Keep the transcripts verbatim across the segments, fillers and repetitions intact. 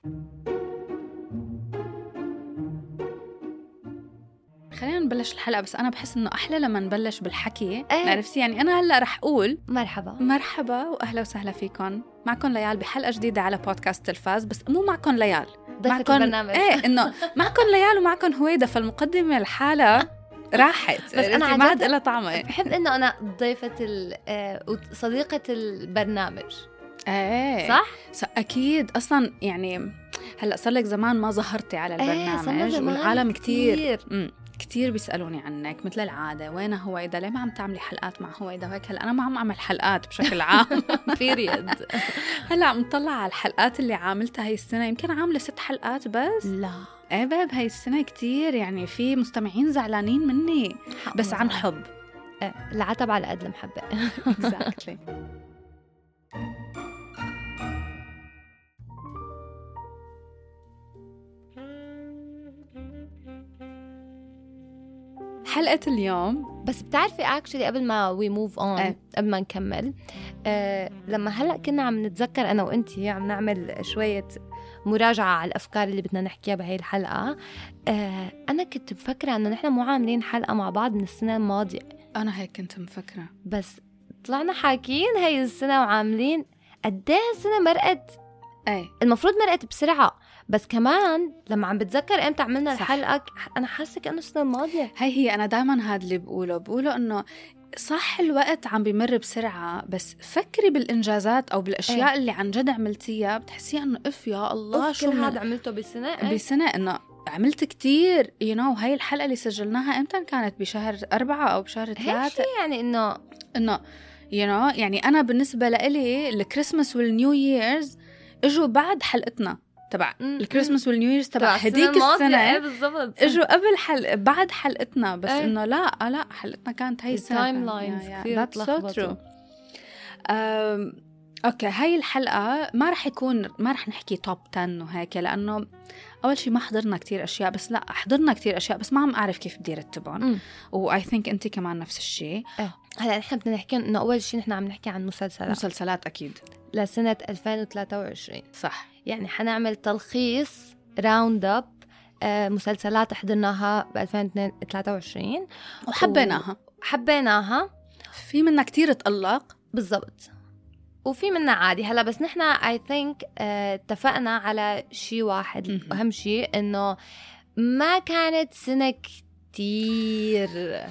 خلينا نبلش الحلقة، بس أنا بحس إنه أحلى لما نبلش بالحكي. ايه. عرفتي يعني أنا هلأ رح أقول مرحبا مرحبا وأهلا وسهلا فيكم. معكم ليال بحلقة جديدة على بودكاست تلفاز، بس مو معكم ليال، ضيفة البرنامج. إيه إنه معكم ليال ومعكم هويدا، فالمقدمة الحالة راحت بس أنا ما عاد إلها طعمة. بحب إنه أنا ضيفة صديقة البرنامج. ايه صح؟ أكيد. أصلا يعني هلأ صار لك زمان ما ظهرتي على البرنامج. ايه والعالم كتير كتير. كتير بيسألوني عنك مثل العادة، وين هويدا؟ ليه ما عم تعملي حلقات مع هويدا وهيك؟ هلأ أنا ما عم أعمل حلقات بشكل عام بيريد. هلأ عم طلع على الحلقات اللي عاملتها هاي السنة، يمكن عاملة ست حلقات بس. لا ايه باب هاي السنة كتير، يعني في مستمعين زعلانين مني بس عن حب. ايه العتب على قد المحبة. exactly. حلقة اليوم، بس بتعرفي actually قبل ما we move on أه. قبل ما نكمل، أه لما هلأ كنا عم نتذكر أنا وإنتي عم نعمل شوية مراجعة على الأفكار اللي بدنا نحكيها بهاي الحلقة، أه أنا كنت مفكرة أنه نحن مو عاملين حلقة مع بعض من السنة الماضية. أنا هيك كنت مفكرة، بس طلعنا حاكين هاي السنة وعاملين قديه السنة مرقت. أي المفروض مرقت بسرعة، بس كمان لما عم بتذكر امتى عملنا صح. الحلقة أنا حاسة كأنه السنة الماضية. هاي هي أنا دايما هاد اللي بقوله بقوله إنه صح الوقت عم بيمر بسرعة، بس فكري بالإنجازات أو بالأشياء ايه. اللي عن جد عملتيها بتحسيها إنه إف يا الله شو كل من... هذا عملته بسنة. ايه. بسنة إنه عملت كتير you know. هاي الحلقة اللي سجلناها إمتى كانت؟ بشهر أربعة أو بشهر هيك ثلاثة شيء يعني إنه إنه you know. يعني أنا بالنسبة لإلي الكريسماس والنيو ييرز إجوا بعد حلقتنا تبع الكريسماس والنيو ييرز تبع هديك السنة. ايه بالضبط. اجوا قبل حلقة بعد حلقتنا، بس ايه. انه لا لا حلقتنا كانت هاي السنة. التايم لاينز كثير تلخبطوا. اوكي هاي الحلقة ما رح يكون ما رح نحكي توب عشرة وهيك، لانه اول شيء ما حضرنا كتير اشياء، بس لا حضرنا كتير اشياء بس ما عم اعرف كيف بدي ارتبهم، واي ثينك انت كمان نفس الشيء. ايه. هلا نحن بدنا نحكي انه اول شيء نحن عم نحكي عن مسلسلات مسلسلات اكيد لسنة ألفين وثلاثة وعشرين. صح. يعني حنعمل تلخيص راوند اب آه مسلسلات حضرناها ب ألفين وثلاثة وعشرين وحبيناها حبيناها في منا كتير تألق بالضبط، وفي منا عادي. هلا بس نحن I think آه اتفقنا على شيء واحد م-م. أهم شيء إنه ما كانت سنة كتير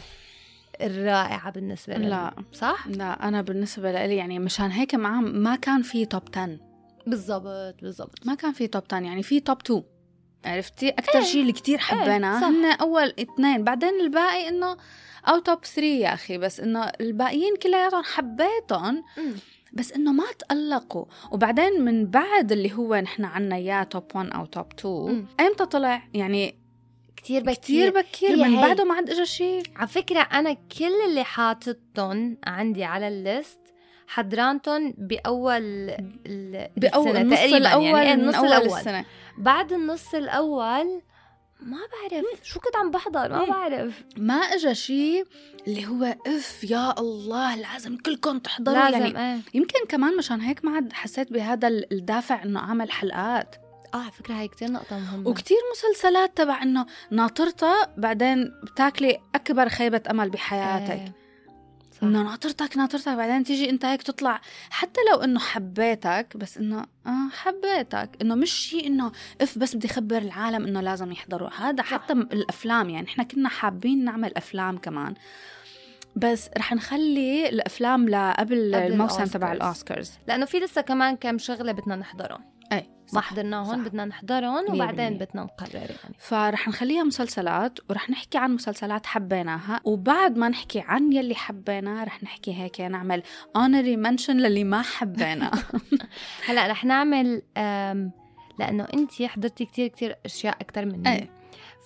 الرائعة بالنسبة لي. لا صح؟ لا أنا بالنسبة لي يعني مشان هيك معهم ما كان في توب عشرة. بالضبط بالضبط ما كان في توب عشرة، يعني في توب اثنين. عرفتي أكتر ايه. شيء اللي كتير حبيناه ايه. هن أول اثنين، بعدين الباقي إنه أو توب ثلاثة يا أخي، بس إنه الباقيين كلياتهم حبيتهم م. بس إنه ما تألقوا. وبعدين من بعد اللي هو نحن عنا يا توب واحد أو توب اثنين إمتى طلع؟ يعني كتير بكير كتير بكير من هي. بعده ما عاد إجا شيء. على فكرة أنا كل اللي حاطتهم عندي على الليست حضرانتهم بأول ال... بأول السنة النص تقريبا، الأول يعني من النص أول الأول. السنة. بعد النص الأول ما بعرف شو كنت عم بحضر، ما بعرف ما إجا شيء اللي هو إف يا الله لازم كلكم تحضروا. لازم يعني ايه. يمكن كمان مشان هيك ما عاد حسيت بهذا الدافع إنه أعمل حلقات. اه على فكرة هاي كتير نقطة مهمة. وكتير مسلسلات تبع إنه ناطرتها بعدين بتاكلي أكبر خيبة أمل بحياتك. ايه. إنه ناطرتك ناطرتك بعدين تيجي أنت هيك تطلع، حتى لو إنه حبيتك بس إنه آه حبيتك، إنه مش شيء إنه إف بس بدي خبر العالم إنه لازم يحضروا هذا. حتى الأفلام يعني إحنا كنا حابين نعمل أفلام كمان، بس رح نخلي الأفلام لقبل الموسم تبع الأوسكارز، لأنه في لسه كمان كم شغلة بدنا نحضرهم. أي ما حضرناهم بدنا نحضرهم وبعدين بدنا نقرر يعني. فرح نخليها مسلسلات ورح نحكي عن مسلسلات حبيناها، وبعد ما نحكي عن يلي حبينا رح نحكي هيك نعمل honorary mention للي ما حبينا. هلأ رح نعمل لأنه أنتي حضرتي كتير كتير أشياء أكتر مني. أي.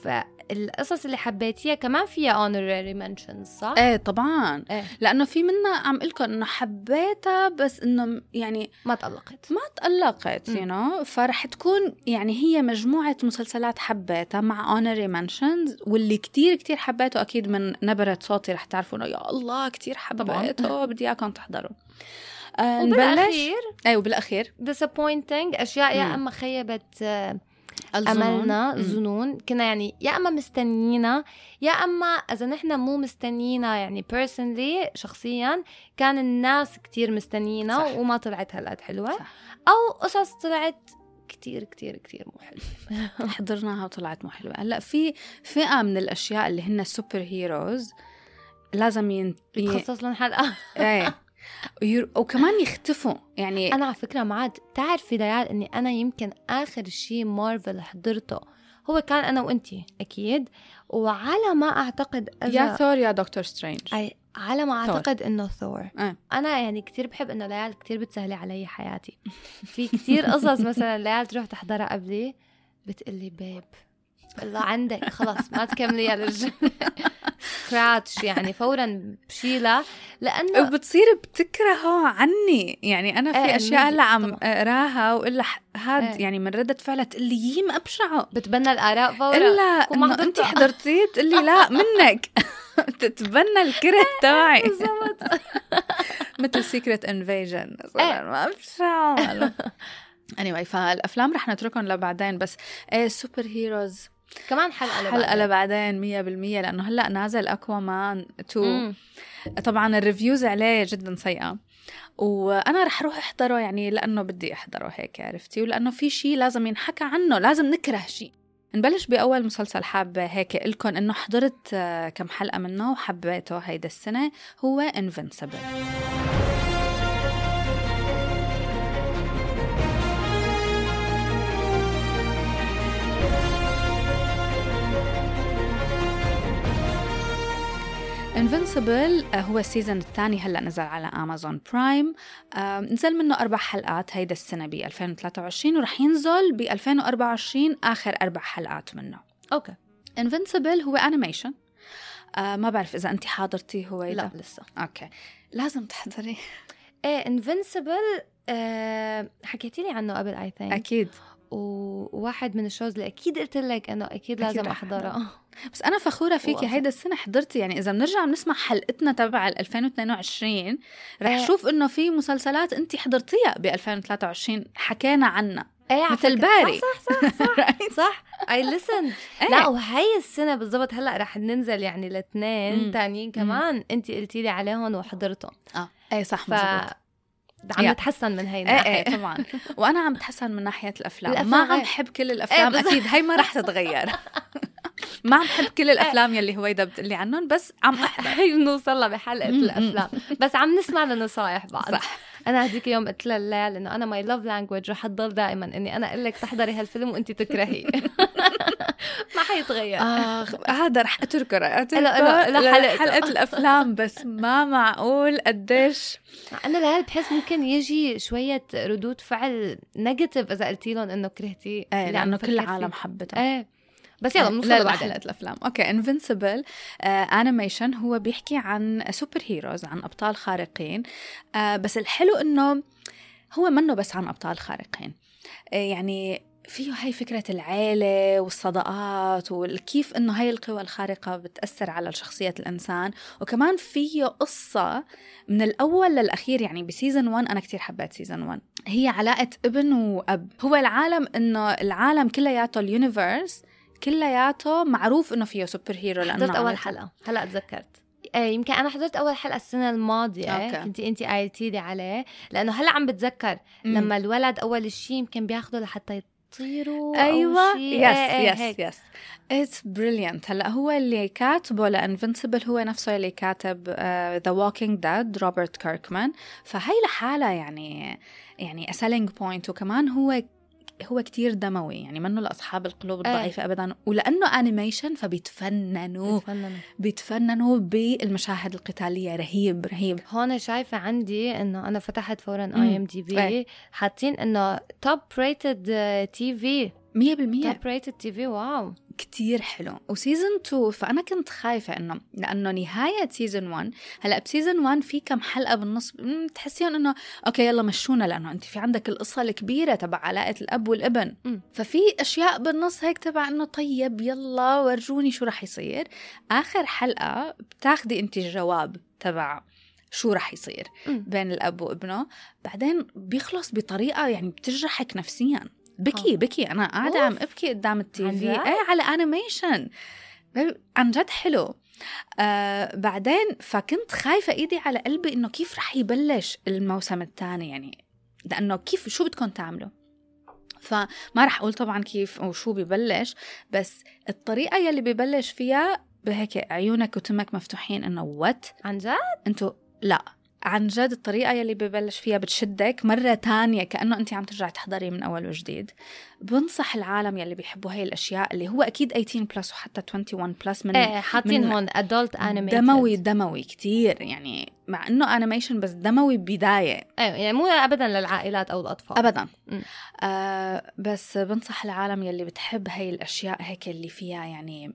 القصص اللي حبيتيها كمان فيها honorary mentions صح؟ ايه طبعا إيه. لانه في منها عم قلكم انه حبيتها بس انه يعني ما تألقت ما تألقت you know فرح تكون يعني هي مجموعة مسلسلات حبيتها مع honorary mentions واللي كتير كتير حبيته أكيد من نبرة صوتي رح تعرفوا إنه يا الله كتير حبيته بدي إياكم تحضروا. آه وبالأخير أيوة بالأخير disappointing أشياء يا أما خيبت أملنا ظنون كنا يعني يا أما مستنينا يا أما إذا نحن مو مستنينا يعني personally شخصيا كان الناس كتير مستنينا صح. وما طلعت هالقد حلوة صح. أو قصص طلعت كتير كتير كتير مو حلوة حضرناها وطلعت مو حلوة. هلا في فئة من الأشياء اللي هن السوبر هيروز لازم ين... يخصص لهم حلقة ايه وكمان يختفوا يعني. أنا على فكرة معاد تعرفي ديال إني أنا يمكن آخر شيء مارفل حضرته هو كان أنا وإنتي أكيد وعلى ما أعتقد يا ثور يا دكتور سترينج أي على ما أعتقد ثور. إنه ثور أه. أنا يعني كتير بحب إنه ليال كتير بتسهلي علي حياتي في كتير قصص مثلا ليال تروح تحضرها قبلي بتقلي بيب الله عندك خلاص ما تكملي يا رجل سكراتش يعني فورا بشيلها لأنه بتصير بتكرهه عني يعني أنا في ايه أشياء هلا عم أقراها وإلا هاد ايه. يعني من ردة فعلة تقلي يم أبشعه بتبنى الآراء فورا إلا إنه أنت حضرتيه تقلي لا منك تتبنى الكره تبعي بالضبط مثل سيكريت انفيجن ما أبشعه anyway فالأفلام رح نتركهم لبعدين بس ايه سوبر هيروز كمان حلقة لبعدين حلقة لبعدين مية بالمية لأنه هلأ نازل أكوامان تو طبعا الريفيوز عليه جدا سيئة وأنا رح روح أحضره يعني لأنه بدي أحضره هيك عرفتي ولأنه في شيء لازم ينحكى عنه لازم نكره شيء. نبلش بأول مسلسل حابة هيك إلكن إنه حضرت كم حلقة منه وحبيته هيدا السنة هو Invincible. Invincible هو السيزن الثاني هلأ نزل على أمازون برايم. نزل منه أربع حلقات هيدا السنة ب ألفين وثلاثة وعشرين ورح ينزل ب ألفين وأربعة وعشرين آخر أربع حلقات منه. أوكي. Invincible هو أنيميشن. آه ما بعرف إذا أنت حاضرتي هو لا لسه. أوكي لازم تحضري. إيه Invincible آه حكيتي لي عنه قبل I think. أكيد. وواحد من الشوز اللي أكيد قلت لك أنه أكيد لازم أحضرها. بس أنا فخورة فيكي هيدا السنة حضرتي يعني إذا بنرجع بنسمع حلقتنا تبع ألفين واثنين وعشرين رح أه شوف إنه في مسلسلات أنت حضرتيها ب ألفين وثلاثة وعشرين حكينا عنها أيه مثل باري صح صح صح صح, صح. I listen أيه. لا وهي السنة بالضبط هلأ رح ننزل يعني الاثنين تانيين كمان أنت قلتي لي عليهم وحضرتهم. آه أي صح ف... مزبوط. عم بتحسن من هاي الناحية. ايه ايه طبعا وانا عم بتحسن من ناحية الافلام, الأفلام ما عم بحب كل الافلام ايه اكيد هاي ما رح تتغير. ما عم بحب كل الافلام يلي هويدا بتقلي عنهم بس عم احضر هي بنوصل لها بحلقة الافلام بس عم نسمع لنصايح بعض. صح. انا هديك يوم قلت لها الليل انه انا ماي لاف لانجويج رح تضل دائما اني انا اقول لك تحضري هالفيلم وانت تكرهيه. ما حيتغير. آه هذا رح اتركه اتركه لحلقة حلقة الافلام بس ما معقول قديش انا لهال بحس ممكن يجي شوية ردود فعل نيجاتيف اذا قلتي لهم انه كرهتي ايه لانه كل العالم حبتها. ايه بس يلا بنوصل لبعد حلقة الأفلام. أوكي Invincible أنيميشن uh, هو بيحكي عن سوبر هيروز عن أبطال خارقين uh, بس الحلو إنه هو منه بس عن أبطال خارقين uh, يعني فيه هاي فكرة العيلة والصداقات وكيف إنه هاي القوى الخارقة بتأثر على شخصية الإنسان وكمان فيه قصة من الأول للأخير يعني بسيزن واحد أنا كتير حبيت سيزن واحد هي علاقة ابن وأب. هو العالم إنه العالم كلياته اليونيفرس كلياته معروف إنه فيه سوبر هيرو. لأنه حضرت أول حلقة هلأ أتذكرت ايه يمكن أنا حضرت أول حلقة السنة الماضية كنتي أنتي قايلتي لي عليه لأنه هلأ عم بتذكر م. لما الولد أول شيء يمكن بياخده لحتى يطيروا أيوة أو شيء يس يس يس it's brilliant. هلأ هو اللي كاتبه لإنفنسبل هو نفسه اللي كاتب uh, The Walking Dead روبرت كيركمان فهي لحالة يعني يعني a selling point وكمان هو هو كتير دموي يعني منه لأصحاب القلوب الضعيفة أيه. أبداً ولأنه أنيميشن فبيتفننوا بيتفننوا بيتفننوا بالمشاهد القتالية رهيب رهيب. هون شايفة عندي إنه أنا فتحت فوراً آي إم دي بي حاطين إنه توب ريتد تي في مية بالمية توب ريتد تي في. واو كتير حلو. وسيزن تو فأنا كنت خايفة إنه لأنه نهاية سيزن ون، هلأ بسيزن ون في كم حلقة بالنص تحسيون إنه أوكي يلا مشونا، لأنه أنت في عندك القصة الكبيرة تبع علاقة الأب والابن. م. ففي أشياء بالنص هيك تبع إنه طيب يلا ورجوني شو رح يصير. آخر حلقة بتاخدي أنت الجواب تبع شو رح يصير م. بين الأب وابنه، بعدين بيخلص بطريقة يعني بتجرحك نفسياً. بكي أوه. بكي أنا قاعدة عم أبكي قدام التي في أي على أنيميشن عن جد حلو. آه بعدين فكنت خايفة إيدي على قلبي إنه كيف رح يبلش الموسم الثاني، يعني لأنه كيف شو بدكم تعملوا. فما رح أقول طبعا كيف أو شو بيبلش، بس الطريقة يلي بيبلش فيها بهيك عيونك وتمك مفتوحين إنه وات عن جد أنتوا لا عن جد. الطريقة يلي ببلش فيها بتشدك مرة تانية كأنه أنت عم ترجع تحضري من أول وجديد. بنصح العالم يلي بيحبوا هاي الأشياء اللي هو أكيد ثمانية بلس وحتى واحد وعشرين بلس من ايه حاطين هون adult animated دموي دموي كتير، يعني مع أنه أنيميشن بس دموي بداية. ايه يعني مو أبدا للعائلات أو الأطفال أبدا. آه بس بنصح العالم يلي بتحب هاي الأشياء هيك اللي فيها يعني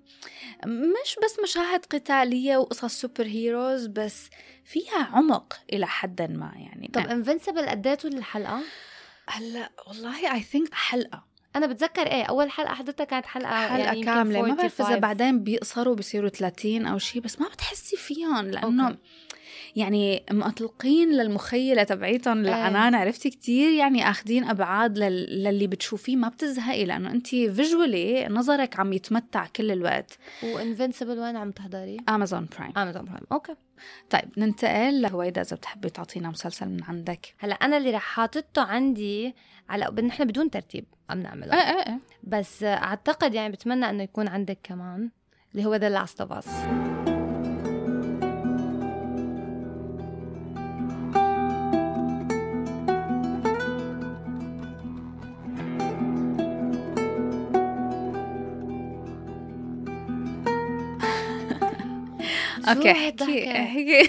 مش بس مشاهد قتالية وقصص سوبر هيروز، بس فيها عمق إلى حد ما يعني. طب انفنسبل قديتوا الحلقة؟ هلا والله I think حلقة. أنا بتذكر إيه أول حلقة حضرتها كانت حلقة حلقة يعني كاملة، ما بعرف إذا بعدين بيقصروا بيصيروا ثلاثين أو شيء، بس ما بتحسي فيهم لأنه أوكي. يعني مطلقين للمخيلة تبعيتهم العنان. عرفتي كتير يعني أخدين أبعاد لل... للي بتشوفيه ما بتزهقي، لأنه أنتي فيجولي نظرك عم يتمتع كل الوقت. وإنفنسبل وين عم تحضري؟ أمازون برايم. أمازون برايم أوكي. طيب ننتقل لهويدا إذا بتحبي تعطينا مسلسل من عندك. هلا أنا اللي رح حاطته عندي على نحن بدون ترتيب عم نعمله أه أه أه. بس أعتقد يعني بتمنى أنه يكون عندك كمان اللي هو The Last of Us. اوكي احكي احكي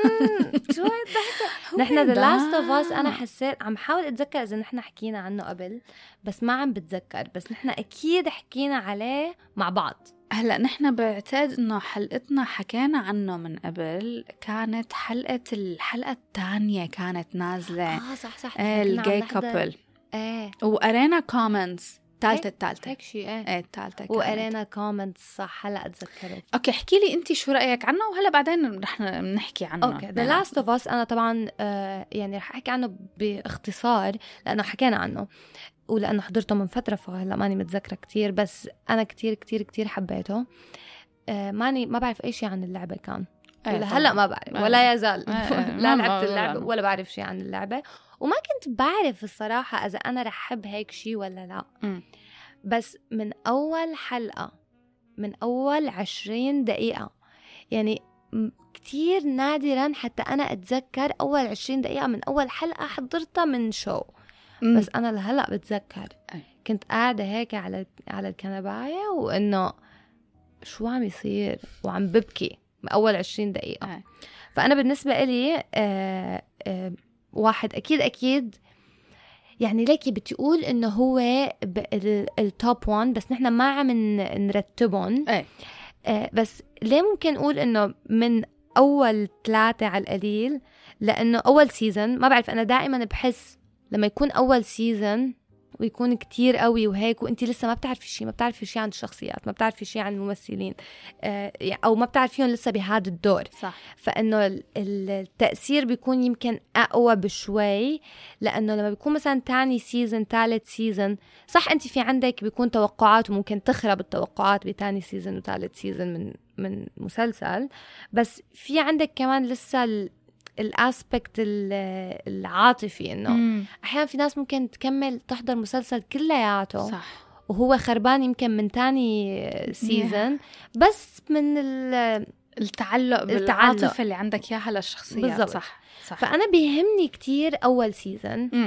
شو هالضحكه. نحن The Last of Us انا حسيت عم حاول اتذكر اذا نحن حكينا عنه قبل، بس ما عم بتذكر، بس نحن اكيد حكينا عليه مع بعض. هلا نحن بعتقد انه حلقتنا حكينا عنه من قبل، كانت حلقه الحلقه الثانيه كانت نازله. اه صح صح الجاي كابل. ايه وقرينا كومنتس الثالثة الثالثة هيك شيء ايه ايه الثالثة وقرينا كومنتس صح. هلا اتذكرت. اوكي احكي لي انت شو رايك عنه وهلا بعدين رح نحكي عنه. اوكي The Last of Us انا طبعا آه يعني رح احكي عنه باختصار لانه حكينا عنه ولانه حضرته من فتره، فهلا ماني متذكره كتير، بس انا كتير كتير كتير حبيته. آه ماني ما بعرف اي شيء عن اللعبه كان ولا هلا ما بعرف ولا يزال لا لعبت اللعبه ولا بعرف شيء عن اللعبه، وما كنت بعرف الصراحه اذا انا رح احب هيك شيء ولا لا. م. بس من أول حلقة من أول عشرين دقيقة يعني كتير نادرا حتى أنا أتذكر أول عشرين دقيقة من أول حلقة حضرتها من شو. م. بس أنا لهلأ بتذكر كنت قاعدة هيك على على الكنباية وإنه شو عم يصير وعم ببكي من أول عشرين دقيقة. فأنا بالنسبة إلي آه آه واحد أكيد أكيد يعني ليكي بتقول إنه هو التوب وان، بس نحن ما عم نرتبهم. أي. آه بس ليه ممكن نقول إنه من أول ثلاثة على القليل، لأنه أول سيزن ما بعرف أنا دائما بحس لما يكون أول سيزن ويكون كتير قوي وهيك وانتي لسه ما بتعرفي شيء ما بتعرفي شيء عن الشخصيات، ما بتعرفي شيء عن الممثلين آه او ما بتعرفيهم لسه بهذا الدور. صح. فانه التأثير بيكون يمكن اقوى بشوي، لانه لما بيكون مثلا تاني سيزن ثالث سيزن صح انتي في عندك بيكون توقعات وممكن تخرب التوقعات بتاني سيزن وثالث سيزن من من مسلسل، بس في عندك كمان لسه الاسبكت العاطفي انه مم. احيانا في ناس ممكن تكمل تحضر مسلسل كلياته صح وهو خربان يمكن من تاني سيزن بس من التعلق بالعاطفه اللي عندك اياها للشخصيات. بالضبط. صح صح. فانا بيهمني كتير اول سيزن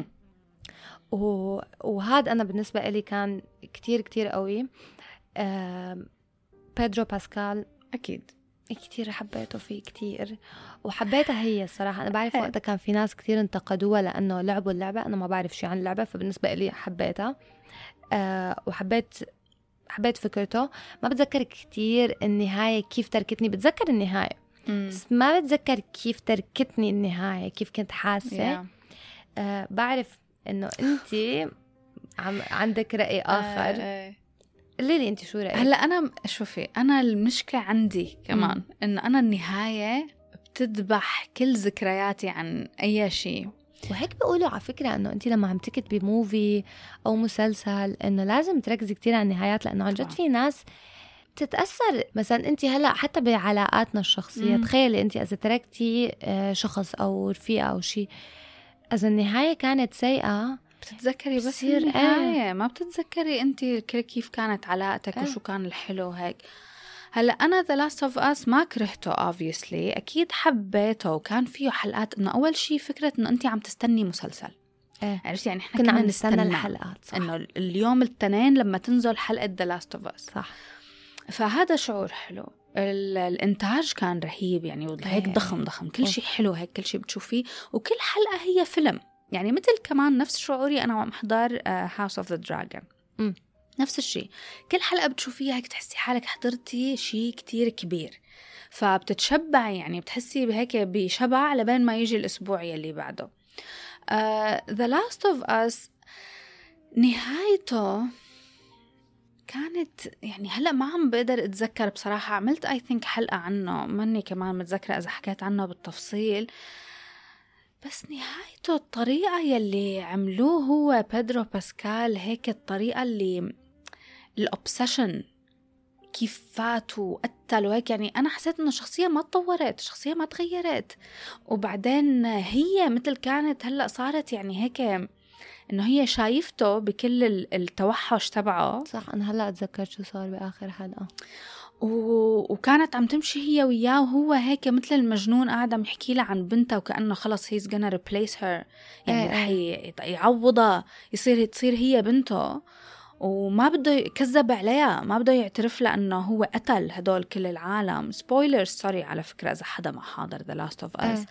و... وهذا انا بالنسبه لي كان كتير كتير قوي. آه... بيدرو باسكال اكيد كتير حبيته فيه كتير وحبيتها هي الصراحة. أنا بعرف وقتها كان في ناس كتير انتقدوها لأنه لعبوا اللعبة، أنا ما بعرف شيء عن اللعبة فبالنسبة لي حبيتها. آه وحبيت حبيت فكرته. ما بتذكر كتير النهاية كيف تركتني، بتذكر النهاية مم. بس ما بتذكر كيف تركتني النهاية، كيف كنت حاسة. yeah. آه بعرف إنه أنتي عم عندك رأي آخر. آه. قولي لي أنت شو رأيك؟ هلا أنا شوفي، أنا المشكلة عندي كمان إنه أنا النهاية بتذبح كل ذكرياتي عن أي شيء. وهيك بيقولوا على فكرة إنه أنت لما عم تكتبي موفي أو مسلسل إنه لازم تركزي كتير على النهايات، لأنه عن جد في ناس تتأثر. مثلا أنت هلأ حتى بعلاقاتنا الشخصية، مم. تخيلي أنت إذا تركتي شخص أو رفيقة أو شيء، إذا النهاية كانت سيئة بتتذكري بس بصير النهاية، ما بتتذكري أنت كيف كانت علاقتك آه. وشو كان الحلو هيك. هلا أنا The Last of Us ما كرهته obviously، أكيد حبيته وكان فيه حلقات إنه أول شيء فكرة إنه أنت عم تستني مسلسل. آه. عرفتي يعني إحنا كنا كنا عم نستنى نستنى الحلقات، صح. إنه اليوم التنين لما تنزل حلقة The Last of Us، صح. فهذا شعور حلو. الانتاج كان رهيب يعني، هيك ضخم ضخم كل شيء حلو هيك، كل شيء بتشوفيه وكل حلقة هي فيلم يعني. مثل كمان نفس شعوري أنا وعم أحضر House of the Dragon، م. نفس الشيء، كل حلقة بتشوفيها هيك تحسي حالك حضرتي شيء كتير كبير، فبتتشبع يعني، بتحسي بهيك بشبع لبين ما يجي الأسبوع يلي بعده. uh, The Last of Us نهايته كانت يعني هلأ ما عم بقدر أتذكر بصراحة، عملت I think حلقة عنه، ماني كمان متذكرة إذا حكيت عنه بالتفصيل، بس نهايته الطريقة يلي عملوه هو بيدرو باسكال، هيك الطريقة اللي الأوبسيشن كيف فات وقتل وهيك يعني. أنا حسيت إنه الشخصية ما تطورت، الشخصية ما تغيرت، وبعدين هي مثل كانت هلأ صارت يعني هيك إنه هي شايفته بكل التوحش تبعه. صح. أنا هلأ أتذكر شو صار بآخر حلقة، و... وكانت عم تمشي هي وياه وهو هيك مثل المجنون قاعد عم يحكي لها عن بنتها، وكأنه خلص he's gonna replace her يعني رح ي... يعوضها، يصير تصير هي بنته، وما بده يكذب عليها، ما بده يعترف لها انه هو قتل هدول كل العالم. سبويلرز سوري على فكرة إذا حدا ما حاضر The Last of Us.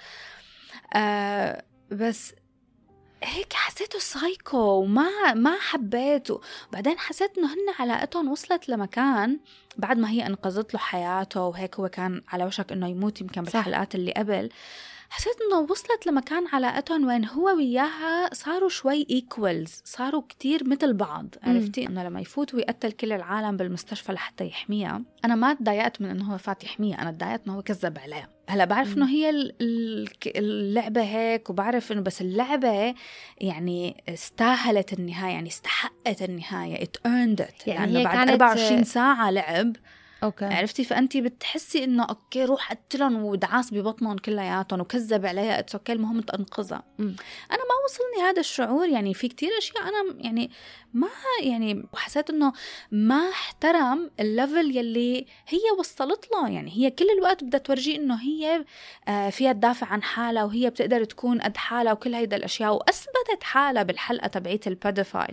آه بس هيك حسيته سايكو وما ما حبيته. بعدين حسيت انه هن علاقتهم وصلت لمكان بعد ما هي انقذت له حياته وهيك هو كان على وشك انه يموت يمكن بالحلقات اللي قبل. حسيت انه وصلت لمكان علاقتهم وين هو وياها صاروا شوي ايكوالز، صاروا كتير مثل بعض. عرفتي انه لما يفوت ويقتل كل العالم بالمستشفى لحتى يحميها، انا ما تضايقت من انه هو فات يحميها، انا تضايقت انه هو كذب عليها. هلا بعرف انه هي اللعبه هيك، وبعرف انه بس اللعبه يعني استاهلت النهايه، يعني استحقت النهايه، it earned it يعني لانه بعد أربعة وعشرين ساعه لعب. أوكي. عرفتي؟ فأنتي بتحسي إنه أوكي روح قتلهم ودعاس ببطنهم كلياتهم وكذب عليها، اتس اوكي المهم تنقذها. أنا ما وصلني هذا الشعور يعني. في كتير أشياء أنا يعني ما يعني حسيت إنه ما احترم الليفل يلي هي وصلت له. يعني هي كل الوقت بدها تورجي إنه هي فيها تدافع عن حالها وهي بتقدر تكون قد حالها وكل هيدا الأشياء، وأثبتت حالها بالحلقة تبعيت البيدوفايل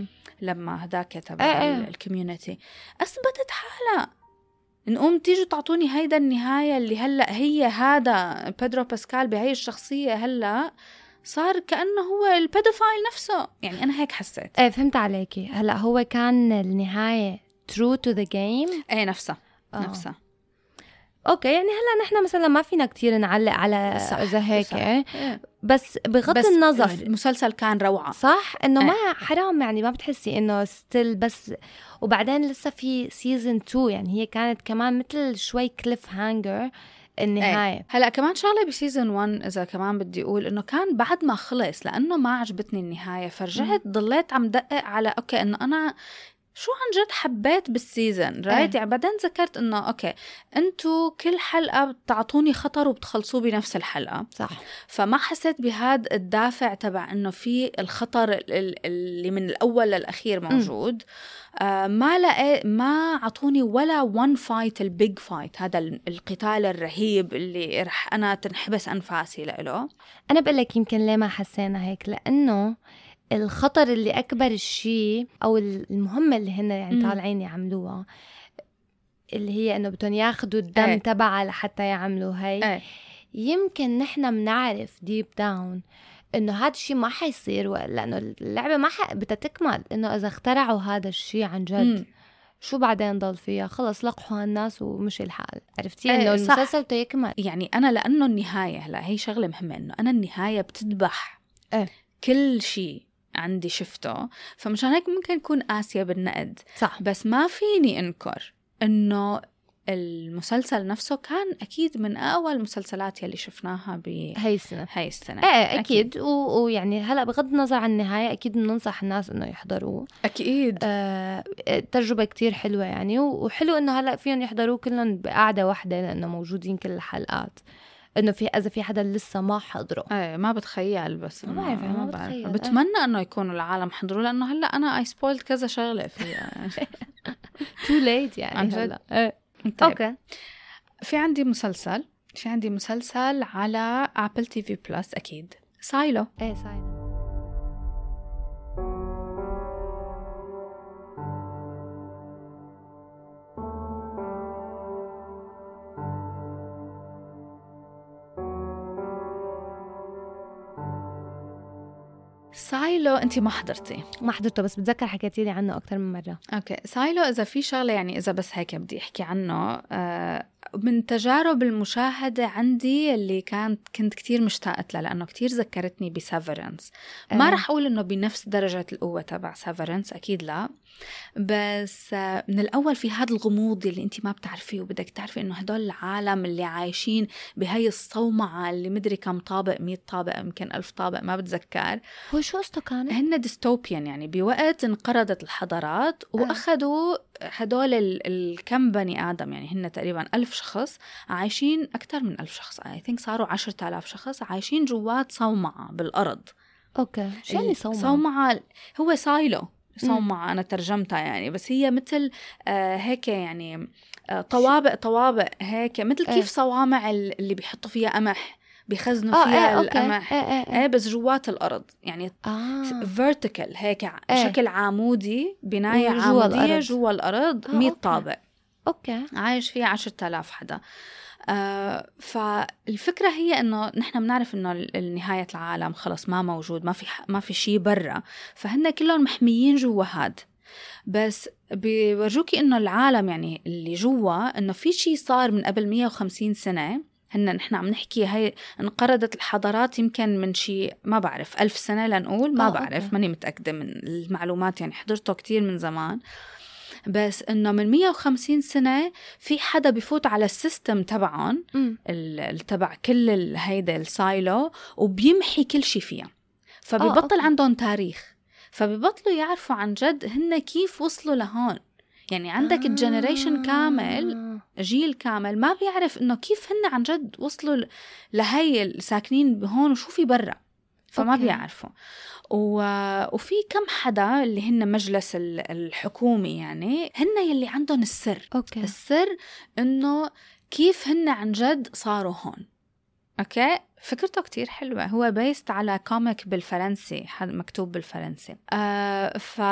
لما هداك تبع الكوميونتي، أثبتت حالها. نقوم تيجوا تعطوني هيدا النهاية اللي هلأ هي هذا بيدرو باسكال بهاي الشخصية هلأ صار كأنه هو البيدوفايل نفسه. يعني أنا هيك حسيت. ايه فهمت عليكي. هلأ هو كان النهاية true to the game. ايه نفسها أوه. نفسها. اوكي يعني هلا نحن مثلا ما فينا كتير نعلق على اذا هيك إيه. بس بغض بس النظر المسلسل كان روعة صح انه إيه. ما حرام يعني ما بتحسي انه ستيل بس. وبعدين لسه في سيزن تو يعني هي كانت كمان مثل شوي كليف هانجر النهاية. ايه. هلا كمان شغله بسيزن واحد اذا كمان بدي اقول انه كان بعد ما خلص لانه ما عجبتني النهاية، فرجعت ضليت عم دقق على اوكي انه انا شو عن جد حبيت بالسيزن رايت. يعني بعدين ذكرت انه اوكي انتو كل حلقة بتعطوني خطر وبتخلصوا بنفس الحلقة صح، فما حسيت بهذا الدافع تبع انه في الخطر اللي من الاول للاخير موجود. آه ما لقى ما عطوني ولا one fight البيج فايت، هذا القتال الرهيب اللي رح انا تنحبس انفاسي له. انا بقول لك يمكن ليه ما حسينا هيك، لانه الخطر اللي أكبر الشيء أو المهمة اللي هن يعني طالعين يعملوها اللي هي إنه بدهم ياخدوا الدم ايه. تبعها لحتى يعملوا هاي ايه. يمكن نحن منعرف ديب داون انه هذا الشيء ما حيصير، لانه اللعبه ما ح... بدها تكمل. انه اذا اخترعوا هذا الشيء عن جد م. شو بعدين ضل فيها؟ خلص لقحوا الناس ومشي الحال. عرفتي انه ايه المسلسل بده يكمل. يعني انا لانه النهايه، هلا هي شغله مهمه، انه انا النهايه بتذبح ايه كل شيء عندي شفته، فمشان هيك ممكن يكون قاسيه بالنقد. صح. بس ما فيني انكر انه المسلسل نفسه كان أكيد من أول المسلسلات يلي شفناها بهاي السنة هاي السنة. ايه أكيد. ويعني هلأ بغض النظر عن النهاية أكيد بننصح الناس إنه يحضروه. أكيد. آه تجربة كتير حلوة يعني، وحلو إنه هلأ فيهم يحضروه كلهم بقعدة واحدة، لأنه موجودين كل الحلقات. إنه في إذا في حدا لسه ما حضره، ايه ما بتخيل، بس ما بعرف ما, ما بتخيل. بتمنى إنه يكونوا العالم حضروا، لأنه هلأ أنا I spoiled كذا شغلة فيها. too late يعني هلأ. طيب. أوكي. في عندي مسلسل في عندي مسلسل على أبل تي في بلس، أكيد سايلو. إيه سايلو. سايلو أنتي ما حضرتي؟ ما حضرته، بس بتذكر حكيتي لي عنه أكتر من مرة. أوكي. سايلو إذا في شغلة يعني إذا بس هيك بدي أحكي عنه، آه من تجارب المشاهدة عندي اللي كانت كنت كتير مشتاقة لها، لأنه كتير ذكرتني بسيفرنس. ما رح أقول إنه بنفس درجة القوة تبع سيفرنس، أكيد لا، بس آه من الأول في هذا الغموض اللي أنتي ما بتعرفيه، وبدك تعرفي إنه هدول العالم اللي عايشين بهاي الصومعة اللي مدري كم طابق، مية طابق يمكن ألف طابق، ما بتذكر. هو شو قصته كان؟ هن ديستوبيان، يعني بوقت انقرضت الحضارات وأخذوا هدول الكم بني آدم، يعني هن تقريبا ألف شخص عايشين، أكتر من ألف شخص I think صاروا عشرة آلاف شخص عايشين جوات صومعة بالأرض. أوكي. شو يعني صومعة؟ صومعة هو سايلو، صومعة أنا ترجمتها يعني، بس هي مثل آه هيك يعني آه طوابق طوابق هيك، مثل كيف صوامع اللي بيحطوا فيها قمح، بيخزنوا فيها آه القمح. آه آه آه بس جوات الأرض يعني آه. vertical هيك آه. بشكل عمودي، بناية جوا عمودية الأرض. جوا الأرض. آه مية أوكي. طابق أوكي. عايش فيها عشرة آلاف حدا. آه فالفكرة هي إنه نحن بنعرف إنه النهاية العالم خلص ما موجود، ما في ما في شيء برا، فهن كلهم محميين جوا هاد. بس بيورجوكي إنه العالم يعني اللي جوا إنه في شيء صار من قبل مية وخمسين سنة. هن نحن عم نحكي هاي انقرضت الحضارات يمكن من شيء ما بعرف ألف سنة لنقول، ما آه بعرف أوكي. ماني متأكدة من المعلومات، يعني حضرته كتير من زمان. بس إنه من مية وخمسين سنة في حدا بيفوت على السيستم تبعهم تبع كل هيدا السايلو وبيمحي كل شيء فيها، فبيبطل آه عندهم تاريخ، فبيبطلوا يعرفوا عن جد هن كيف وصلوا لهون. يعني عندك الجنريشن آه. كامل، جيل كامل ما بيعرف إنه كيف هن عن جد وصلوا لهي الساكنين بهون وشو في برا، فما أوكي. بيعرفوا. وفي كم حدا اللي هن مجلس الحكومي، يعني هن يلي عندهم السر. أوكي. السر إنه كيف هن عن جد صاروا هون. أوكي. فكرته كتير حلوة، هو بيست على كوميك بالفرنسي مكتوب بالفرنسي. آه ف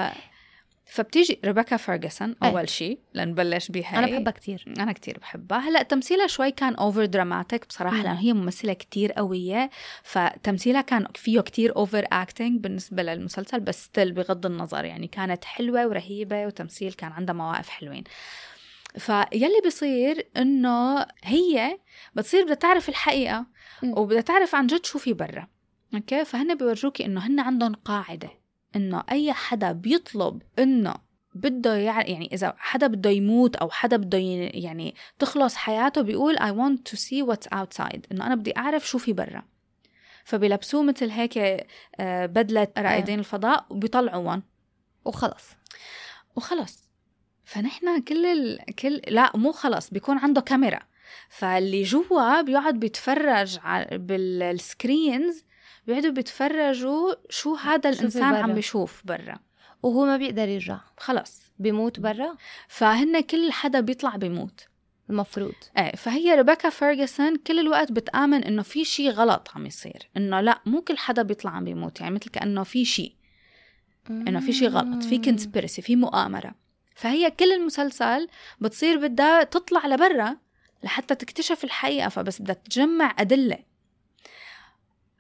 فبتيجي ريبيكا فيرغسون أول شيء لنبلش بها. أنا بحبها كتير. أنا كتير بحبها. هلأ تمثيلها شوي كان أوفر دراماتيك بصراحة، لأن هي ممثلة كتير قوية، فتمثيلها كان فيه كتير أوفر أكتينج بالنسبة للمسلسل، بس ستيل بغض النظر يعني كانت حلوة ورهيبة، وتمثيل كان عندها مواقف حلوين. فيلي بيصير إنه هي بتصير بدها تعرف الحقيقة وبدها تعرف عن جد شو في برا. أوكي. فهن بيورجوكي إنه هن عندهم قاعدة إنه أي حدا بيطلب إنه بده يعني إذا حدا بده يموت أو حدا بده يعني تخلص حياته، بيقول I want to see what's outside، إنه أنا بدي أعرف شو في برا. فبيلبسوه مثل هيك بدلة رائدين الفضاء وبيطلعوهم وخلص وخلص. فنحن كل ال... كل لا مو خلص، بيكون عنده كاميرا، فاللي جوا بيقعد بيتفرج على بالسكرينز، بيقعدوا بيتفرجوا شو هذا الإنسان عم بيشوف برا، وهو ما بيقدر يرجع، خلص بيموت برا. فهن كل حدا بيطلع بيموت المفروض. ايه. فهي ريبيكا فيرغسون كل الوقت بتآمن إنه في شيء غلط عم يصير، إنه لا مو كل حدا بيطلع عم بيموت، يعني مثل كأنه في شيء، إنه في شيء غلط، في كونسبيرسي، في مؤامرة. فهي كل المسلسل بتصير بدها تطلع لبرا لحتى تكتشف الحقيقة، فبس بدها تجمع أدلة.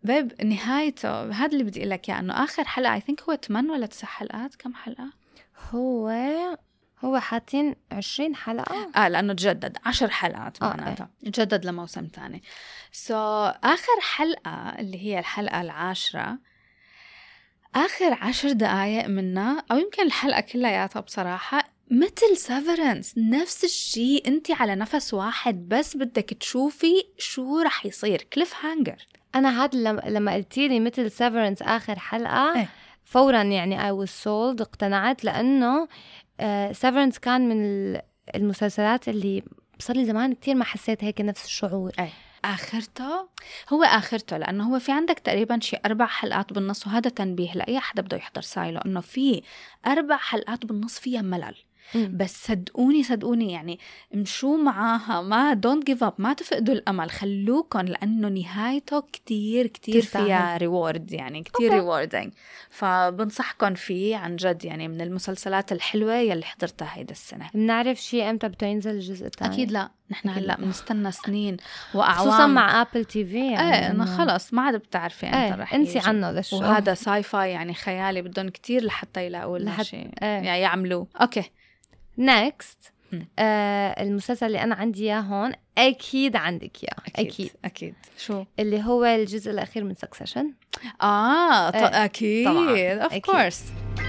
بيب نهايته هذا اللي بدي اقول لك اياه، انه اخر حلقه اي ثينك هو ثمانية ولا تسع حلقات، كم حلقه هو هو حاطين عشرين حلقة. اه لأنه تجدد عشر حلقات آه معناتها ايه. تجدد لموسم تاني. سو so, آخر حلقة اللي هي الحلقة العاشرة، آخر عشر دقايق منها أو يمكن الحلقة كلها بصراحة مثل سيفرنس، نفس الشيء، انت على نفس واحد بس بدك تشوفي شو رح يصير، كليف هانجر. أنا هاد لما قلتي لي مثل سيفرنس آخر حلقة ايه. فورا يعني I was sold، اقتنعت، لأنه سيفرنس uh, كان من المسلسلات اللي صار لي زمان كتير ما حسيت هيك نفس الشعور. ايه. آخرته هو آخرته لأنه هو في عندك تقريبا شي أربع حلقات بالنص، وهذا تنبيه لأي حدا بده يحضر سايلو إنه في أربع حلقات بالنص فيها ملل. م. بس صدقوني صدقوني يعني امشوا معاها، ما don't give up، ما تفقدوا الأمل، خلوكن، لأنه نهايته كتير كتير فيها ريورد، يعني كتير ريوردينج. فبنصحكن فيه عن جد، يعني من المسلسلات الحلوة يلي حضرتها هيدا السنة. بنعرف شيء امتى بده ينزل الجزء الثاني؟ أكيد لا، نحن هلا بنستنى سنين وأعوام، خصوصا مع أبل تي في. يعني ايه أنا خلص ما عاد بتعرفي امتى ايه رح انسي عنه للشو، وهذا ساي فاي يعني خيالي، بدهم كتير لحتى يلاقوا لنا شيء ايه. يعني يعملوه. اوكي نيكست آه المسلسل اللي أنا عندي إياه هون، أكيد عندك إياه. أكيد. أكيد أكيد شو؟ اللي هو الجزء الأخير من سكسيشن. آه ط- آه. أكيد طبعاً. of course.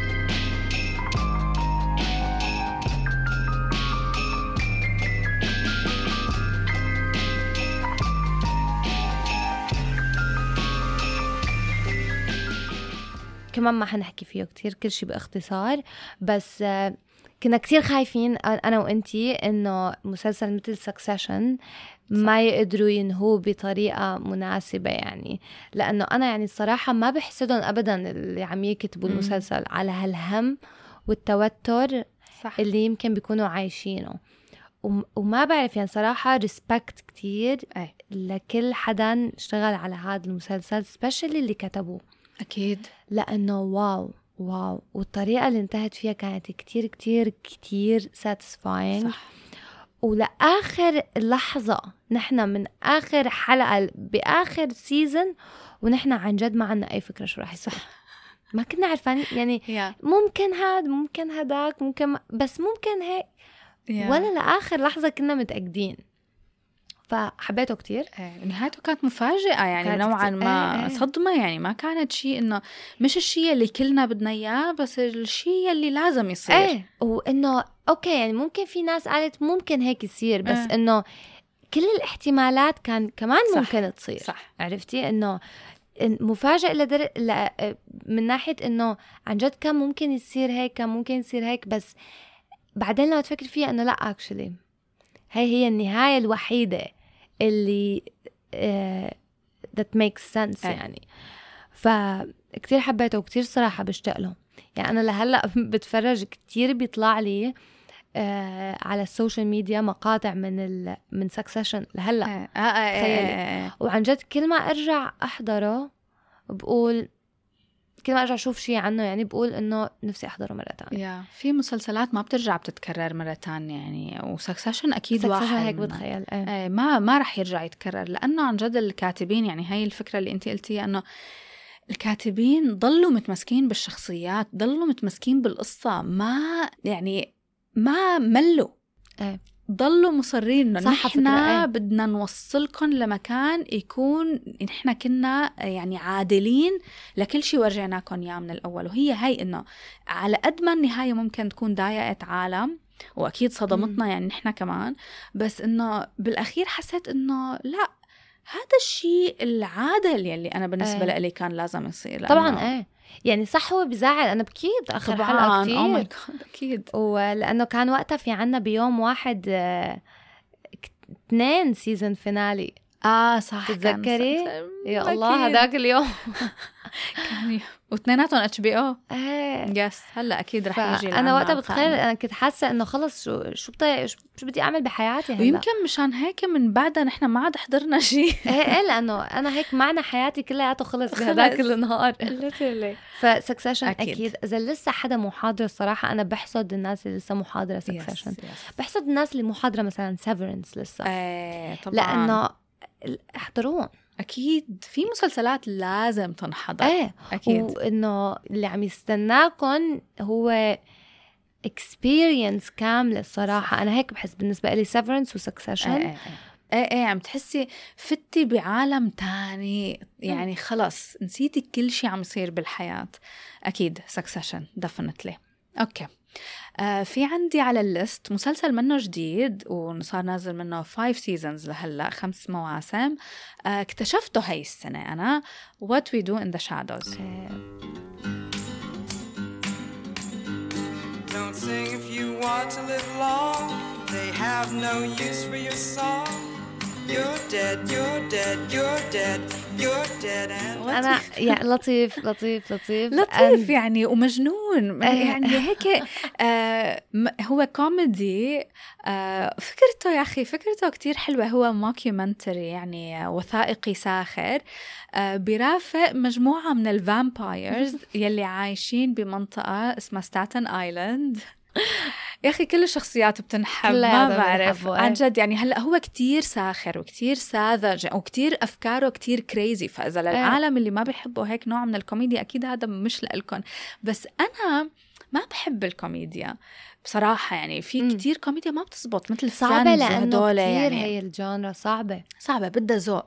كمان ما حنحكي فيه كتير، كل شيء باختصار، بس آه كنا كتير خايفين أنا وإنتي إنه مسلسل مثل سكسيشن ما يقدروا ينهوه بطريقة مناسبة، يعني لأنه أنا يعني الصراحة ما بحسدهم أبدا اللي عم يكتبوا المسلسل على هالهم والتوتر صح. اللي يمكن بيكونوا عايشينه، وما بعرف يعني صراحة ريسبكت كتير أي. لكل حدا اشتغل على هذا المسلسل، سبيشالي اللي كتبوه. أكيد لأنه واو واو، والطريقة اللي انتهت فيها كانت كتير كتير كتير satisfying. صح. ولآخر لحظة نحن من آخر حلقة بآخر سيزن ونحن عن جد ما عنا أي فكرة شو راح يصير. ما كنا عارفين يعني yeah. ممكن هاد ممكن هداك ممكن ما. بس ممكن هيك yeah. ولا لآخر لحظة كنا متأكدين. فحبيته كتير. ايه. نهايته كانت مفاجئة يعني كانت نوعا ما ايه. صدمة يعني، ما كانت شيء انه مش الشيء اللي كلنا بدنا اياه، بس الشيء اللي لازم يصير. ايه. وانه اوكي يعني ممكن في ناس قالت ممكن هيك يصير، بس ايه. انه كل الاحتمالات كان كمان صح. ممكن تصير. صح. عرفتي انه مفاجئ لدر... ل... من ناحية انه عن جد كان ممكن يصير هيك، كان ممكن يصير هيك، بس بعدين لو تفكر فيها انه لا اكشلي هاي هي النهاية الوحيدة اللي uh, that makes sense. أي. يعني فكتير حبيته وكتير صراحة بشتاق له. يعني أنا لهلأ بتفرج كتير بيطلع لي uh, على السوشيال ميديا مقاطع من ال من سكسيشن لهلأ. آه آه آه وعن جد كل ما أرجع أحضره بقول، كل ما أرجع أشوف شيء عنه يعني بقول إنه نفسي أحضره مرة تانية. yeah. في مسلسلات ما بترجع بتتكرر مرة تانية يعني، وسكسيشن أكيد واحد هيك بتخيل ايه. ايه ما ما رح يرجع يتكرر، لأنه عن جد الكاتبين يعني هاي الفكرة اللي أنت قلتيها، إنه الكاتبين ضلوا متمسكين بالشخصيات، ضلوا متمسكين بالقصة، ما يعني ما ملوا ايه. ضلوا مصرين إنه نحن ايه. بدنا نوصلكم لمكان يكون نحن كنا يعني عادلين لكل شيء ورجعناكم إياه من الأول. وهي هاي إنه على قد ما النهاية ممكن تكون ضايقت عالم وأكيد صدمتنا م. يعني نحن كمان، بس إنه بالأخير حسيت إنه لا، هذا الشيء العادل يلي أنا بالنسبة ايه. لي كان لازم يصير. طبعا ايه يعني صح، هو بزعل. أنا بكيت آخر طبعاً. حلقة كتير أو ماي جاد أكيد، ولأنه كان وقتها في عنا بيوم واحد اه اثنين سيزن فينالي. آه صح، تتذكري؟ يا الله هداك اليوم كان واثنيناتهم اتش بي او. ايه يس هلا اكيد رح يجي. انا وقتها بتخيل انا كنت حاسه انه خلص شو شو بدي شو بدي اعمل بحياتي هلا. ويمكن مشان هيك من بعدها نحن ما عاد حضرنا شيء. ايه ايه لانه انا هيك معنى حياتي كلياته خلص بهداك النهار. فسكسيشن اكيد, أكيد. اذا لسه حدا محاضره الصراحه انا بحسد الناس اللي لسه محاضره سكسيشن. بحسد الناس اللي محاضره مثلا سيفرنس لسه. ايه طبعا، لانه احضروهم اكيد في مسلسلات لازم تنحضر. ايه اكيد. وانه اللي عم يستناكم هو experience كامله الصراحه. انا هيك بحس بالنسبه لي Severance و Succession. ايه ايه ايه ايه عم تحسي فتي بعالم تاني يعني. خلص نسيتي كل شيء عم يصير بالحياة. أكيد Succession definitely. أوكي. آه في عندي على الليست مسلسل منه جديد وصار نازل منه five seasons لهلأ، خمس مواسم. آه اكتشفته هاي السنة أنا What We Do in the Shadows. Don't sing if you want to live long. They have no use for your song. You're dead, you're dead, you're dead, you're dead and أنا يعني لطيف لطيف لطيف لطيف يعني ومجنون يعني هيك. آه هو كوميدي. آه فكرته يا أخي فكرته كتير حلوة. هو موكيومنتري يعني وثائقي ساخر. آه برافق مجموعة من الفامبايرز يلي عايشين بمنطقة اسمها ستاتن آيلاند. يا أخي كل الشخصيات بتنحب ما بعرف عن جد يعني. هلأ هو كتير ساخر وكتير ساذج وكتير أفكاره كتير كريزي. فإذا للعالم اللي ما بيحبوا هيك نوع من الكوميديا أكيد هذا مش لإلكن. بس أنا ما بحب الكوميديا بصراحة يعني. في م. كتير كوميديا ما بتزبط مثل صعبة لأنه كتير يعني. هي الجانرا صعبة صعبة بدها ذوق.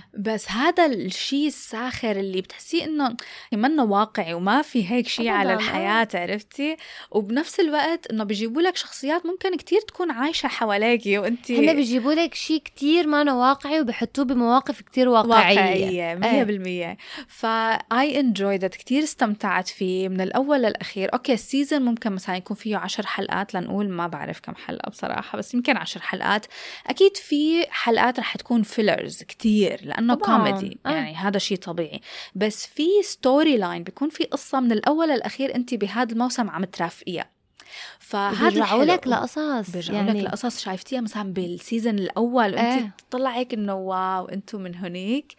بس هذا الشيء الساخر اللي بتحسيه إنه منه واقعي وما في هيك شيء على الحياة عرفتي. وبنفس الوقت إنه بيجيبوا لك شخصيات ممكن كتير تكون عايشة حواليكي وأنتي هنا بيجيبوا لك شيء كتير ما واقعي وبيحطوه بمواقف كتير واقعية واقعية مية بالمية. فا I enjoyed it كتير استمتعت فيه من الأول للأخير. أوكي السيزن ممكن مثلا يكون فيه عشر حلقات لنقول ما بعرف كم حلقة بصراحة بس يمكن عشر حلقات. أكيد في حلقات رح تكون فيلرز كتير لأنه كوميدي يعني آه. هذا شيء طبيعي. بس في ستوري لاين بيكون في قصة من الأول للأخير أنت بهذا الموسم عم ترافقيها. فهذا بيرجعوا لك لقصص بيرجعوا يعني... لك لقصص شايفتيها مثلا بالسيزن الأول وأنت آه. تطلع هيك إنه واو أنتوا من هناك.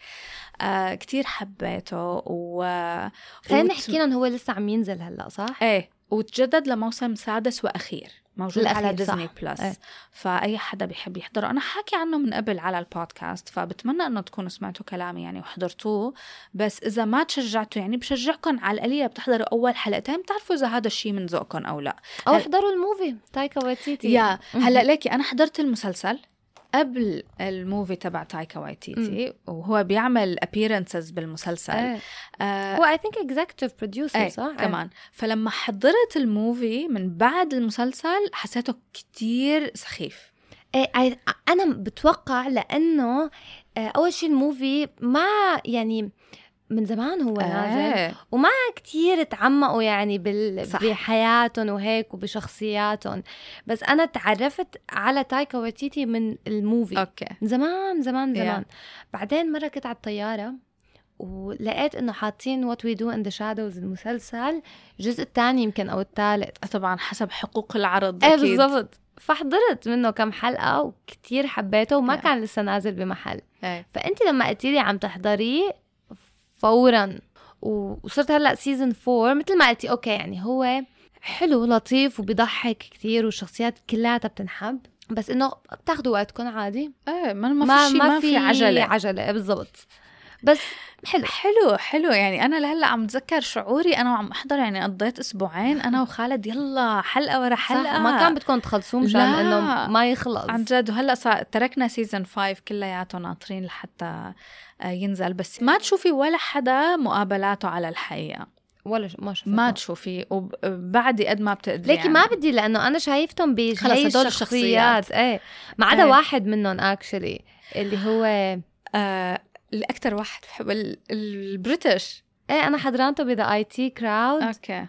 آه كتير حبيته و خلينا وت... نحكي لهم هو لسه عم ينزل هلأ صح؟ إيه وتجدد لموسم سادس وأخير موجود على ديزني بلس. اه. فأي حدا بيحب يحضره. أنا حاكي عنه من قبل على البودكاست فبتمنى أنه تكونوا سمعتوا كلامي يعني وحضرتوه. بس إذا ما تشجعتوا يعني بشجعكم على القليلة بتحضروا أول حلقتين بتعرفوا إذا هذا الشيء من ذوقكم أو لا. أو هل... احضروا الموفي تايكا وايتيتي. يا هلأ ليكي أنا حضرت المسلسل قبل الموفي تبع تايكا وايتيتي وهو بيعمل appearances بالمسلسل. اه. آه هو I think executive producer اه صح؟ كمان. اه. فلما حضرت الموفي من بعد المسلسل حسيته كتير سخيف. اه أنا بتوقع لأنه أول شيء الموفي ما يعني من زمان هو نازل آه. وما كتير تعمقوا يعني بال... بحياتهم وهيك وبشخصياتهم. بس أنا تعرفت على تايكا وايتيتي من الموفي أوكي. زمان زمان زمان yeah. بعدين مرة كنت على الطيارة ولقيت إنه حاطين What We Do in the Shadows المسلسل الجزء الثاني يمكن أو الثالث طبعا حسب حقوق العرض أكيد. ايه بالضبط. فحضرت منه كم حلقة وكتير حبيته وما yeah. كان لسه نازل بمحل yeah. فأنت لما قلتيلي عم تحضريه فوراً وصرت هلأ سيزن فور مثل ما قلتي أوكي يعني هو حلو لطيف وبيضحك كتير والشخصيات كلها بتنحب بس إنه بتاخدوا وقتكم عادي. إيه ما ما في شيء ما في عجلة عجلة بالضبط. بس حلو حلو حلو يعني. أنا لهلا عم أتذكر شعوري أنا وعم أحضر يعني قضيت أسبوعين أنا وخالد يلا حلقة ورا حلقة ما كان بدكم تخلصوه مشان إنه ما يخلص عن جد. وهلأ تركنا سيزن فايف كلياته ناطرين لحتى ينزل. بس ما تشوفي ولا حدا مقابلاته على الحقيقة ولا ش... ما شفته ما تشوفي وبعدي قد ما بتقدري ليكي يعني. ما بدي لأنه أنا شايفتهم بهي الشخصيات ايه ما عدا ايه. واحد منهم اكشلي اللي هو آه الأكتر واحد بحب البريتش. ايه أنا حضرانته بذا اي تي كراود اوكي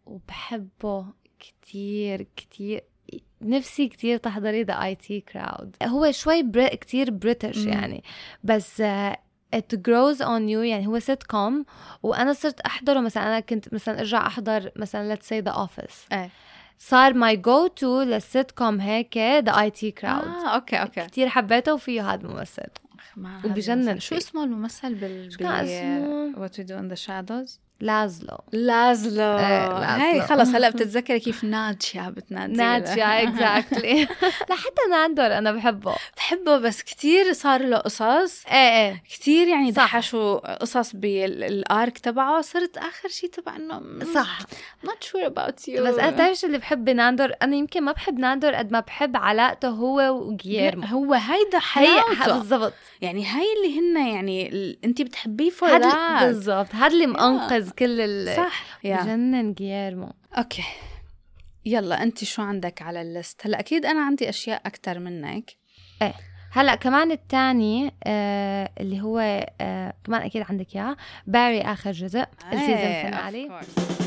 وبحبه كتير كتير. نفسي كتير تحضري ذا اي تي كراود. هو شوي بري... كتير بريتش يعني بس uh, it grows on you يعني هو سيت كوم وأنا صرت أحضره مثلا. أنا كنت مثلا أرجع أحضر مثلا let's say The Office ايه. صار my go to للسيت كوم هيك The اي تي Crowd. آه أوكي أوكي كتير حبيته وفيه هذا الممثل وبجنن. شو اسمه الممثل بال اسمه What We Do in the Shadows؟ لازلو لازلو إيه، لازلو. هاي خلص هلا بتتذكري كيف نادشة بتنادي نادية اكزاكتلي. لحتى ناندور انا بحبه بحبه بس كتير صار له قصص ايه ايه كتير يعني صح. دحشوا قصص بالارك تبعه. صرت اخر شيء تبع انه صح. not sure about you. بس انا تعرف اللي بحب ناندور، انا يمكن ما بحب ناندور قد ما بحب علاقته هو وغييرمو. هو هيدا هي حلاوته بالضبط، يعني هاي اللي هن يعني ال... انت بتحبيه فور هذا ذات بالضبط، هذا اللي منقذ كل ال صح يا بجنن غييرمو. اوكي يلا انت شو عندك على الليست هلا؟ اكيد انا عندي اشياء اكتر منك. ايه هلا كمان الثاني آه اللي هو آه كمان اكيد عندك اياه، باري اخر جزء السيزون فينالي.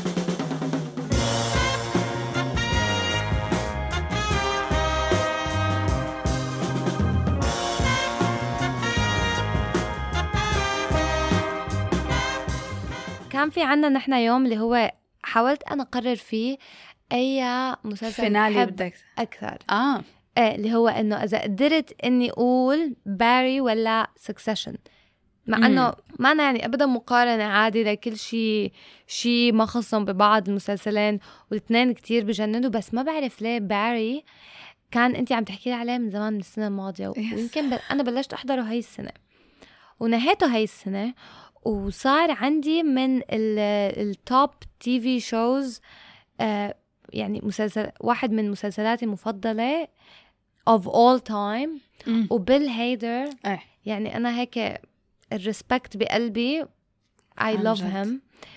كان في عنا نحن يوم اللي هو حاولت انا اقرر فيه اي مسلسل فينالي بحب بدك اكثر. اه ايه اللي هو انه اذا قدرت اني اقول باري ولا سكسيشن، مع انه ما أنا يعني ابدا مقارنه عادي لكل شيء شيء ما خصهم ببعض المسلسلين والاثنين كتير بجننوا، بس ما بعرف ليه باري كان انت عم تحكي عليه من زمان من السنه الماضيه Yes. ويمكن ب... انا بلشت احضره هاي السنه ونهيته هاي السنه، وصار عندي من التوب تي في شوز آه يعني مسلسل واحد من مسلسلاتي المفضله of all time. مم. وبيل هيدر ايه يعني أنا هيك الريسبكت بقلبي I عن love جد. him.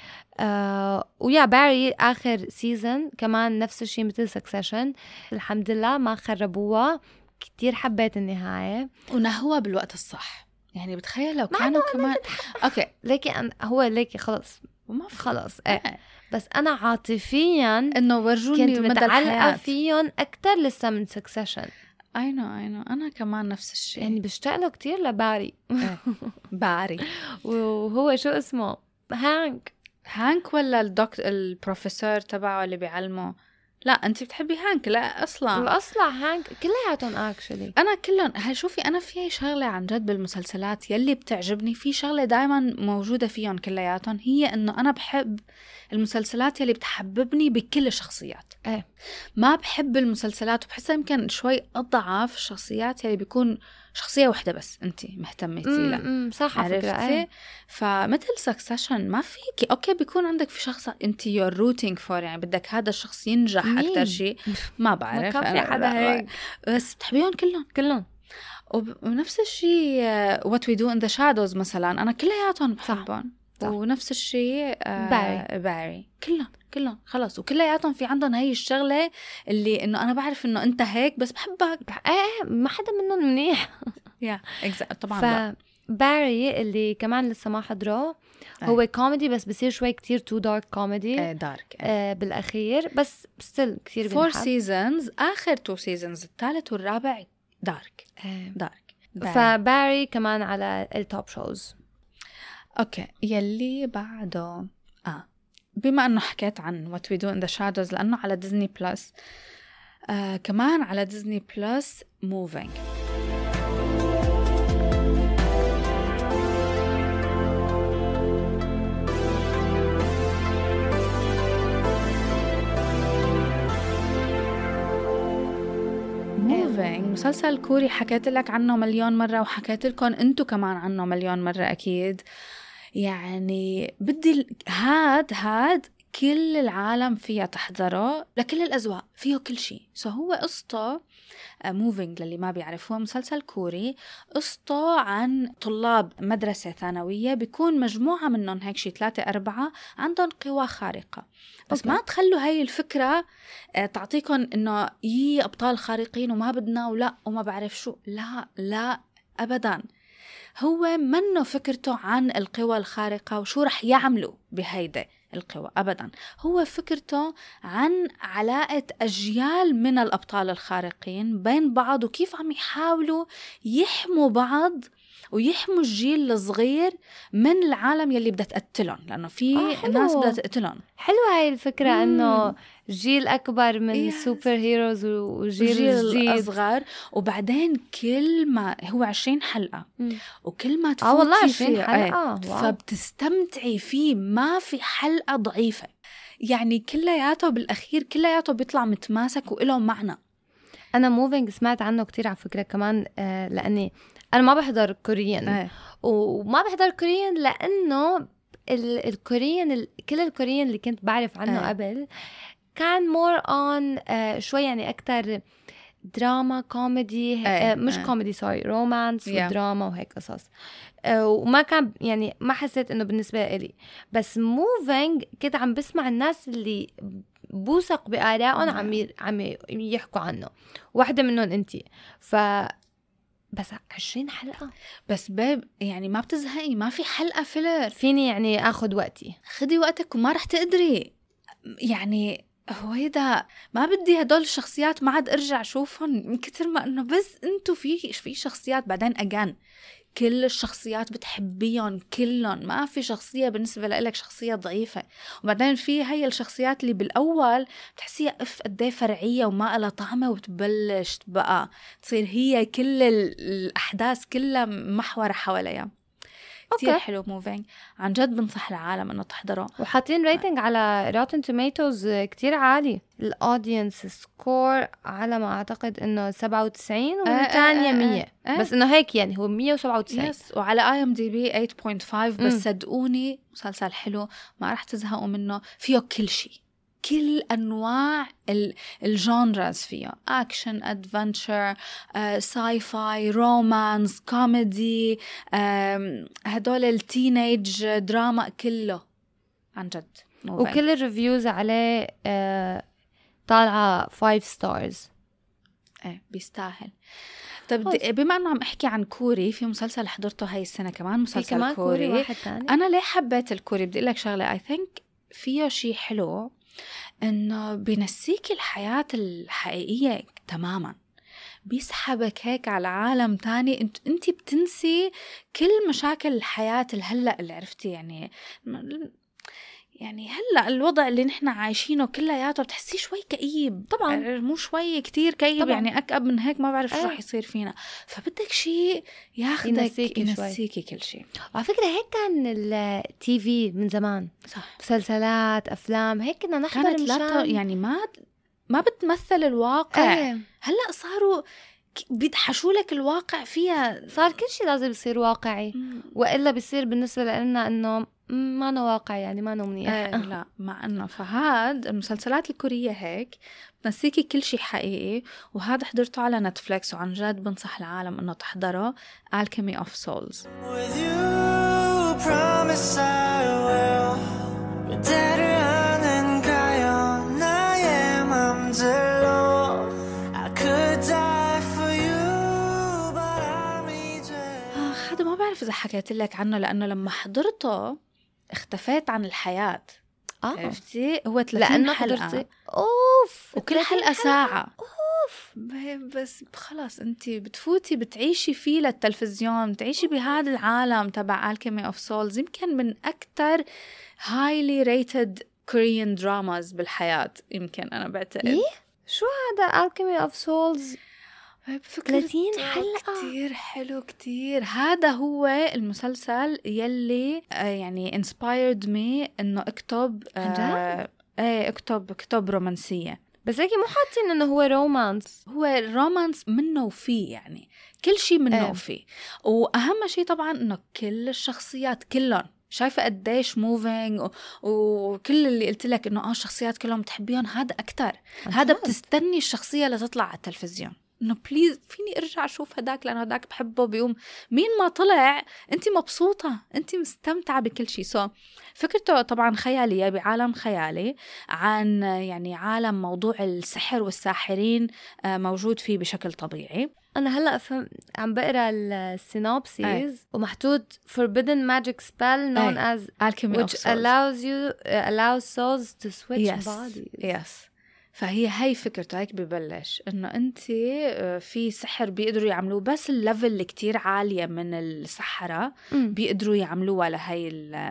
آه ويا باري آخر سيزن كمان نفس الشيء مثل سكسيشن، الحمد لله ما خربوها، كتير حبيت النهاية ونهوها بالوقت الصح. يعني بتخيل لو كانوا كمان اوكي ليكي أن هو ليكي خلص وما في خلص ايه إيه. بس أنا عاطفيا انه ورجوني كنت مدى متعلقة الحياة. فيهم أكتر لسه من سكسيشن. اي نو اي نو انا كمان نفس الشيء يعني بشتاق له كتير لباري. إيه. باري وهو شو اسمه هانك هانك ولا الدكتور البروفيسور تبعه اللي بيعلمه؟ لا انت بتحبي هانك. لا اصلا الأصلع هانك كلياتهم اكشلي. انا كلهم هاي شوفي انا في شغله عن جد بالمسلسلات يلي بتعجبني، في شغله دائما موجوده فيهم كلياتهم، هي انه انا بحب المسلسلات يلي بتحببني بكل الشخصيات. ايه ما بحب المسلسلات وبحسها يمكن شوي اضعف الشخصيات يلي بيكون شخصيه واحده بس انت مهتمتي لها. امم صح على فكرة. عرفتي؟ ايه فمثل سكسيشن ما فيكي اوكي بيكون عندك في شخص انت يور روتينج فور، يعني بدك هذا الشخص ينجح مين؟ اكثر شيء. ما بعرف ما كان في أنا حدا لا- هيك. بس بتحبيهم كلهم كلهم وب- ونفس الشيء وات وي دو ان ذا شادوز مثلا انا كلياتهم بحبهم. صح. ونفس الشيء باري. باري كلهم كلهم خلص وكلياتهم في عندهم هاي الشغله اللي انه انا بعرف انه انت هيك بس بحبك. ايه ما حدا منهم منيح. يا طبعا لا. فباري اللي كمان لسه ما حضره هو كوميدي بس بصير شوي كتير تو دارك كوميدي دارك آه بالاخير، بس ستيل كتير فور بنحب. سيزونز اخر تو سيزونز الثالث والرابع دارك آه. دارك. فباري كمان على التوب شوز. اوكي يلي بعده اه بما انه حكيت عن What We Do in the Shadows لانه على ديزني بلس آه كمان على ديزني بلس Moving. Moving مسلسل كوري حكيت لك عنه مليون مرة وحكيت لكم انتو كمان عنه مليون مرة اكيد. يعني بدي هاد هاد كل العالم فيها تحضره لكل الأذواق، فيه كل شيء. سو هو قصته موفينج للي ما بيعرف، هو مسلسل كوري قصته عن طلاب مدرسة ثانوية بيكون مجموعة منهم هيك شي ثلاثة أربعة عندهم قوى خارقة، بس أوكي. ما تخلوا هاي الفكرة تعطيكم إنه يي أبطال خارقين وما بدنا ولا وما بعرف شو. لا لا أبداً، هو منه فكرته عن القوى الخارقة وشو رح يعملوا بهيدا القوى أبداً. هو فكرته عن علاقة أجيال من الأبطال الخارقين بين بعض وكيف عم يحاولوا يحموا بعض ويحموا الجيل الصغير من العالم يلي بدها تقتلهم، لأنه في آه ناس بدها تقتلهم. حلوة هاي الفكرة، مم. إنه جيل أكبر من Yes. سوبر هيروز وجيل الجيل جديد. الأصغر. وبعدين كل ما هو عشرين حلقة مم. وكل ما آه والله تفوتي عشرين فيه حلقة. ايه واو. فبتستمتعي فيه، ما في حلقة ضعيفة، يعني كلياته بالأخير كلياته بيطلع متماسك وإله معنى. أنا موفينج سمعت عنه كتير على فكرة كمان، آه لأني أنا ما بحضر كوريين ايه. وما بحضر كوريين لأنه ال- الكوريين ال- كل الكوريين اللي كنت بعرف عنه ايه. قبل كان مور اون شوي يعني أكتر دراما كوميدي، ايه. آه مش ايه. كوميدي سوري رومانس Yeah. ودراما وهيك قصص. آه وما كان يعني ما حسيت إنه بالنسبة لي. بس موفينج كنت عم بسمع الناس اللي بوثق بآرائهم Yeah. عم ي- عم يحكوا عنه، واحدة منهم أنتي. ف بس عشرين حلقة بس باب يعني ما بتزهقي، ما في حلقة فيلر. فيني يعني أخذ وقتي. خدي وقتك وما رح تقدري، يعني هويدا ما بدي هدول الشخصيات ما عاد ارجع شوفهم من كتر ما انه بس انتو في في شخصيات بعدين اجان كل الشخصيات بتحبيهم كلهم، ما في شخصية بالنسبة لك شخصية ضعيفة. وبعدين في هاي الشخصيات اللي بالأول بتحسيها اف قديه فرعية وما لها طعمة، وتبلش بقى تصير هي كل الأحداث كلها محورة حواليها. كتير أوكي. حلو موفينج، عن جد بنصح العالم انه تحضره. وحاطين ريتنج على روتن توميتوز كتير عالي، الأودينس سكور على ما أعتقد إنه سبعة وتسعين والتانية مية. آه. بس إنه هيك يعني هو مية وسبعة وتسعين. يس. وعلى اي ام دي بي ثمانية فاصلة خمسة. بس مم. صدقوني مسلسل حلو ما رح تزهقوا منه، فيه كل شيء، كل انواع الجانرز فيه، اكشن، ادفنتشر، ساي فاي، رومانس، كوميدي، هدول التينيج دراما، كله عن جد. وكل الريفيوز عليه آه طالعة فايف ستارز. ايه بيستاهل. طب بما انه عم احكي عن كوري، في مسلسل حضرته هاي السنه كمان، مسلسل كمان كوري, كوري واحد تاني. انا ليه حبيت الكوري بدي اقول لك شغله، اي ثينك فيه شيء حلو انه بينسيك الحياه الحقيقيه تماما، بيسحبك هيك على عالم تاني، انت انت بتنسي كل مشاكل الحياه الهلا اللي عرفتي. يعني يعني هلا الوضع اللي نحن عايشينه كلياته بتحسيه شوي كئيب، طبعا مو شوي كتير كئيب، طبعاً. يعني أكأب من هيك ما بعرف شو آه. رح يصير فينا، فبدك شيء ياخدك ينسيكي شوي. ينسيكي كل شيء. وعلى فكرة هيك كان التي في من زمان، صح. مسلسلات أفلام هيك كنا نحضر كانت لا مشان يعني ما ما بتمثل الواقع. ايه. هلا صاروا بيدحشوا لك الواقع فيها، صار كل شيء لازم يصير واقعي، وإلا بيصير بالنسبة لنا إنه ما نو واقع، يعني ما نو منيح. آه لا، مع انه فهاد المسلسلات الكورية هيك بتنسيكي كل شيء حقيقي. وهذا حضرته على نتفليكس وعن جد بنصح العالم انه تحضره، Alchemy of Souls. With you, promise I will. 그대를 가요 나의 맘들로. I could die for you, but I'm easy. آه هذا ما بعرف اذا حكيت لك عنه، لانه لما حضرته اختفيت عن الحياة. آه. عرفتي هو ثلاثين لأنه حلقة حضرتي أوف، وكل حلقة ساعة. أوف. بس خلاص انت بتفوتي بتعيشي فيه للتلفزيون، بتعيشي بهذا العالم تبع Alchemy of Souls، يمكن من أكتر highly rated Korean dramas بالحياة، يمكن أنا بعتقد. إيه؟ شو هذا Alchemy of Souls؟ ثلاثين حلقة كتير حلو كتير. هذا هو المسلسل يلي آه يعني inspired me إنه أكتب آه ايه أكتب كتب رومانسية. بس هيك مو حاطين إنه هو رومانس، هو رومانس منه وفيه، يعني كل شيء منه ايه. وفيه. وأهم شيء طبعا إنه كل الشخصيات كلهم شايفة قديش موفينج، وكل اللي قلت لك إنه آه الشخصيات كلهم بتحبيهم، هذا أكتر. هذا بتستني الشخصية لتطلع على التلفزيون إنه بليز فيني أرجع أشوف هداك، لأنه هداك بحبه بيوم مين ما طلع. أنت مبسوطة، أنت مستمتعة بكل شيء. سو فكرته طبعا خيالية، بعالم خيالي عن يعني عالم موضوع السحر والساحرين موجود فيه بشكل طبيعي. أنا هلأ فهم عم بقرأ السينوبسيز أي. ومحطوط forbidden magic spell known أي. as Alchemy which of Souls. allows you uh, allows souls to switch yes. bodies. yes. فهي هاي فكرته، هيك ببلش إنه أنت في سحر بيقدروا يعملوه، بس الليفل اللي كتير عالية من السحرة مم. بيقدروا يعملوها لهي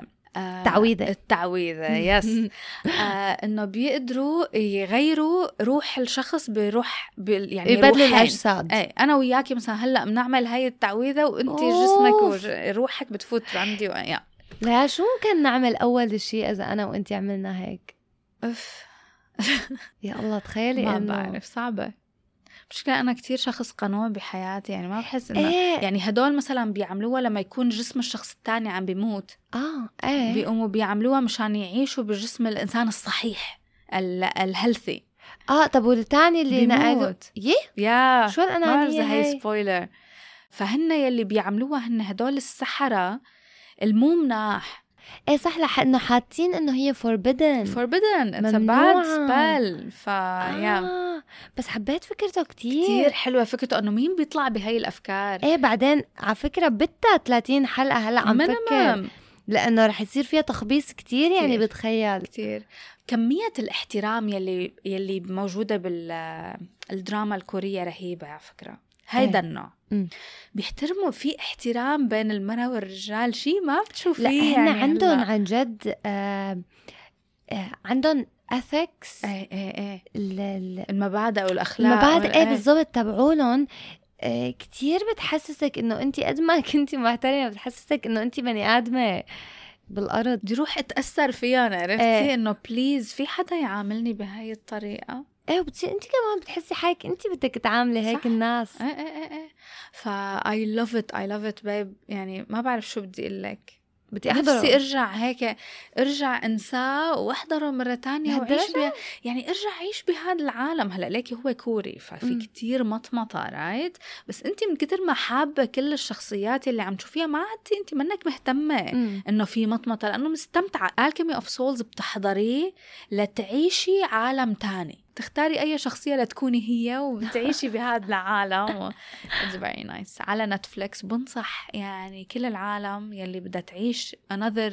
تعويذة التعويذة يس آه إنه بيقدروا يغيروا روح الشخص بروح يعني يبدلوا الأجساد. ايه أنا وياكي مثلا هلأ بنعمل هاي التعويذة وأنت جسمك وروحك بتفوت عندي و... يعني. لا شو ممكن نعمل أول شيء إذا أنا وأنت عملنا هيك؟ أف يا الله تخيلي ما إنه بعرف صعبة. مشكلة أنا كتير شخص قنوع بحياتي، يعني ما بحس إنه إيه. يعني هدول مثلا بيعملوها لما يكون جسم الشخص التاني عم بيموت آه إيه بيقوموا بيعملوها مشان يعيشوا بجسم الإنسان الصحيح الهيلثي. آه طب والتاني اللي نقلوا يه يا شو الأنانية هاي سبويلر. فهن يلي بيعملوها هن هدول السحرة المو مناح. ايه صح لح انه حاطين انه هي forbidden forbidden it's a ممنوعة. bad spell. ف يا آه. بس حبيت فكرته كتير كتير حلوة فكرته انه مين بيطلع بهاي الافكار. ايه بعدين على فكرة بدها ثلاثين حلقة هلا عم فكر لانه رح يصير فيها تخبيص كتير يعني كتير. بتخيل كتير كمية الاحترام يلي يلي موجودة بالدراما الكورية رهيبة على فكرة. هيدا ايه. النوع م. بيحترموا في احترام بين المرأة والرجال شيء ما بتشوفيه. لا هن يعني عندهم هلا. عن جد آه آه عندهم ethics ايه ايه ايه ال- المبادئ والاخلاق المبادئ ايه ايه. بالضبط تبعولهم. آه كتير بتحسسك انه انت قد ما كنتي محترمة بتحسسك انه انت بني ادمة بالارض. بدي روح اتاثر فيها انا عرفتي ايه. انه بليز في حدا يعاملني بهاي الطريقه. ايه وبتصير انت كمان بتحسي حالك انت بدك تعاملي هيك صح. الناس. ايه ايه ايه ايه فا I love it I love it babe. يعني ما بعرف شو بدي اقول لك. بدي نفسي احضره ارجع هيك ارجع انساه واحضره مرة تانية وعيش بي... يعني ارجع عيش بهذا العالم. هلا ليكي هو كوري ففي مم. كتير مطمطة رايت بس انت من كتر ما حابة كل الشخصيات اللي عم تشوفيها ما عدتي انت منك مهتمة مم. انه في مطمطة لانه مستمتعة. Alchemy of Souls بتحضريه لتعيشي عالم تاني تختاري اي شخصية لتكوني هي وبتعيشي بهذا العالم. It's very nice على نتفليكس. بنصح يعني كل العالم يلي بدها تعيش another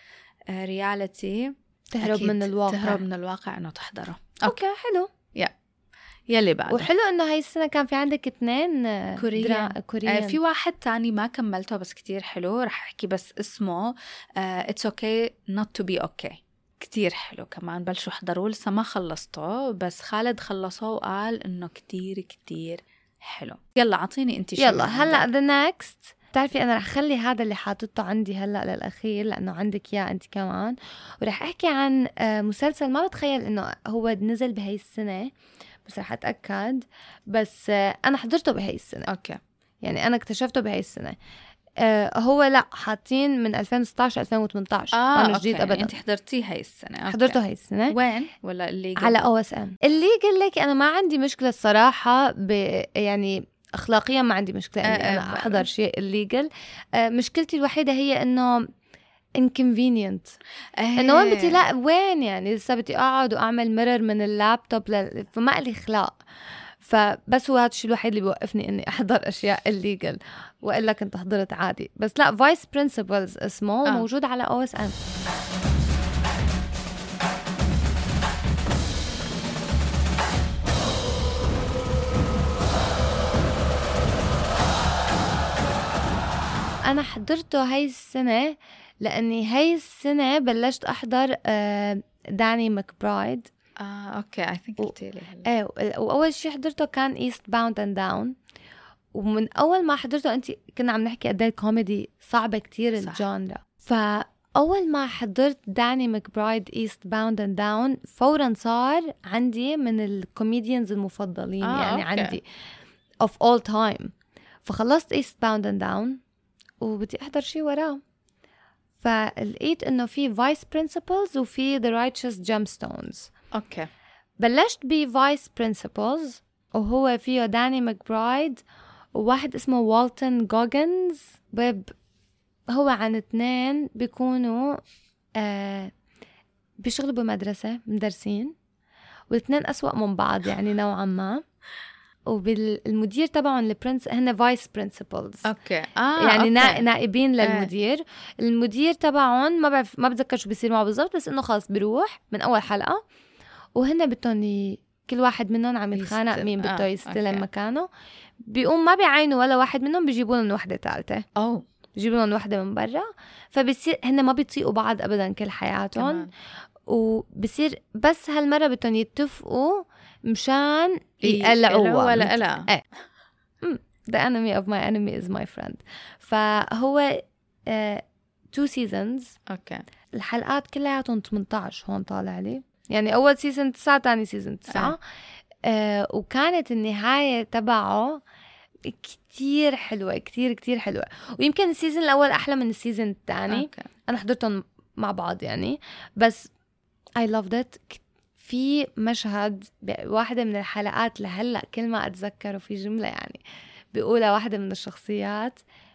reality تهرب من الواقع تهرب من الواقع انه تحضره. اوكي حلو يا يلي بعد وحلو انه هاي السنة كان في عندك اثنين كوريين. كوريين. آه في واحد تاني ما كملته بس كتير حلو رح احكي بس اسمه آه It's okay not to be okay. كتير حلو كمان بلشوا حضروا لسه ما خلصته بس خالد خلصه وقال انه كتير كتير حلو. يلا عطيني انت شو يلا هلا the next. بتعرفي انا رح خلي هذا اللي حاطته عندي هلا للاخير لانه عندك اياه انت كمان ورح احكي عن مسلسل ما بتخيل انه هو نزل بهاي السنة بس رح اتاكد بس انا حضرته بهاي السنة. اوكي يعني انا اكتشفته بهاي السنة. آه هو لا حاطين من ألفين وستاشر ألفين وثمانية عشر اه مش جديد ابدا. انت حضرتيه هاي السنه. أوكي. حضرته هاي السنه. وين ولا اللي على او اس ان. اللي قال لك انا ما عندي مشكله الصراحه ب يعني اخلاقيا ما عندي مشكله اني آه انا احضر شيء الليجل. آه مشكلتي الوحيده هي انه inconvenient. آه. انه وين بدي لا وين يعني لسه بدي اقعد واعمل ميرور من اللابتوب ل... فما لي اخلاق. فبس هو هذا الشيء الوحيد اللي بيوقفني اني احضر اشياء الليجل والا كنت حضرت عادي. بس لا فايس برينسيبلز اسمه آه. موجود على او اس ان. انا حضرته هاي السنه لاني هاي السنه بلشت احضر داني ماكبرايد. اه اوكي اي ثينك قلتي لي ايه واول شيء حضرته كان ايست باوند اند داون. ومن اول ما حضرته انت كنا عم نحكي قد ايه كوميدي صعبه كتير الجانرا. فاول ما حضرت داني ماكبرايد ايست باوند اند داون فورا صار عندي من الكوميديانز المفضلين. آه يعني أوكي. عندي of all time. فخلصت ايست باوند اند داون وبدي احضر شيء وراه فلقيت انه في فايس برينسيبلز وفي ذا رايتشس جيمستونز. اوكي بلشت بفايس برينسيبلز وهو فيه داني ماكبرايد وواحد اسمه والتون جوجنز. بيب هو عن اثنين بيكونوا آه بيشغلوا بمدرسة مدرسين والاثنين أسوأ من بعض يعني نوعا ما. وبالمدير تبعهم البرنس هن فايس برينسيبلز. اوكي اه يعني أوكي. نائبين للمدير. آه. المدير تبعهم ما بعرف ما بتذكر شو بيصير معه بالضبط بس انه خلص بيروح من اول حلقة وهن بدهم كل واحد منهم عم يتخانق يستلم. مين بده آه، يستلم أوكي. مكانه، بيقوم ما بيعينوا ولا واحد منهم، بيجيبوا لهم وحده ثالثه، أو بيجيبوا لهم وحده من برا، فبصير هن ما بيطيقوا بعض ابدا كل حياتهم كمان. وبصير بس هالمره بدهم يتفقوا مشان يقلعوها يقلعوها ولا لا. ايه the enemy of my enemy is my friend. فهو uh, two seasons. أوكي. الحلقات كلها ثمانية عشر هون طالع لي، يعني أول سيزن تسعة، تاني سيزن تسعة. آه. آه وكانت النهاية تبعه كتير حلوة، كتير كتير حلوة، ويمكن السيزن الأول أحلى من السيزن الثاني. أوكي. أنا حضرتهم مع بعض يعني، بس I loved it. في مشهد بواحدة من الحلقات لهلأ كل ما أتذكره، في جملة يعني بيقولها واحدة من الشخصيات،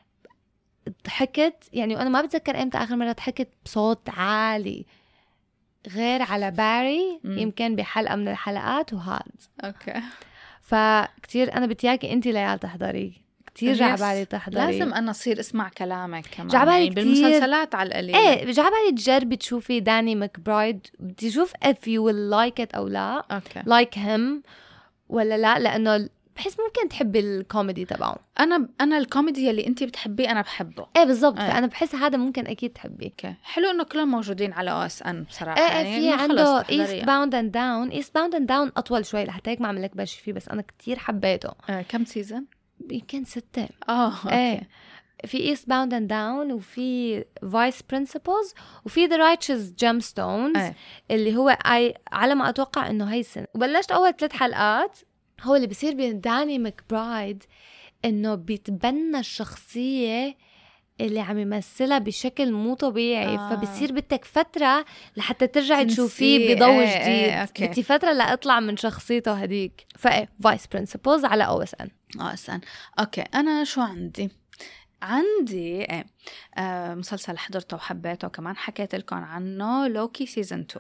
ضحكت يعني، وأنا ما بتذكر إمتى آخر مرة ضحكت بصوت عالي غير على باري. مم. يمكن بحلقة من الحلقات وهاد. أوكي. فكتير أنا بتياكي أنتي ليال تحضري، كتير جعبالي تحضري. لازم أنا أصير اسمع كلامك كمان جعبالي يعني كتير. بالمسلسلات على القليل. ايه جعبالي تجربي تشوفي داني ماكبرايد، بدي شوف if you will like it أو لا. أوكي. like him ولا لا، لأنه بحس ممكن تحبي الكوميدي تبعه. أنا أنا الكوميدي اللي أنتي بتحبيه أنا بحبه. ايه بالضبط. ايه. فأنا بحس هذا ممكن أكيد تحبي. اوكي حلو انه كلهم موجودين على او اس ان بصراحه. ايه يعني في إنه عنده خلص تحضريه. East Bound and Down. East Bound and Down أطول شوي، لحتى هيك ما عملك بشي فيه، بس أنا كتير حبيته. آه كم سيزن؟ يمكن ستة. اه اوكي. ايه في East Bound and Down، وفي Vice Principals، وفي The Righteous Gemstones. ايه. اللي هو أي على ما أتوقع إنه هاي السنة. وبلشت أول ثلاث حلقات. هو اللي بيصير بين داني ماكبرايد إنه بيتبنى الشخصية اللي عم يمثلها بشكل مو طبيعي. آه. آه. فبصير بدك فترة لحتى ترجعي تنسيه. تشوفيه بضوء ايه جديد. ايه اوكي. بدي فترة لأطلع من شخصيته هديك. فإيه Vice Principals على أو إس إن. اه اس ان. اوكي انا شو عندي؟ عندي ايه آه مسلسل حضرته وحبيته وكمان حكيت لكم عنه، لوكي سيزن تو.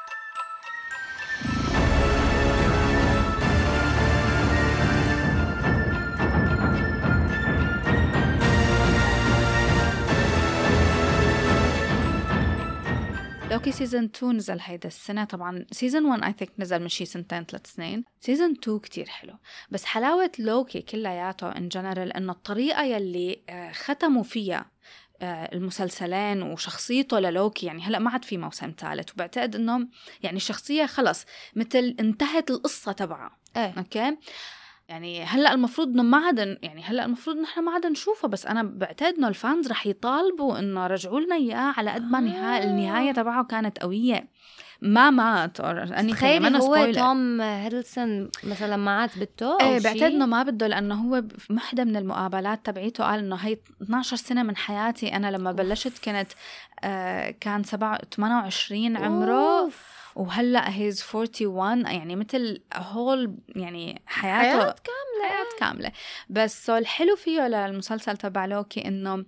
لوكي سيزن تو نزل هيدا السنة. طبعا سيزن ون اي ثينك نزل من شي سنتين ثلاث سنين. سيزن تو كتير حلو، بس حلاوة لوكي كلياته ان جنرال انه الطريقة يلي ختموا فيها المسلسلين وشخصيته للوكي. يعني هلأ ما عاد في موسم ثالث، وبعتقد انه يعني الشخصية خلص مثل انتهت القصة تبعها. ايه. اوكي يعني هلا المفروض انه ما عاد يعني هلا المفروض نحن ما عاد نشوفه، بس انا بعتقد انه الفانز رح يطالبوا انه رجعوا لنا اياه على قد ما نهاية النهايه تبعه كانت قويه. ما مات اني تخيلي هو توم هيدلسون مثلا ما عاد بده. ايه بعتقد انه ما بده، لانه هو بوحده من المقابلات تبعيته قال انه هي اثنعش سنة من حياتي، انا لما بلشت كانت آه كان سبعة ثمانية وعشرين عمره. أوف. وهلا هيز واحد وأربعين، يعني مثل هول يعني حياته حياة كاملة. حياة كاملة. بس الحلو فيه للمسلسل تبع لوكي انه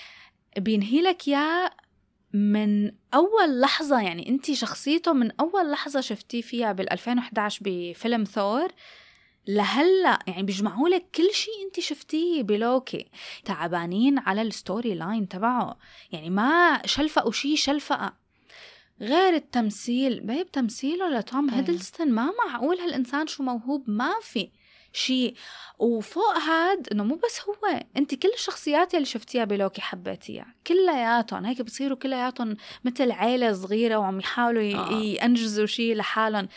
بينهي لك يا من أول لحظة. يعني أنتي شخصيته من أول لحظة شفتيه فيها بالألفين وإحدى عشر بفيلم ثور لهلأ، يعني بيجمعوا لك كل شيء أنتي شفتيه بلوكي. تعبانين على الستوري لاين تبعه، يعني ما شلفقوا شيء شلفقة غير التمثيل. بيب تمثيله لتوم هيدلستون ما معقول، هالإنسان شو موهوب، ما في شيء. وفوق هاد انه مو بس هو، انت كل الشخصيات اللي شفتيها بلوكي حبيتيها كلياتهم. هيك بصيروا كلياتهم مثل عيلة صغيرة وعم يحاولوا آه. ينجزوا شيء لحالهم.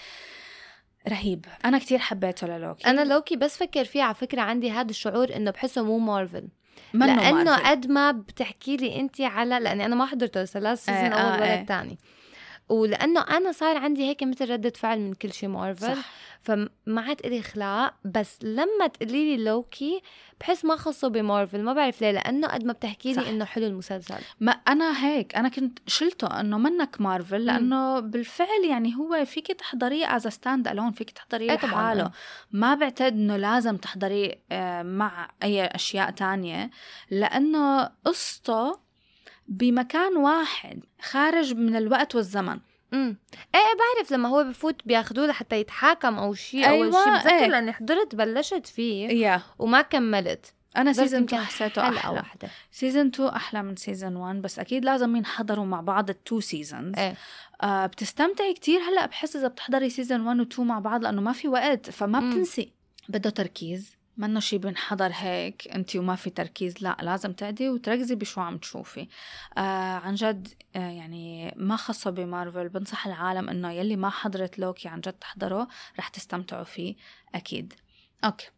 رهيب. انا كتير حبيته للوكي. انا لوكي بس فكر فيه على فكرة عندي هذا الشعور انه بحسه مو مارفل، لانه قد ما بتحكي لي انت على، لاني انا ما حضرته ثلاث سيزون اول آه ولا الثاني آه. ولانه انا صار عندي هيك مثل ردة فعل من كل شيء مارفل، فما عاد إلي خلاق. بس لما تقولي لي لوكي بحس ما خصه بمارفل، ما بعرف ليه، لانه قد ما بتحكي لي انه حلو المسلسل. ما انا هيك انا كنت شلته انه منك مارفل، لانه م. بالفعل يعني هو فيك تحضريه از ستاند الون، فيك تحضريه لحاله. ما بعتقد انه لازم تحضريه مع اي اشياء تانية، لانه قصته بمكان واحد خارج من الوقت والزمن. امم ايه بعرف لما هو بفوت بياخدوه لحتى يتحاكم او شيء. أيوة اول شيء بتذكر ايه. لاني حضرت بلشت فيه yeah. وما كملت. انا حضرت سيزن يمكن تو حسيته حلقة احلى. واحدة. سيزن تو احلى من سيزن واحد، بس اكيد لازم ينحضروا مع بعض التو سيزونز. ايه آه بتستمتعي كتير. هلا بحس اذا بتحضري سيزن واحد و تو مع بعض لانه ما في وقت، فما مم. بتنسي. بده تركيز، منه شي بنحضر هيك انتي وما في تركيز، لا لازم تعدي وتركزي بشو عم تشوفي. آه عن جد آه يعني ما خاصة بمارفل، بنصح العالم انه يلي ما حضرت لوكي عن جد تحضره، رح تستمتعوا فيه اكيد. اوكي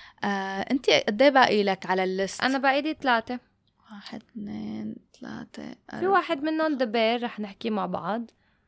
آه انتي قد ايه باقي لك على الليست؟ انا باقي لي ثلاثة. واحد اثنين ثلاثة في واحد منهم دبير رح نحكي مع بعض.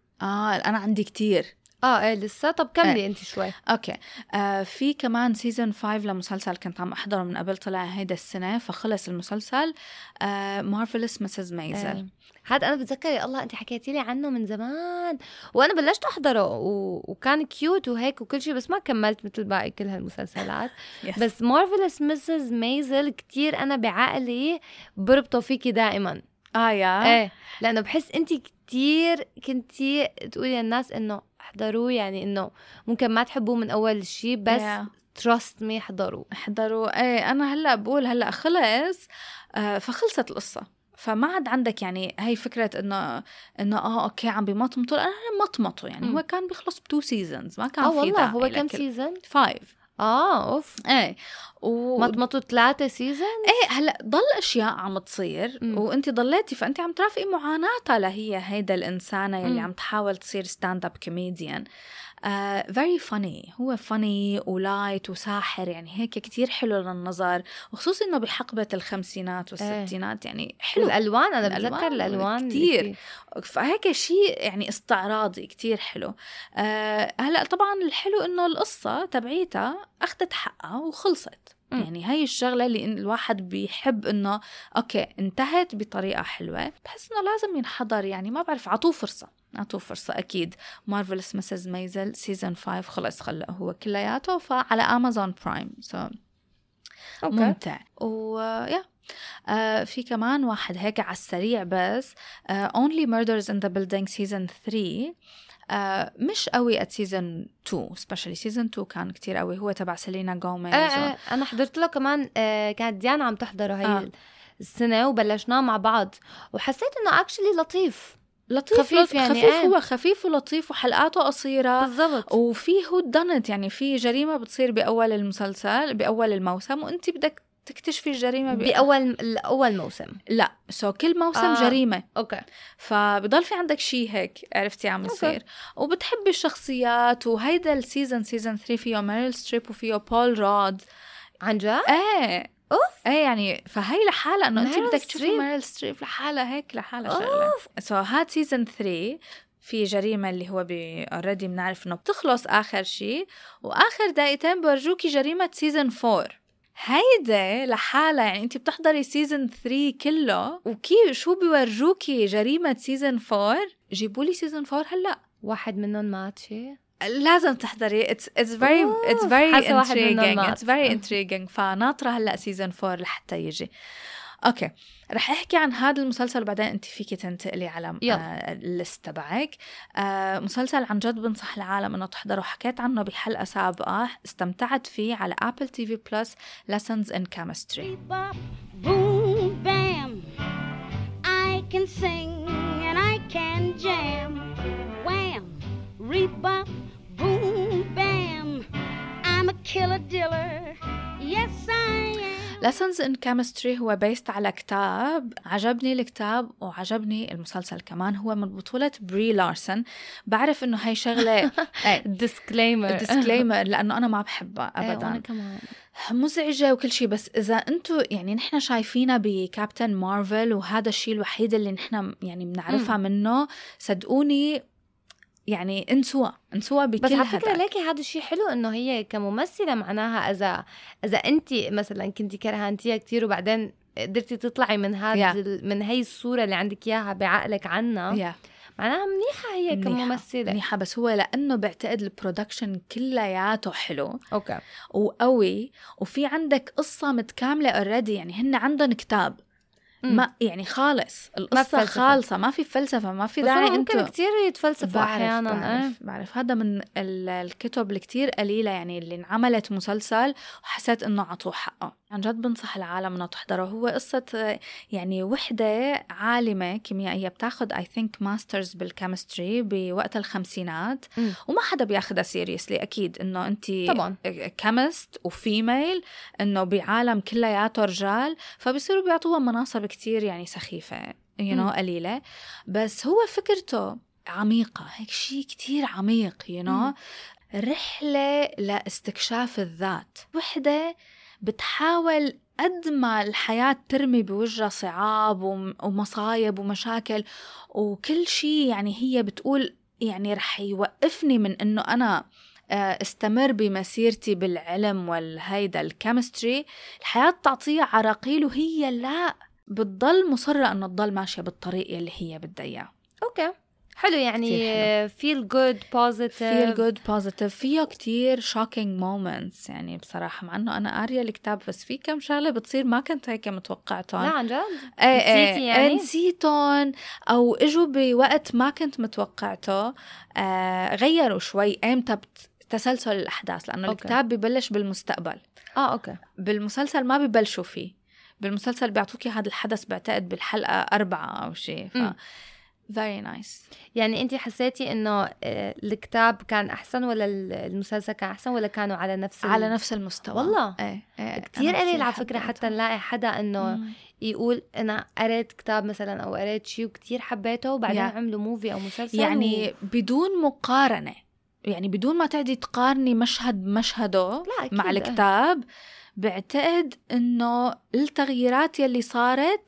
اه انا عندي كتير. اه ايه لسه. طب كملي ايه. انت شوي. اوكي آه في كمان سيزن خمسة لمسلسل كنت عم احضره من قبل، طلع هيدا السنه فخلص المسلسل، آه مارفلس مسز ميزل. آه. هذا انا بتذكر يا الله انت حكيتي لي عنه من زمان وانا بلشت احضره و... وكان كيوت وهيك وكل شيء، بس ما كملت مثل باقي كل هالمسلسلات. yes. بس مارفلس مسز ميزل كتير انا بعقلي بربطه فيكي دائما. اه يا ايه لانه بحس انت كتير كنتي تقولي للناس انه احضروه، يعني انه ممكن ما تحبوه من اول شيء بس yeah. trust me احضروه احضروا. ايه انا هلا بقول هلا خلص آه فخلصت القصه، فما عاد عندك يعني هاي فكرة إنه إنه آه أوكي عم بمطمطوا. أنا مطمطوا يعني م. هو كان بيخلص بتو سيزونز، ما كان آه في والله. هو كم سيزون؟ فايف. آه أوف. إيه و... مطمطوا ثلاثة سيزون. إيه هلا ضل أشياء عم تصير م. وأنت ضليتي، فأنت عم ترافقي معاناتها لهي هيدا الإنسانة يلي م. عم تحاول تصير ستاند اب كوميديان. Uh, very funny. هو funny ولايت وساحر، يعني هيك كتير حلو للنظر، وخصوصا إنه بحقبة الخمسينات والستينات. يعني حلو الألوان. أنا بتذكر الألوان كتير، فهيك شيء يعني استعراضي كتير حلو. uh, هلأ طبعا الحلو إنه القصة تبعيتها أخذت حقها وخلصت. م. يعني هاي الشغلة اللي الواحد بيحب إنه أوكي انتهت بطريقة حلوة، بحس إنه لازم ينحضر. يعني ما بعرف، عطوه فرصة عطوه فرصة أكيد. مارفلس مسز ميزل سيزن خمسة خلص خلق هو كلياته، فعلى أمازون برايم so okay. ممتع. ويا آه في كمان واحد هيك على السريع بس آه Only Murders in the Building سيزن ثلاثة. آه مش قوي at season two especially season two كان كتير قوي. هو تبع سيلينا غوميز. آه آه أنا حضرت له كمان. آه كانت ديانا عم تحضره هاي آه. السنة وبلشناه مع بعض وحسيت إنه actually لطيف لطيف خفيف يعني خفيف. آه. هو خفيف ولطيف وحلقاته قصيرة بالضبط، وفيه هو دنت يعني في جريمة بتصير بأول المسلسل بأول الموسم وأنت بدك تكتشفي الجريمة بأول أول موسم. لا سو كل موسم آه. جريمة. أوكي. فبضل في عندك شيء هيك عرفتي عم يصير وبتحبي الشخصيات. وهيدا السيزن سيزن ثلاثة فيه ميريل ستريب وفيه بول رود. عن جد؟ ايه اوف ايه يعني فهي لحالها انه انت بدك تشوفي ستريب. ميريل ستريب لحالها هيك لحالها شغله. سو هاد سيزن ثلاثة في جريمه اللي هو اوريدي بنعرف انه بتخلص اخر شيء واخر دقيقتين بورجوكي جريمه سيزن أربعة. هيدا لحالها يعني انت بتحضري سيزن ثلاثة كله وكيف شو بيورجوكي جريمه سيزن أربعة. جيبوا لي سيزن أربعة هلا. واحد منهم مات شيء لازم تحضري. it's it's very it's very intriguing it's very intriguing. فناطرة هلأ سيزن أربعة لحتى يجي. أوكي رح أحكي عن هذا المسلسل وبعدين أنت فيكي تنتقلي على آه الليست تبعك. آه مسلسل عن جد بنصح العالم إنه تحضره. حكيت عنه بحلقة سابقة استمتعت فيه على Apple تي في بلس. Lessons in Chemistry. Boom bam I can sing and I can jam. Wham rebop boom bam I'm a killer diller. Yes I am. Lessons in Chemistry هو بيست على كتاب. عجبني الكتاب وعجبني المسلسل كمان. هو من بطولة بري لارسن. بعرف إنه هاي شغلة disclaimer disclaimer لأنه أنا ما بحبها أبداً. أنا كمان مزعجة وكل شيء. بس إذا أنتو يعني نحن شايفينها بكابتن مارفل وهذا الشيء الوحيد اللي نحن يعني بنعرفها منه صدقوني يعني انسوا انسوا بكل. بس على فكرة هداك. ليكي هذا الشيء حلو انه هي كممثلة معناها اذا اذا انت مثلا كنتي كرهانتيها كتير وبعدين قدرتي تطلعي من هذا yeah. من هاي الصورة اللي عندك اياها بعقلك عنها yeah. معناها منيحة هي منيحة. كممثلة منيحة. بس هو لأنه بعتقد البرودكشن كلياته حلو اوكي وقوي وفي عندك قصة متكاملة already. يعني هن عندهم كتاب ما يعني خالص القصة ما خالصة ما في فلسفة ما في داعي. ممكن كتير يتفلسفوا أحيانا. بعرف, أه؟ بعرف هذا من الكتب اللي كتير قليلة يعني اللي انعملت مسلسل وحسيت إنه عطوه حقه. عن جد بنصح العالم انه تحضره. هو قصة يعني وحدة عالمة كيميائية بتاخد I think masters بالكيمستري بوقت الخمسينات م. وما حدا بياخدها سيريسلي أكيد إنه أنت طبعا كيمست وفيميل إنه بعالم كلياته رجال فبيصيروا بيعطوها مناصب كتير يعني سخيفة you know قليلة. بس هو فكرته عميقة هيك شيء كتير عميق you know رحلة لاستكشاف الذات. وحدة بتحاول قد ما الحياة ترمي بوجه صعاب ومصايب ومشاكل وكل شيء يعني هي بتقول يعني رح يوقفني من إنه أنا استمر بمسيرتي بالعلم والهيدا الكيمستري. الحياة تعطيها عراقيل وهي لا بتضل مصرة أنه تضل ماشية بالطريق اللي هي بدها إياه. أوكي حلو يعني feel good positive feel good positive فيه كتير shocking moments يعني بصراحة مع أنه أنا قارية الكتاب بس في كم شغلة بتصير ما كنت هيك متوقعتهم. لا عن جد ايه نسيتي يعني نسيتهم أو إجوا بوقت ما كنت متوقعته. آه غيروا شوي إمتى تسلسل الأحداث لأنه أوكي. الكتاب ببلش بالمستقبل آه أوكي بالمسلسل ما ببلشوا فيه. بالمسلسل بيعطوكي هذا الحدث بعتقد بالحلقة أربعة أو شيء ف... very nice. يعني أنتي حسيتي إنه الكتاب كان أحسن ولا المسلسل كان أحسن ولا كانوا على نفس على نفس المستوى؟ والله ايه ايه كتير قليل على فكرة حتى نلاقي حدا إنه مم. يقول أنا قريت كتاب مثلا أو قريت شيء وكتير حبيته وبعدين yeah. عملوا موفي أو مسلسل يعني و... بدون مقارنة يعني بدون ما تعدي تقارني مشهد مشهده مع الكتاب. بعتقد إنه التغييرات يلي صارت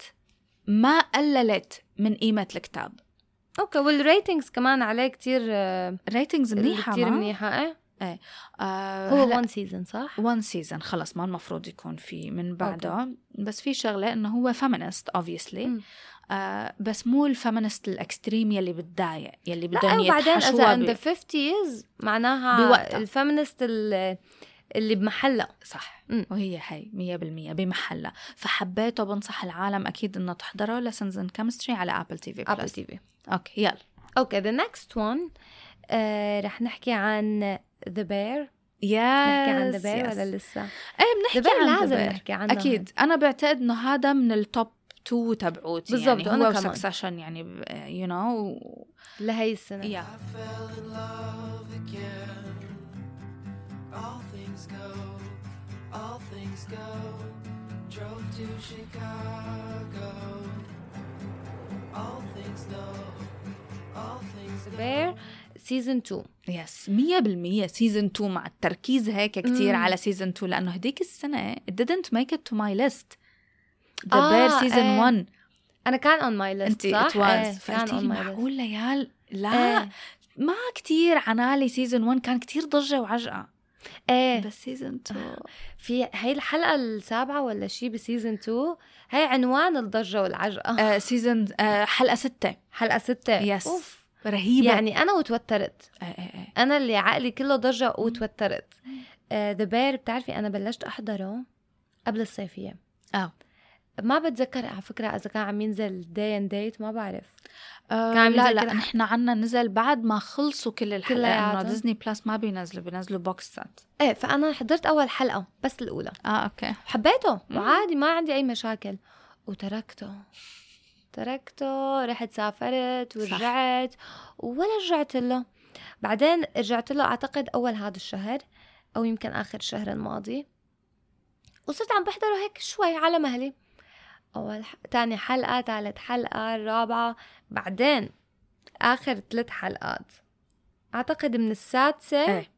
ما قللت من قيمة الكتاب. أوكي والريتينجز كمان عليه كتير ريتينجز منيحة كتير منيحة إيه ايه آه هو وان سيزن صح؟ وان سيزن خلص ما المفروض يكون في من بعده أوكي. بس في شغلة إنه هو فيمينست obviously آه بس مو الفيمينست الأكستريم يلي بتضايق يلي بدهم يتحشوا بعدين إذا in the fifties معناها الفيمينست اللي اللي بمحلها صح م. وهي هي مية بالمية بمحلها. فحبيته بنصح العالم أكيد إنه تحضره lessons in chemistry على أبل تي في أبل تي في. أوكي يلا أوكي the next one آه رح نحكي عن the bear. yes. نحكي عن the bear yes. ولا لسه؟ إيه بنحكي عن لازم نحكي عنه أكيد. أنا بعتقد إنه هذا من التوب تو تبعوتي بالضبط يعني هو succession يعني you know لهي السنة yeah. All things go, all things go. Drove to Chicago. All things go, all things go. Bear season two. Yes, مية بالمية season two مع التركيز هيك كتير مم. على season two لأنه هديك السنة it didn't make it to my list. The آه Bear season ايه. one. أنا كان on my list انتي صح؟ it was. ايه. فقلتيلي معقول ليال لا ايه. ما كتير عنالي season one كان كتير ضجة وعجقة. ايه بس سيزن تو في هاي الحلقة السابعة ولا شي بسيزن تو هاي عنوان الضجة والعجقة. آه سيزن آه حلقة ستة حلقة ستة يس أوف. رهيبة يعني أنا وتوترت آه آه آه. أنا اللي عقلي كله ضجة وتوترت. آه The Bear بتعرفي أنا بلشت أحضره قبل الصيفية آه ما بتذكر على فكرة إذا كان عم ينزل day and date ما بعرف. آه كان لا لا نحن عنا نزل بعد ما خلصوا كل الحلقة إنه ديزني بلاس ما بينزلوا بينزلوا بوكس سات. إيه فأنا حضرت أول حلقة بس الأولى آه أوكي حبيته وعادي ما عندي أي مشاكل وتركته تركته رحت سافرت ورجعت ولا رجعت له. بعدين رجعت له أعتقد أول هذا الشهر أو يمكن آخر الشهر الماضي وصرت عم بحضره هيك شوي على مهلي. أول ح... تاني حلقة ثالث حلقة الرابعة بعدين آخر ثلاث حلقات أعتقد من السادسة ايه.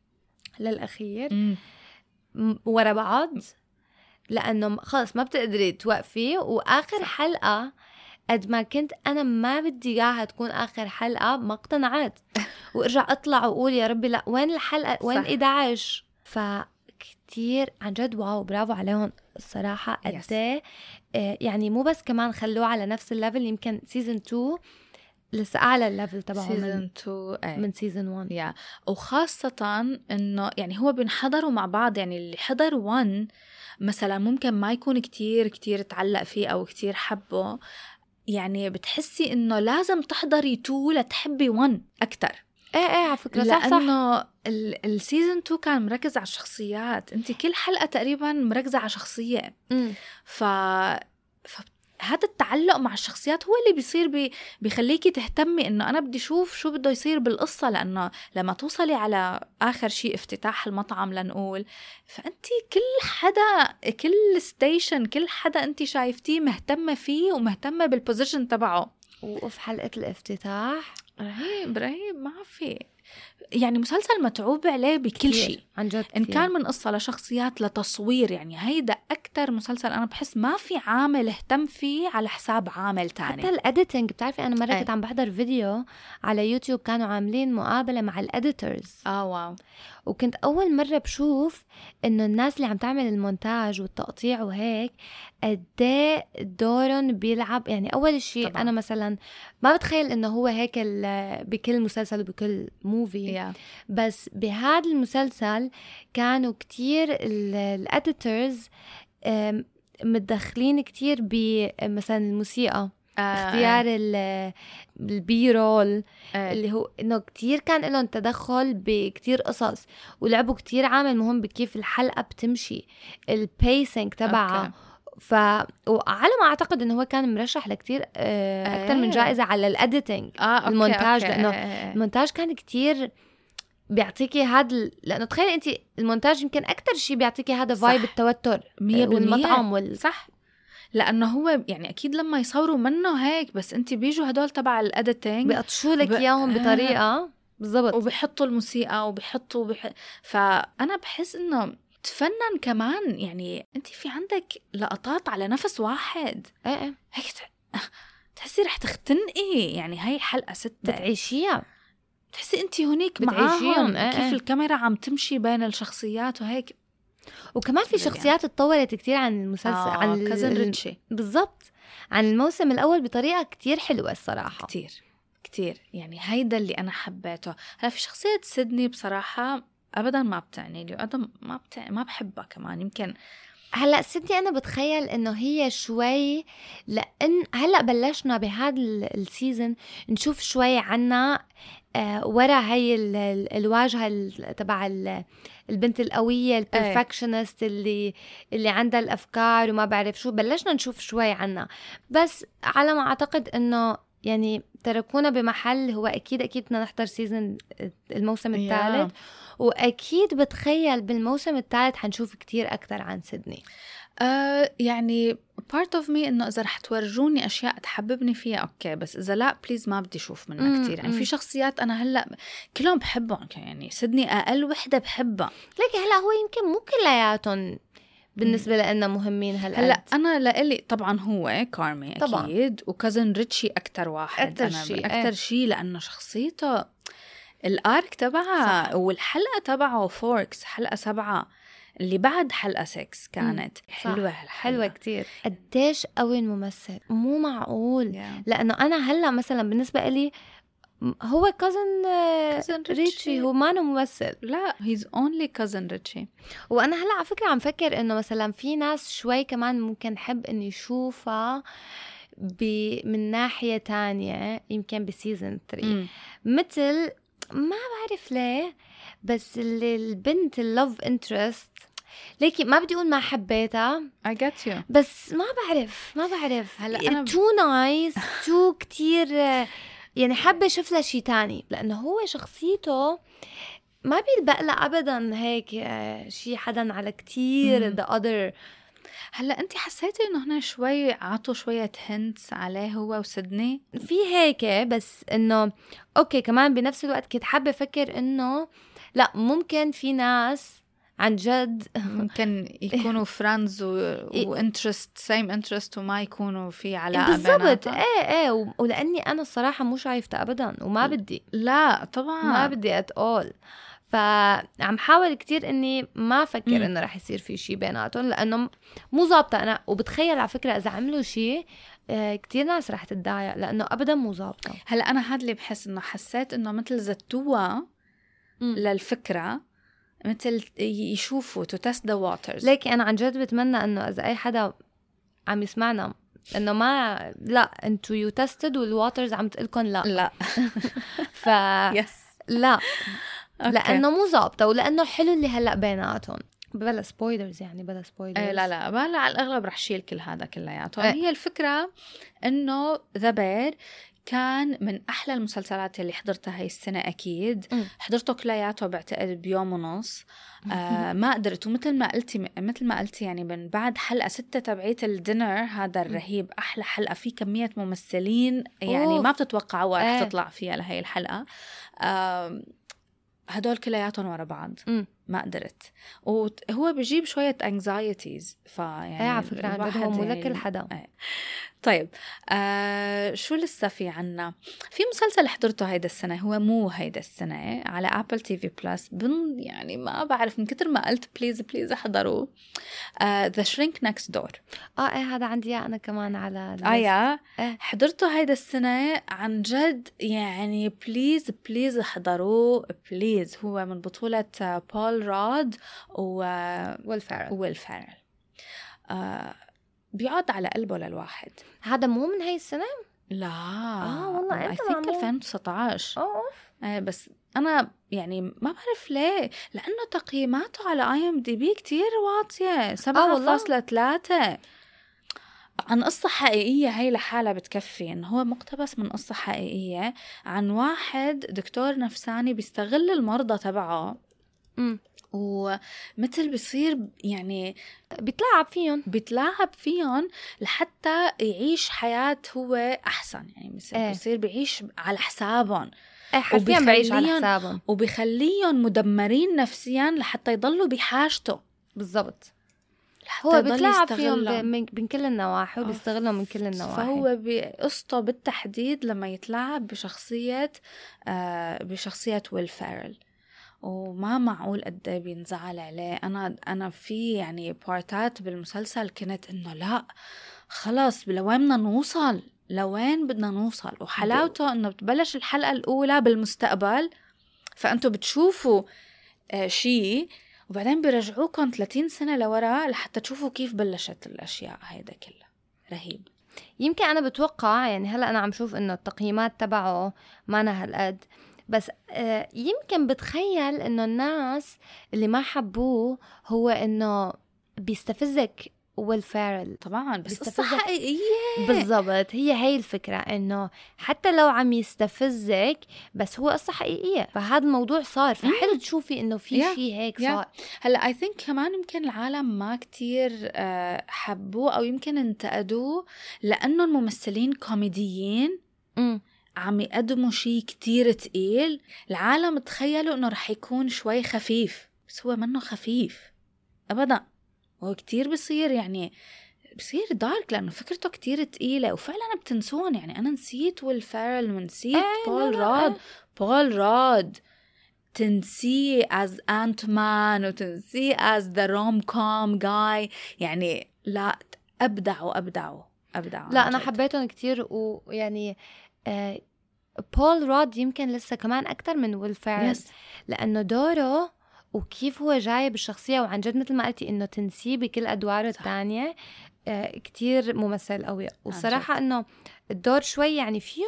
للأخير م. ورا بعض لأنه خلص ما بتقدري توقفي. وآخر حلقة قد ما كنت أنا ما بدي إياها تكون آخر حلقة ما اقتنعت وارجع أطلع وأقول يا ربي لا وين الحلقة وين إحدى عشر. فكتير عن جد واو برافو عليهم الصراحة قديه يعني مو بس كمان خلوه على نفس الليفل يمكن سيزن تو لسه أعلى الليفل تبعه سيزن تو ايه. من سيزن ون يا وخاصة إنه يعني هو بنحضروا مع بعض يعني اللي حضر ون مثلا ممكن ما يكون كتير كتير تعلق فيه أو كتير حبه يعني بتحسي إنه لازم تحضري تو لتحبي ون أكتر ايه ايه على فكرة صح صح. لأنه السيزن تو كان مركز على الشخصيات، انت كل حلقة تقريبا مركزة على شخصية. مم. ف... ف... هذا التعلق مع الشخصيات هو اللي بيصير بي... بيخليكي تهتمي انه انا بدي اشوف شو بده يصير بالقصة، لانه لما توصلي على اخر شيء افتتاح المطعم لنقول، فانت كل حدا كل ستيشن كل حدا انت شايفتيه مهتمة فيه ومهتمة بالبوزيشن تبعه. وفي حلقة الافتتاح رهيب رهيب ما في يعني مسلسل متعوب عليه بكل شيء عن جد، إن كان من قصة لشخصيات لتصوير. يعني هيدا أكتر مسلسل أنا بحس ما في عامل اهتم فيه على حساب عامل تاني. حتى الاديتنج، بتعرفي أنا مرة أي. كنت عم بحضر فيديو على يوتيوب كانوا عاملين مقابلة مع الاديتورز، آه واو. وكنت أول مرة بشوف إنه الناس اللي عم تعمل المونتاج والتقطيع وهيك قديه دورهم بيلعب. يعني أول شيء طبعاً. أنا مثلا ما بتخيل إنه هو هيك ال- بكل مسلسل وبكل موفي، yeah. بس بهذا المسلسل كانوا كتير الاديتورز متدخلين كتير بمثلا الموسيقى، آه اختيار ال- البيرول آه. اللي هو انه كتير كان لهم تدخل بكتير قصص، ولعبوا كتير عامل مهم بكيف الحلقة بتمشي، البيسنج تبعها. ف وعلى ما اعتقد انه هو كان مرشح لكتير آه اكتر من جائزة على الاديتنج، آه أوكي. المونتاج، أوكي. لانه آه. المونتاج كان كتير بيعطيكي هذا ال... لانه تخيلي انت المونتاج يمكن اكتر شيء بيعطيكي هذا فايب التوتر مية بالمية. والمطعم وال... صح، لأنه هو يعني أكيد لما يصوروا منه هيك، بس أنت بيجوا هدول تبع الأديتنج بيقطشوا لك ب... اياهم بطريقة بالضبط، وبيحطوا الموسيقى وبيحطوا بح... فأنا بحس إنه تفنن كمان. يعني أنت في عندك لقطات على نفس واحد ايه ايه هيك تحسي رح تختنقي. يعني هاي حلقة ستة بتعيشيها، تحسي أنت هونيك بتعيشيهم. معاهم ايه كيف ايه. الكاميرا عم تمشي بين الشخصيات وهيك. وكمان في شخصيات اتطورت كتير عن المسلسل، آه عن كازن ال... ريتشي بالضبط، عن الموسم الأول بطريقة كتير حلوة الصراحة. كتير كتير. يعني هيدا اللي أنا حبيته. هلا في شخصية سيدني بصراحة أبدا ما بتعني لي، أبدا ما بتعني، ما بحبها كمان. يمكن هلأ سيدني أنا بتخيل إنه هي شوي، لأن هلأ بلشنا بهذا السيزن نشوف شوي عنا آه ورا هاي ال... ال... الواجهة ال... تبع ال... البنت القوية البرفكشنست اللي اللي عندها الأفكار وما بعرف شو، بلشنا نشوف شوي عنا. بس على ما أعتقد إنه يعني تركونا بمحل هو أكيد أكيد بدنا نحضر سيزن الموسم الثالث، وأكيد بتخيل بالموسم الثالث حنشوف كتير أكتر عن سيدني. آه يعني part of me إنه إذا رح تورجوني أشياء تحببني فيها أوكي، بس إذا لا بليز ما بدي أشوف منها كتير. يعني في شخصيات أنا هلأ كلهم بحبهم، يعني سيدني أقل وحدة بحبها، لكن هلأ هو يمكن مو كلياتهم بالنسبة لنا مهمين. هلأ هلأ أنا لإلي طبعا هو كارمي طبعاً. أكيد، وكازن ريتشي أكتر واحد أكتر أنا شيء أكتر ايه. شيء لأنه شخصيته الارك تبعها والحلقة تبعه فوركس حلقة سبعة اللي بعد حلقة سكس كانت حلوة. حلوة كتير. قديش قوي الممثل، مو معقول. yeah. لأنه أنا هلأ مثلا بالنسبة لي هو كازن ريتشي هو ما ممثل، لا he's only cousin ريتشي. وأنا هلأ على فكرة عم فكر إنه مثلا في ناس شوي كمان ممكن حب إنه يشوفها من ناحية تانية يمكن بسيزن ثلاثة، مثل ما بعرف ليه بس البنت اللوف انترست، لكن ما بدي أقول ما حبيتها I get you. بس ما بعرف ما بعرف هلا أنا تو نايس تو كتير يعني حابة أشوف له شي تاني، لأنه هو شخصيته ما بيلبق له أبدا هيك شي حدا على كتير the other. هلا أنت حسيتي إنه هنا شوي عطوا شوية هنتس عليه هو وسيدني في هيك، بس إنه أوكي كمان بنفس الوقت كنت حابة أفكر إنه لا ممكن في ناس عن جد ممكن يكونوا فريندز وانترست سيم انترست وما يكونوا في علاقة بالضبط. ايه ايه ولاني انا الصراحه مو شايفته ابدا وما بدي، لا طبعا ما بدي ات اول، فعم حاول كتير اني ما افكر انه رح يصير في شيء بيناتهم لانه مو ظابطه. انا وبتخيل على فكره اذا عملوا شيء كتير ناس رح تتضايق لانه ابدا مو ظابطه. هلا انا هاد اللي بحس انه حسيت انه مثل زتوها للفكره، مثل يشوفوا to test the waters. لكن أنا عن جد بتمنى إنه إذا أي حدا عم يسمعنا إنه ما لا أنتوا you tested والواترز عم تقلكن لا لا ف yes. لا أوكي. لانه مو ظابطه، ولانه حلو اللي هلا بيناتهم. بلا سبويلرز يعني بلا سبويلرز. ايه لا لا بلا، على الاغلب رح شيل كل هذا كلياته. ايه. هي الفكره انه ذا بير كان من احلى المسلسلات اللي حضرتها هاي السنه اكيد. م. حضرته كلياته بعتقد بيوم ونص. آه ما قدرت، ومثل ما قلتي مثل ما قلتي يعني من بعد حلقه ستة تبعيت الدينر هذا الرهيب، احلى حلقه فيه، كميه ممثلين يعني أوف. ما بتتوقعوا رح ايه. تطلع فيها لهي الحلقه. آه هدول كلياتهم ورا بعض. م. ما قدرت. وهو بيجيب شوية anxieties، فيعني ايه على فكرة عن جد هو مو لكل حدا. ايه. طيب آه شو لسه في عنا؟ في مسلسل حضرته هيدا السنة، هو مو هيدا السنة، على أبل تي في بلس. بن يعني ما بعرف من كتر ما قلت بليز بليز احضروا. آه The Shrink Next Door. اه ايه هذا عندي انا كمان على آية ايه. حضرته هيدا السنة عن جد، يعني بليز بليز احضروه بليز. هو من بطولة بول راد و ويل فيرل. ويل فيرل. آه بيقعد على قلبه للواحد. هذا مو من هاي السنة؟ لا اه والله I انت think معمول. ألفين وتسعة عشر. اه آه بس أنا يعني ما بعرف ليه، لأنه تقييماته على آي إم دي بي كتير واطية، سبعة فاصلة ثلاثة. عن قصة حقيقية، هاي لحالها بتكفي إنه هو مقتبس من قصة حقيقية عن واحد دكتور نفساني بيستغل المرضى تبعه. امم ومثل بيصير يعني بيتلاعب فيهم بيتلاعب فيهم لحتى يعيش حياة هو أحسن، يعني بيصير, ايه. بيصير بيعيش على حسابهم. ايه حرفيا بعيش على وبيخليهم- حسابهم. وبيخليهم مدمرين نفسيا لحتى يضلوا بحاجته، بالضبط. لحتى هو يضل بيتلاعب فيهم يستغلهم. ب- من من كل النواحي وبيستغلهم من كل النواحي. فهو بقصته بالتحديد لما يتلاعب بشخصية آه بشخصية ويل فيرل، وما معقول قد ايه بينزعل عليه. انا انا في يعني بارتات بالمسلسل كنت انه لا خلص لوين بدنا نوصل، لوين بدنا نوصل. وحلاوته انه بتبلش الحلقة الاولى بالمستقبل، فانتوا بتشوفوا آه شيء وبعدين بيرجعوكم ثلاثين سنة لورا لحتى تشوفوا كيف بلشت الاشياء. هيدا كله رهيب. يمكن أنا بتوقع يعني هلأ أنا عم شوف إنه التقييمات تبعه ما أنا هالقد، بس آه يمكن بتخيل إنه الناس اللي ما حبوه هو إنه بيستفزك ويل فيرل. طبعا بس قصة بيستفزك. حقيقية. بالضبط، هي هاي الفكرة، إنه حتى لو عم يستفزك بس هو قصة حقيقية، فهذا الموضوع صار. فحلو تشوفي إنه في Yeah. شيء هيك Yeah. صار. هلا I think كمان يمكن العالم ما كتير آه، حبوه أو يمكن انتقدوه لأنه الممثلين كوميديين امم عم يقدموا شيء كتير تقيل. العالم تخيلوا إنه رح يكون شوي خفيف، بس هو منه خفيف أبدا. هو كتير بصير يعني بصير دارك لأنه فكرته كتير تقيلة، وفعلا بتنسون. يعني أنا نسيت ويل فيرل ونسيت إيه، بول لا، لا، راد. إيه. بول راد تنسيه as Ant-Man وتنسيه as the rom-com guy. يعني لا أبدعوا أبدعوا أبدعوا. لا عن أنا جد. حبيتهم كتير، ويعني آه بول راد يمكن لسه كمان أكتر من ويل فيرل، Yes. لأنه دوره وكيف هو جاي بالشخصية، وعن جد مثل ما قلتي إنه تنسيه بكل أدواره الثانية. آه كتير ممثل قوي. والصراحة إنه الدور شوي يعني فيه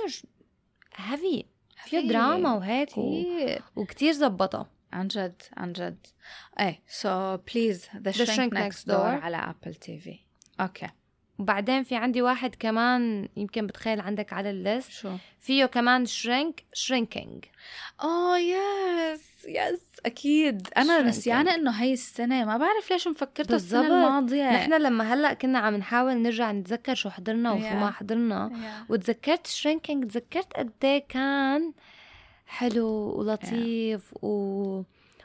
هافي، فيه دراما وهيك و... كتير. وكتير زبطه عن جد عن جد. ايه so please the, The Shrink, Shrink Next Next Door Door. على أبل تي في. اوكي وبعدين في عندي واحد كمان يمكن بتخيل عندك على الليست، شو؟ فيه كمان شرينك شرينكينج. اوه يس يس اكيد. انا Shrinking. نسيانه انه هاي السنه، ما بعرف ليش مفكرته السنه بالضبط. الماضيه. نحن لما هلا كنا عم نحاول نرجع نتذكر شو حضرنا وشو Yeah. ما حضرنا، Yeah. وتذكرت شرينكينج، تذكرت قد ايه كان حلو ولطيف yeah. و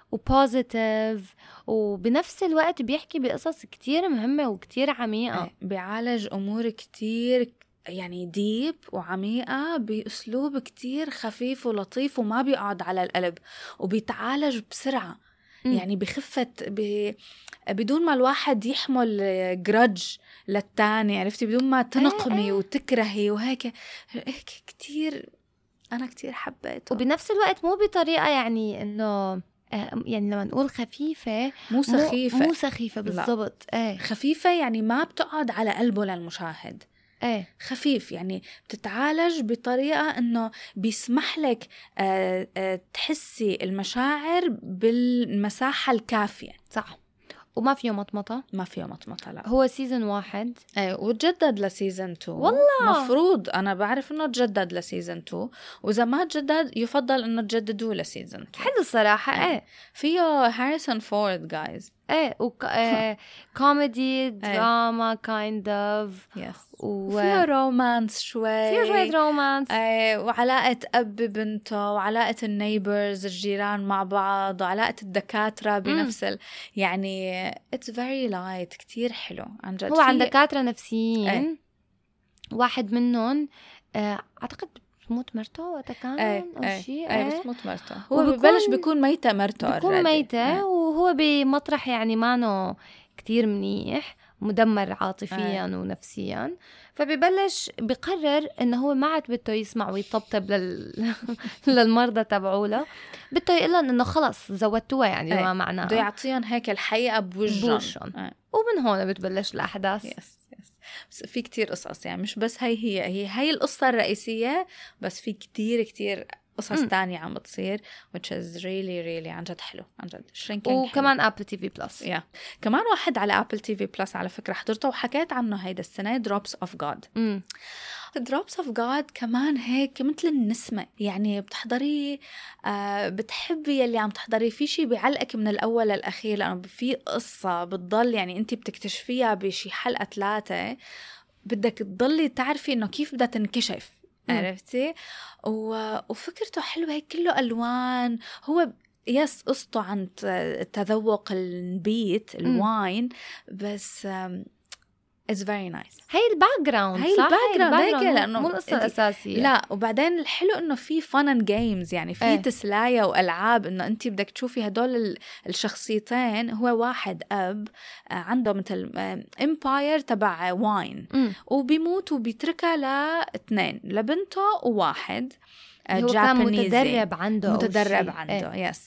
وبوزيتيف، وبنفس الوقت بيحكي بقصص كتير مهمة وكتير عميقة. ايه. بيعالج امور كتير يعني ديب وعميقة بأسلوب كتير خفيف ولطيف وما بيقعد على القلب، وبيتعالج بسرعة. م. يعني بخفة ب... بدون ما الواحد يحمل جرج للتاني، عرفتي، بدون ما تنقمي ايه. وتكرهي وهيك. هيك كتير أنا كتير حبيته. وبنفس الوقت مو بطريقة يعني إنه يعني لما نقول خفيفة مو سخيفة. مو, مو سخيفة بالضبط. ايه خفيفة يعني ما بتقعد على قلبه للمشاهد. ايه خفيف، يعني بتتعالج بطريقة إنه بيسمح لك آه آه تحسي المشاعر بالمساحة الكافية. صح، وما فيه مطمطة، ما فيه مطمطة لا. هو سيزن واحد. ايه وتجدد لسيزن تو والله مفروض، أنا بعرف إنه تجدد لسيزن تو، وإذا ما تجدد يفضل إنه تجددوه لسيزن تو. حلو الصراحة. ايه فيه هاريسون فورد جايز. ايه وك... إيه كوميدي دراما كايند اوف، يس و... وفيه رومانس شوي، فيه شوية رومانس. ايه وعلاقة أب بنته، وعلاقة النيبرز الجيران مع بعض، وعلاقة الدكاترة بنفس ال... يعني it's very light، كتير حلو عن جد. هو عن دكاترة نفسيين. ايه. واحد منهم آه، أعتقد بتموت مرته وقتها كان ايه أو ايه شيء. ايه ايه بتموت مرته، هو وبكون- ببلش بيكون ميتة مرته بيكون already. ميتة. ايه. وهو بمطرح يعني مانو كتير منيح، مدمر عاطفيا ايه. ونفسيا، فبيبلش بقرر انه هو ما عاد بده يسمع ويطبطب لل... للمرضى تبعوله، بده يقول لهم انه خلص زودتوها يعني ايه. ما معناها، بده يعطيهم هيك الحقيقة بوجهن. بوجهن. ايه. ومن هون بتبلش الأحداث. يس يس. بس في كتير قصص، يعني مش بس هي هي هي هي القصة الرئيسية، بس في كتير كتير قصص م. تانية عم بتصير which is really really عن جد حلو، عن جد shrinking. وكمان أبل تي في بلس. يا yeah. كمان واحد على أبل تي في بلس على فكرة حضرته وحكيت عنه هيدا السنة، Drops of God. امم Drops of God كمان هيك مثل النسمة، يعني بتحضري آه بتحبي يلي عم تحضري، في شي بيعلقك من الأول للأخير، لأنه في قصة بتضل يعني أنت بتكتشفيها بشي حلقة ثلاثة، بدك تضلي تعرفي إنه كيف بدها تنكشف. مم. عرفتي؟ و... وفكرته حلوة هيك، كله ألوان. هو يس قصته عن ت- تذوق البيت الواين، بس um, it's very nice. هي الباك جراوند. هي صح؟ الباك جراوند هيك، مو- لأنه مو القصة انتي- الأساسية. لا وبعدين الحلو انه في fun and games، يعني في ايه. تسلاية والعاب، انه انت بدك تشوفي هدول ال- الشخصيتين. هو واحد اب آه، عنده مثل امباير تبع واين، مم. وبيموت وبيتركها لاثنين، لبنته وواحد آه، هو كان جابانيزي. متدرب عنده أو متدرب شي. عنده ايه. يس.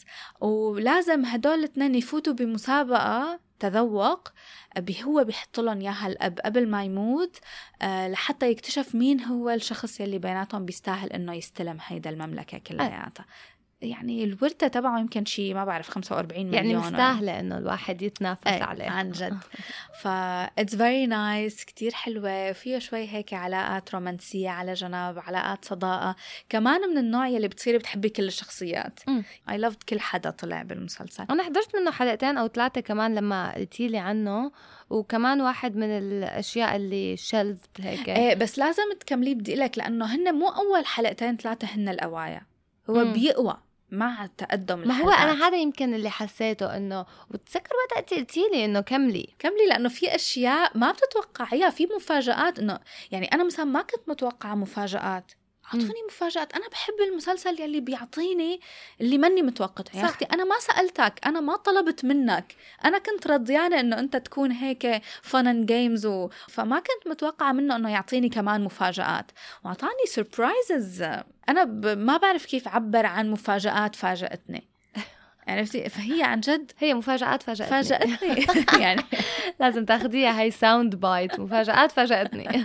ولازم هدول الاثنين يفوتوا بمسابقة تذوق، بي- هو بيحط لهم اياها الاب قبل ما يموت، آه، لحتى يكتشف مين هو الشخص يلي بيناتهم بيستاهل انه يستلم هيدا المملكة كلياتها. يعني الورثة تبعه يمكن شي ما بعرف خمسة وأربعين يعني مليون. مستاهلة إنه الواحد يتنافس ايه عليه عن جد. ف it's very nice، كتير حلوة، فيها شوي هيك علاقات رومانسية على جنب، علاقات صداقة كمان من النوع يلي بتصيري بتحبي كل الشخصيات. مم. I loved كل حدا طلع بالمسلسل. أنا حضرت منه حلقتين أو ثلاثة كمان لما قلتيلي عنه، وكمان واحد من الأشياء اللي شلفت هيك. ايه بس لازم تكمليه، بدي لك، لأنه هن مو أول حلقتين ثلاثة هن القوايا، هو مم. بيقوى مع تقدم ما الحلقات. هو أنا هذا يمكن اللي حسيته إنه، وتذكر وقت قلتيلي إنه كملي كملي، لأنه في أشياء ما بتتوقعيها، في مفاجآت. إنه يعني أنا مثلا ما كنت متوقعة مفاجآت، أعطوني مفاجآت. أنا بحب المسلسل يلي بيعطيني اللي مني متوقعة. يا أختي أنا ما سألتك، أنا ما طلبت منك، أنا كنت رضيانة إنه أنت تكون هيك fun and games و... فما كنت متوقعة منه إنه يعطيني كمان مفاجآت، وعطاني surprises. أنا ب... ما بعرف كيف عبر عن مفاجآت فاجأتني. عرفتي؟ فهي عن جد هي مفاجآت فاجأتني. فاجأتني. يعني لازم تاخديها هاي ساوند بايت، مفاجآت فاجأتني.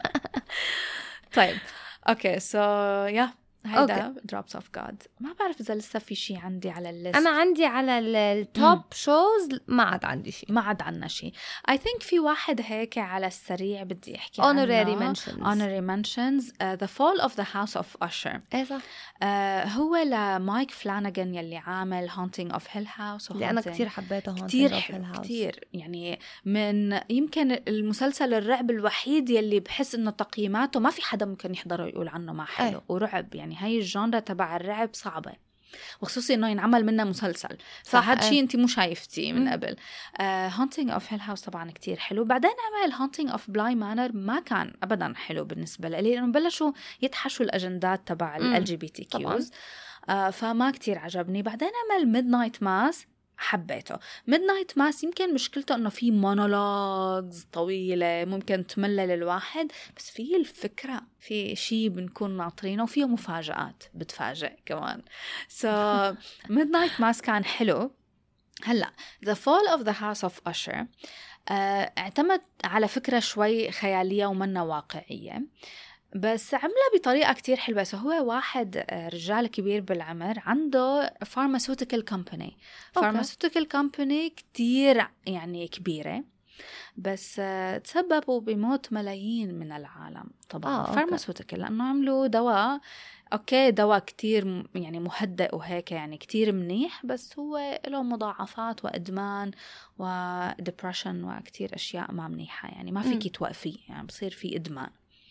طيب اوكي سو يا هيدا أوكي. Drops of God. ما بعرف إذا لسه في شي عندي على الليست. أنا عندي على التوب شوز ما عاد عندي شيء. ما عاد عنا شي. I think في واحد هيك على السريع بدي أحكي honorary عنه. mentions. honorary mentions uh, The Fall of the House of Usher. إيه صح. uh, هو لمايك فلاناغان يلي عامل Haunting of Hill House. اللي أنا كتير حبيته هون. كتير حلو كتير، يعني من يمكن المسلسل الرعب الوحيد يلي بحس إنه تقييماته ما في حدا ممكن يحضره يقول عنه ما حلو. أي. ورعب، يعني هاي الجانرا تبع الرعب صعبة، وخصوصي إنه ينعمل منه مسلسل. صح. فهذا أي. شيء أنت مو شايفتيه من مم. قبل. uh, Haunting of Hill House طبعا كتير حلو. بعدين عمل Haunting of Bly Manor، ما كان أبدا حلو بالنسبة لي، لأنه بلشوا يتحشوا الأجندات تبع مم. ال إل جي بي تي طبعاً. كيوز. uh, فما كتير عجبني. بعدين عمل Midnight Mass، حبيته. Midnight Mass يمكن مشكلته انه في مونولوجز طويلة ممكن تملل الواحد، بس في الفكرة، في شيء بنكون ناطرينه، وفيه مفاجآت بتفاجئ كمان. so Midnight Mass كان حلو. هلأ The Fall of the House of Usher آه، اعتمد على فكرة شوي خيالية ومنة واقعية، بس عملها بطريقة كتير حلوة. هو واحد رجال كبير بالعمر عنده pharmaceutical company pharmaceutical company كتير يعني كبيرة، بس تسببوا بموت ملايين من العالم طبعا. آه، pharmaceutical لأنه عملوا دواء أوكي دواء كتير يعني مهدئ وهيك يعني كتير منيح، بس هو له مضاعفات وإدمان وديبرشن وكتير أشياء ما منيحة، يعني ما فيكي توقفيه، يعني بصير في إدمان.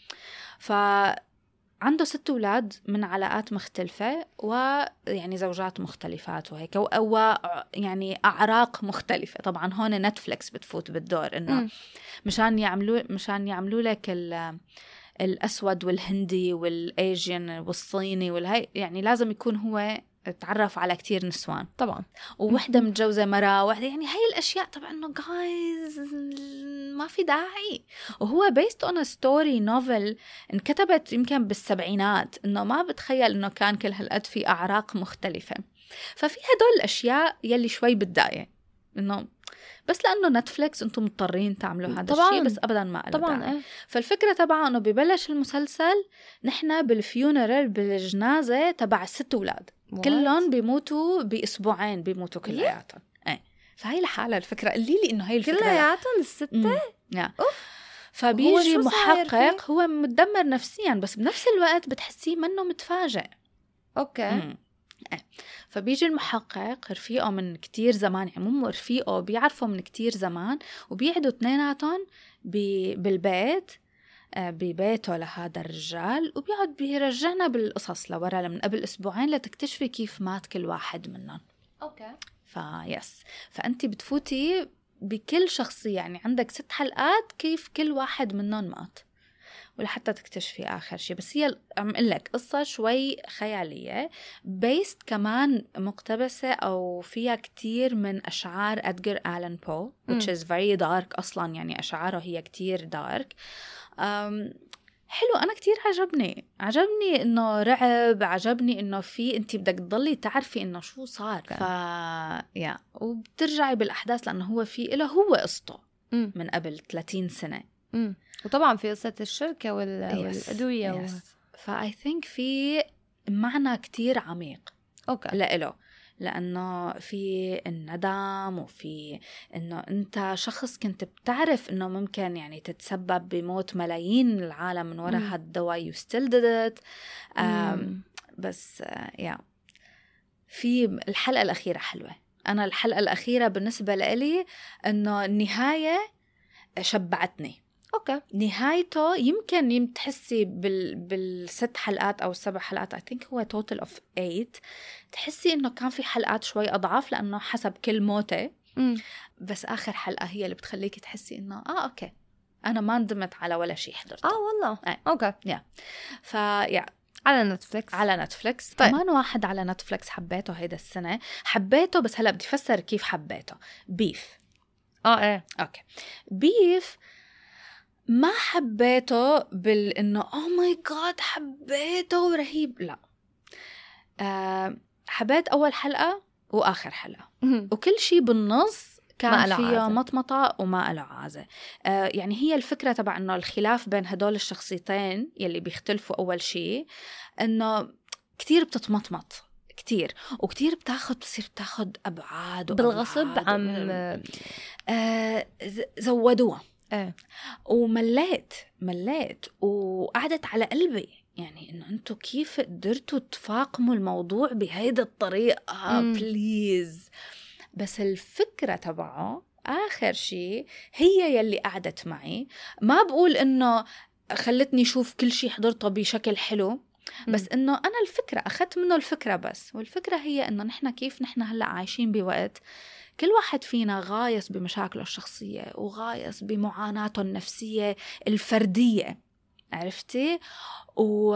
فعنده ست أولاد من علاقات مختلفة ويعني زوجات مختلفات وهيك، أو يعني أعراق مختلفة. طبعا هون نتفليكس بتفوت بالدور إنه مشان يعملوا مشان يعملوا لك الأسود والهندي والأيجين والصيني والهي، يعني لازم يكون هو تعرف على كتير نسوان طبعا، ووحدة متجوزة مرة واحدة، يعني هاي الأشياء طبعا إنه جايز ما في داعي. وهو based on a story novel انكتبت يمكن بالسبعينات، إنه ما بتخيل إنه كان كل هالقد في أعراق مختلفة. ففي هدول الأشياء يلي شوي بتضايق، إنه بس لأنه نتفليكس أنتم مضطرين تعملوا هذا الشيء، بس أبدا ما له طبعا داعي. اه. فالفكرة طبعا إنه ببلش المسلسل نحن بالفيونرال بالجنازة تبع ست أولاد كلهم بيموتوا بأسبوعين، بيموتوا كلياتهم. ايه فهي لحالها الفكرة اللي لي إنه هي الفكرة كلياتهم الستة. نعم. فبيجي هو محقق هو متدمر نفسيا، بس بنفس الوقت بتحسيه منه متفاجئ. اوكي. مم. فبيجي المحقق رفيقه من كتير زمان، يعني مو رفيقه بيعرفه من كتير زمان، وبيقعدوا اثنيناتهم بالبيت ببيته لهذا الرجال، وبيقعد بيرجعنا بالقصص لورا من قبل أسبوعين لتكتشفي كيف مات كل واحد منهم. اوكي. فيس فأنتي بتفوتي بكل شخصية، يعني عندك ست حلقات كيف كل واحد منهم مات، ولحتى تكتشفي آخر شيء. بس هي عم قلك قصة شوي خيالية، بيست كمان مقتبسة أو فيها كتير من أشعار أدغار آلان بو which is very dark أصلا، يعني أشعاره هي كتير دارك. حلو، أنا كتير عجبني عجبني إنه رعب، عجبني إنه في أنتي بدك تضلي تعرفي إنه شو صار. ف يا وبترجعي بالأحداث لأنه هو في إله هو قصته من قبل ثلاثين سنة. مم. وطبعا في قصة الشركة وال... yes. والأدوية yes. و... فأي ثينك في معنى كتير عميق أوكي. لإله، لأنه في الندم وفي إنه أنت شخص كنت بتعرف إنه ممكن يعني تتسبب بموت ملايين العالم من وراء هالدواء you still did it. بس يا yeah. في الحلقة الأخيرة حلوة. أنا الحلقة الأخيرة بالنسبة لي إنه النهاية شبعتني. اوكي. نهايته يمكن يم تحسي بال بالست حلقات او السبع حلقات I think هو total of eight، تحسي انه كان في حلقات شوي اضعاف لانه حسب كل موته. مم. بس اخر حلقه هي اللي بتخليكي تحسي انه اه اوكي انا ما ندمت على ولا شيء حضرته. اه والله. آه. اوكي. يا فيا على نتفليكس. على نتفليكس. طيب. كمان واحد على نتفليكس حبيته هيدا السنه، حبيته بس هلا بدي افسر كيف حبيته. بيف. اه ايه. اوكي. بيف ما حبيته بالإنه oh my god حبيته ورهيب، لا. أه حبيت أول حلقة وآخر حلقة وكل شيء بالنص كان فيه مطمطة وما له عازة. أه يعني هي الفكرة تبع إنه الخلاف بين هدول الشخصيتين يلي بيختلفوا أول شيء إنه كتير بتتمطمط كتير وكتير بتاخد بتصير بتاخد أبعاد بالغصب عم أه زودوها. ايه. ومليت مليت وقعدت على قلبي، يعني انه انتو كيف قدرتوا تفاقموا الموضوع بهيدا الطريقة بليز. بس الفكرة تبعه آخر شيء هي يلي قعدت معي. ما بقول انه خلتني شوف كل شيء حضرته بشكل حلو، بس انه انا الفكرة اخذت منه الفكرة بس. والفكرة هي انه نحن كيف نحن هلأ عايشين بوقت كل واحد فينا غايص بمشاكله الشخصية وغايص بمعاناته النفسية الفردية، عرفتي؟ و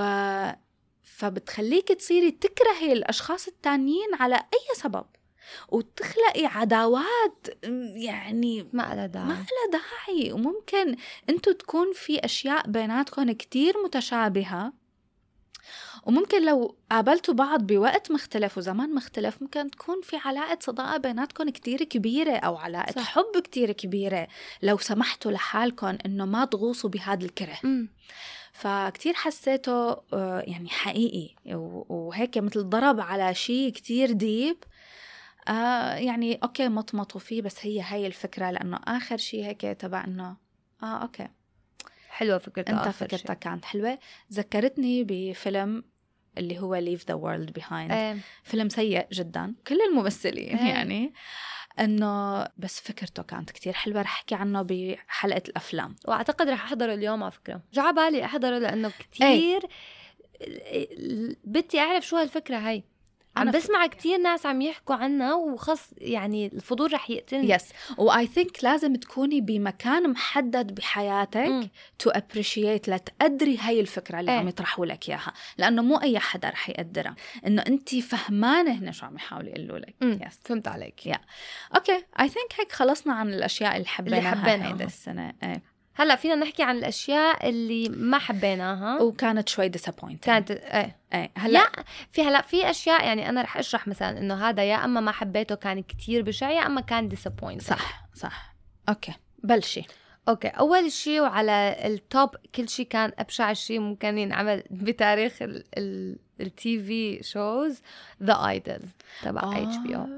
فبتخليك تصيري تكرهي الأشخاص التانيين على أي سبب وتخلقي عداوات يعني ما لها داعي. ما لها داعي. وممكن انتوا تكون في أشياء بيناتكم كتير متشابهة وممكن لو قابلتوا بعض بوقت مختلف وزمان مختلف ممكن تكون في علاقة صداقة بيناتكم كتير كبيرة أو علاقة صح. حب كتير كبيرة لو سمحتوا لحالكم إنه ما تغوصوا بهذا الكره. م. فكتير حسيته يعني حقيقي وهيك مثل ضرب على شيء كتير ديب. آه يعني أوكي مطمطوا فيه بس هي هاي الفكرة لأنه آخر شيء هيك تبع إنه آه أوكي حلوة فكرتك. أنت فكرتك كانت حلوة. ذكرتني بفيلم اللي هو Leave the World Behind. أه. فيلم سيء جدا كل الممثلين أه. يعني إنه بس فكرته كانت كتير حلوة. رح أحكي عنه بحلقة الأفلام وأعتقد رح أحضره اليوم على فكرة. جا بالي أحضره لأنه كتير أي. بدي أعرف شو هالفكرة هاي. عم بسمع كتير ناس عم يحكوا عنها وخص يعني الفضول رح يقتلني. يس وآي ثينك لازم تكوني بمكان محدد بحياتك تو ابريشيت لتقدري هاي الفكرة اللي ايه. عم يطرحوا لك إياها لأنه مو أي حدا رح يقدرها إنه أنتي فهمانة هنا شو عم يحاولوا يقولوا لك. يس فهمت عليك. يا أوكي آي ثينك هيك خلصنا عن الأشياء اللي حبيناها هيدا السنة. ايه. هلا فينا نحكي عن الاشياء اللي ما حبيناها وكانت شوي disappointing. كانت ايه ايه هلا في هلا في اشياء يعني انا رح اشرح مثلا انه هذا يا اما ما حبيته كان كتير بشع يا اما كان disappointing. صح صح اوكي بلشي. اوكي اول شيء وعلى التوب كل شيء كان ابشع شيء ممكن ينعمل بتاريخ التي في شوز ذا ايدل تبع اتش بي او.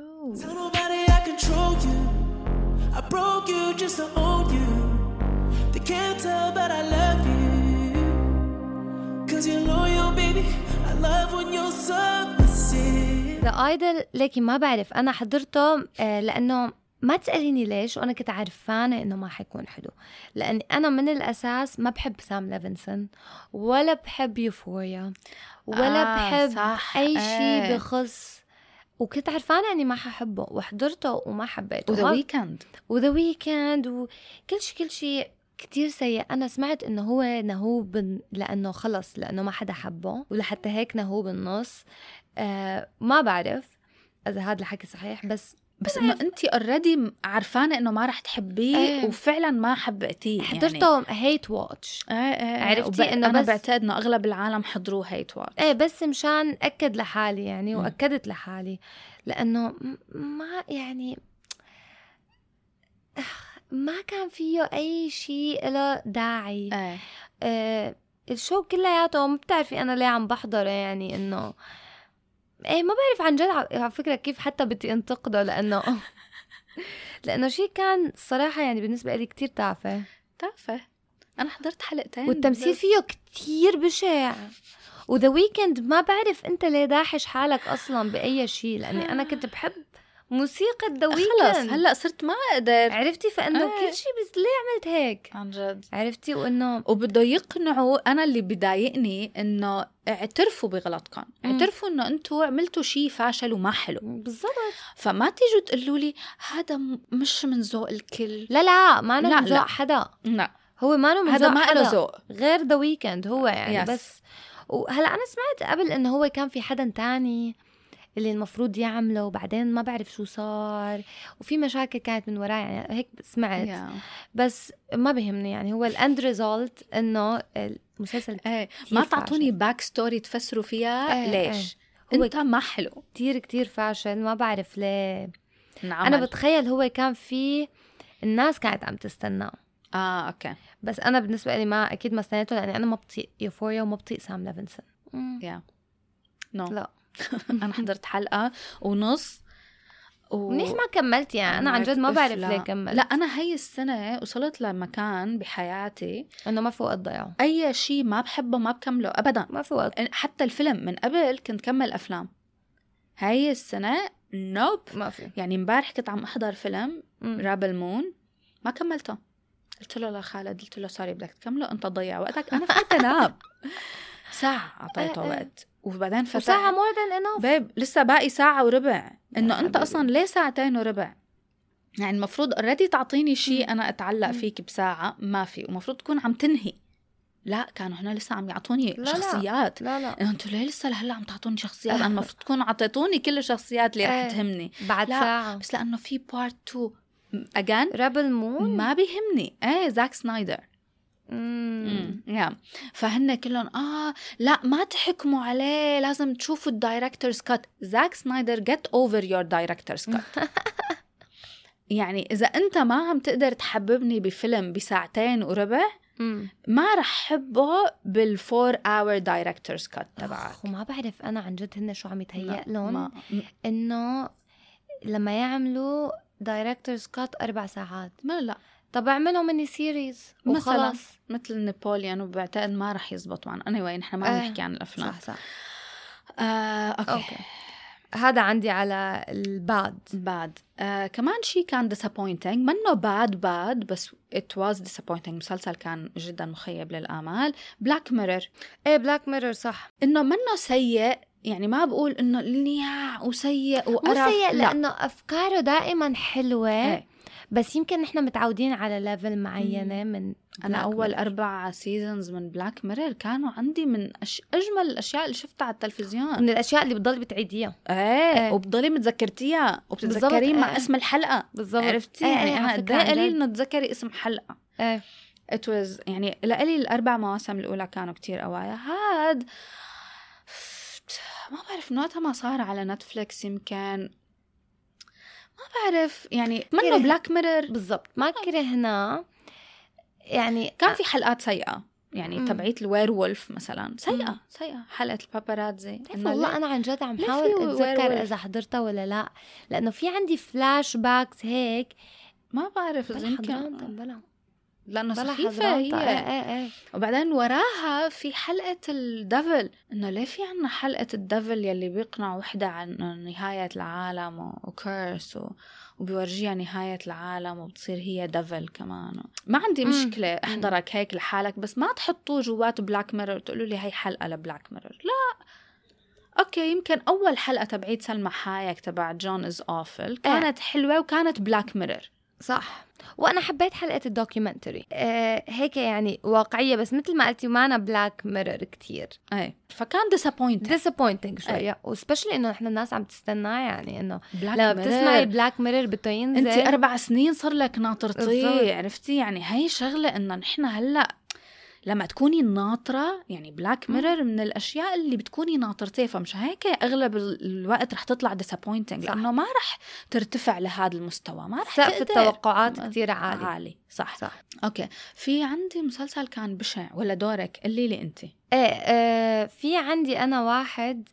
I broke you just to own you. They can't tell but I love you. Cause you're loyal baby. I love when you're submissive. The Idol لكن ما بعرف أنا حضرته آه لأنه ما تسأليني ليش وأنا كنت عارفانة إنه ما حيكون حلو لأني أنا من الأساس ما بحب سام ليفنسون ولا بحب يوفوريا ولا آه بحب صح. أي شيء بخص وكنت عارفانة أني ما ححبه وحضرته وما حبيته. وذا ويكند وذا ويكند وكل شيء كل شيء كتير سيء. أنا سمعت إنه هو نهوب لأنه خلص لأنه ما حدا حبه ولحتى هيك نهوب بالنص. آه ما بعرف إذا هذا الحكي صحيح بس بس إنه أنتي already عارفانة إنه ما رح تحبيه ايه. وفعلا ما حبقتيه حضرته هيت واتش. ايه ايه عرفتي وب... إنه أنا بس بعتقد إنه أغلب العالم حضروه هيت واتش. ايه بس مشان أكد لحالي يعني م. وأكدت لحالي لأنه ما يعني ما كان فيه أي شيء له داعي. ايه. آه الشو كلياته ما بتعرفي أنا ليه عم بحضره يعني إنه ايه ما بعرف عن جد على فكرة كيف حتى بدي انتقده لأنه لأنه شيء كان صراحة يعني بالنسبة لي كتير تافه تافه. أنا حضرت حلقتين والتمثيل فيه كتير بشع وذا ويكند ما بعرف أنت ليه داحش حالك أصلا بأي شيء لأني أنا كنت بحب موسيقى ذا ويكند. خلص هلأ صرت ما أقدر عرفتي فإنه آه. كل شيء بس ليه عملت هيك عن جد عرفتي وإنه وبده يقنعوا. أنا اللي بضايقني إنه اعترفوا بغلطكم م. اعترفوا إنه أنتوا عملتوا شيء فاشل وما حلو بالضبط. فما تيجوا تقولوا لي هذا مش من ذوق الكل. لا لا ما أنا من ذوق حدا. لا هو ما من هذا ما له ذوق غير ذا ويكند هو يعني yes. بس وهلا أنا سمعت قبل إنه هو كان في حدا تاني اللي المفروض يعمله وبعدين ما بعرف شو صار وفي مشاكل كانت من وراء يعني هيك سمعت yeah. بس ما بيهمني يعني هو الاند ريزولت انه المسلسل ايه ما تعطوني باك ستوري تفسروا فيها ايه ليش ايه. انت ما حلو كتير كتير فاشل ما بعرف ليه نعمل. انا بتخيل هو كان في الناس كانت عم تستناه اه اوكي بس انا بالنسبه لي ما اكيد ما استنيته لاني انا ما بطيق يوفوريا وما بطيق سام ليفنسون يا نو لا أنا حضرت حلقة ونص و... منيح ما كملت يعني أنا عن جد ما بعرف ليه كملت. لا أنا هاي السنة وصلت لمكان بحياتي أنه ما في وقت ضيعه أي شيء ما بحبه ما بكمله أبدا ما في وقت. حتى الفيلم من قبل كنت كمل أفلام هاي السنة نوب ما في. يعني مبارح كنت عم أحضر فيلم رابل مون ما كملته قلت له لخالد قلت له سوري بدك تكمله أنت تضيع وقتك أنا فايت أنام ساعة أعطيته وقت وبعدين فتح ساعة more than enough بيب لسه باقي ساعة وربع إنه أنت أصلاً ليه ساعتين وربع يعني المفروض already تعطيني شيء أنا أتعلق فيك بساعة ما في ومفروض تكون عم تنهي لا كانوا هنا لسه عم يعطوني لا شخصيات لا لا إنه أنتوا ليه لسه لهلا عم تعطوني شخصيات أنا المفروض تكونوا عطيتوني كل الشخصيات اللي رح تهمني بعد لا. ساعة بس لأنه في part two again رابل مون ما بيهمني إيه زاك سنايدر مم. يا فهن كلهم اه لا ما تحكموا عليه لازم تشوفوا الدايركتورز كات. زاك سنايدر get over your director's cut. يعني إذا أنت ما عم تقدر تحببني بفيلم بساعتين وربع مم. ما رح حبه بالفور اور دايركتورز كات تبعك. وما بعرف أنا عن جد هن شو عم يتهيأ لهم ما- إنه لما يعملوا دايركتورز كات أربع ساعات، ما لا طب اعملوا ميني سيريز مثلا وخلص. مثل نابليون وبعتقد ما رح يزبط معنا. أنا وين نحن ما آه. بنحكي عن الأفلام. صح صح. آه، أوكي. أوكي. هذا عندي على الباد. بعد آه، كمان شيء كان disappointing منه bad bad بس it was disappointing. مسلسل كان جدا مخيب للآمال. Black Mirror ايه بلاك ميرور صح. إنه منه سيء يعني ما بقول إنه نياع وسيء مو وقرف سيء لا. لأنه أفكاره دائما حلوة. إيه. بس يمكن نحن متعودين على ليفل معينة من أنا Black أول Mirror. أربع سيزونز من بلاك ميرور كانوا عندي من أش... أجمل الأشياء اللي شفتها على التلفزيون. من الأشياء اللي بتضل بتعيديها. ايه, إيه. وبضلي متذكرتيها وبتتذكرين بالضبط. مع إيه. اسم الحلقة بالضبط. عرفتي إيه، يعني إيه، أنا على قد فكرة إيه عن قليل جد. إنه تذكري اسم حلقة. ايه it was يعني لقلي الأربع مواسم الأولى كانوا كتير قوايا. هاد ما بعرف نوعتها ما صار على نتفليكس يمكن ما بعرف يعني منه كره. بلاك ميرور بالضبط ما كرهنا يعني. كان في حلقات سيئة يعني مم. تبعيت الوير وولف مثلا سيئة مم. سيئة. حلقة الباباراتزي بتعرف والله أنا عن جد عم ليه حاول في أتذكر werewolf؟ إذا حضرتها ولا لا، لأنه في عندي فلاش باكس هيك. ما بعرف إذا بلا يمكن حضران بلا لأنه بلا سخيفة حضران. هي. ايه ايه ايه. وبعدين وراها في حلقة الدفل إنه ليه في عنا حلقة الدفل يلي بيقنع وحدة عن نهاية العالم وكيرس و... وبيورجيها نهاية العالم وبتصير هي دفل كمان. ما عندي مم. مشكلة احضرك هيك لحالك بس ما تحطوه جوات بلاك ميرور تقولوا لي هاي حلقة لبلاك ميرور. لا اوكي يمكن اول حلقة تبعيد سلمى حايك تبع جون از اوفل كانت حلوة وكانت بلاك ميرور صح. وانا حبيت حلقه الدوكيومنتري آه هيك يعني واقعيه بس مثل ما قلتي معنا بلاك ميرور كتير. اي فكان disappointing disappointing شويه وسبيشلي انه نحن الناس عم تستناه يعني انه Black لما Mirror. بتسمعي بلاك ميرور بده ينزل. انت اربع سنين صار لك ناطرتيه بالضبط. عرفتي يعني هاي شغله انه نحن هلا لما تكوني ناطره يعني بلاك ميرور من الاشياء اللي بتكوني ناطرتيه فمش هيك اغلب الوقت رح تطلع disappointing لانه ما رح ترتفع لهذا المستوى. ما رح سقف تقدر. التوقعات كتير عالي. عالي صح صح. اوكي في عندي مسلسل كان بشع ولا دورك قلي لي انت. ايه آه في عندي انا واحد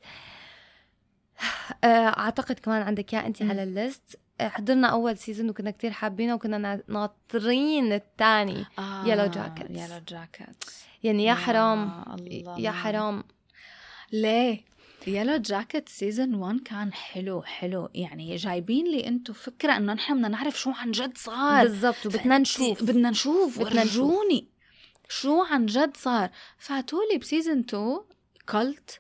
آه اعتقد كمان عندك يا انت على الليست. آه حضرنا اول سيزون وكنا كتير حابينه وكنا ناطرين الثاني. آه يلو جاكيتس. يلو جاكيتس يعني يا حرام الله يا حرام. ليه يلو جاكيت سيزن واحد كان حلو حلو يعني جايبين لي انتو فكرة انه نحن بدنا نعرف شو عن جد صار بالضبط وبدنا نشوف بدنا نشوف بدنا ورجوني شو عن جد صار. فاتولي بسيزن اتنين كولت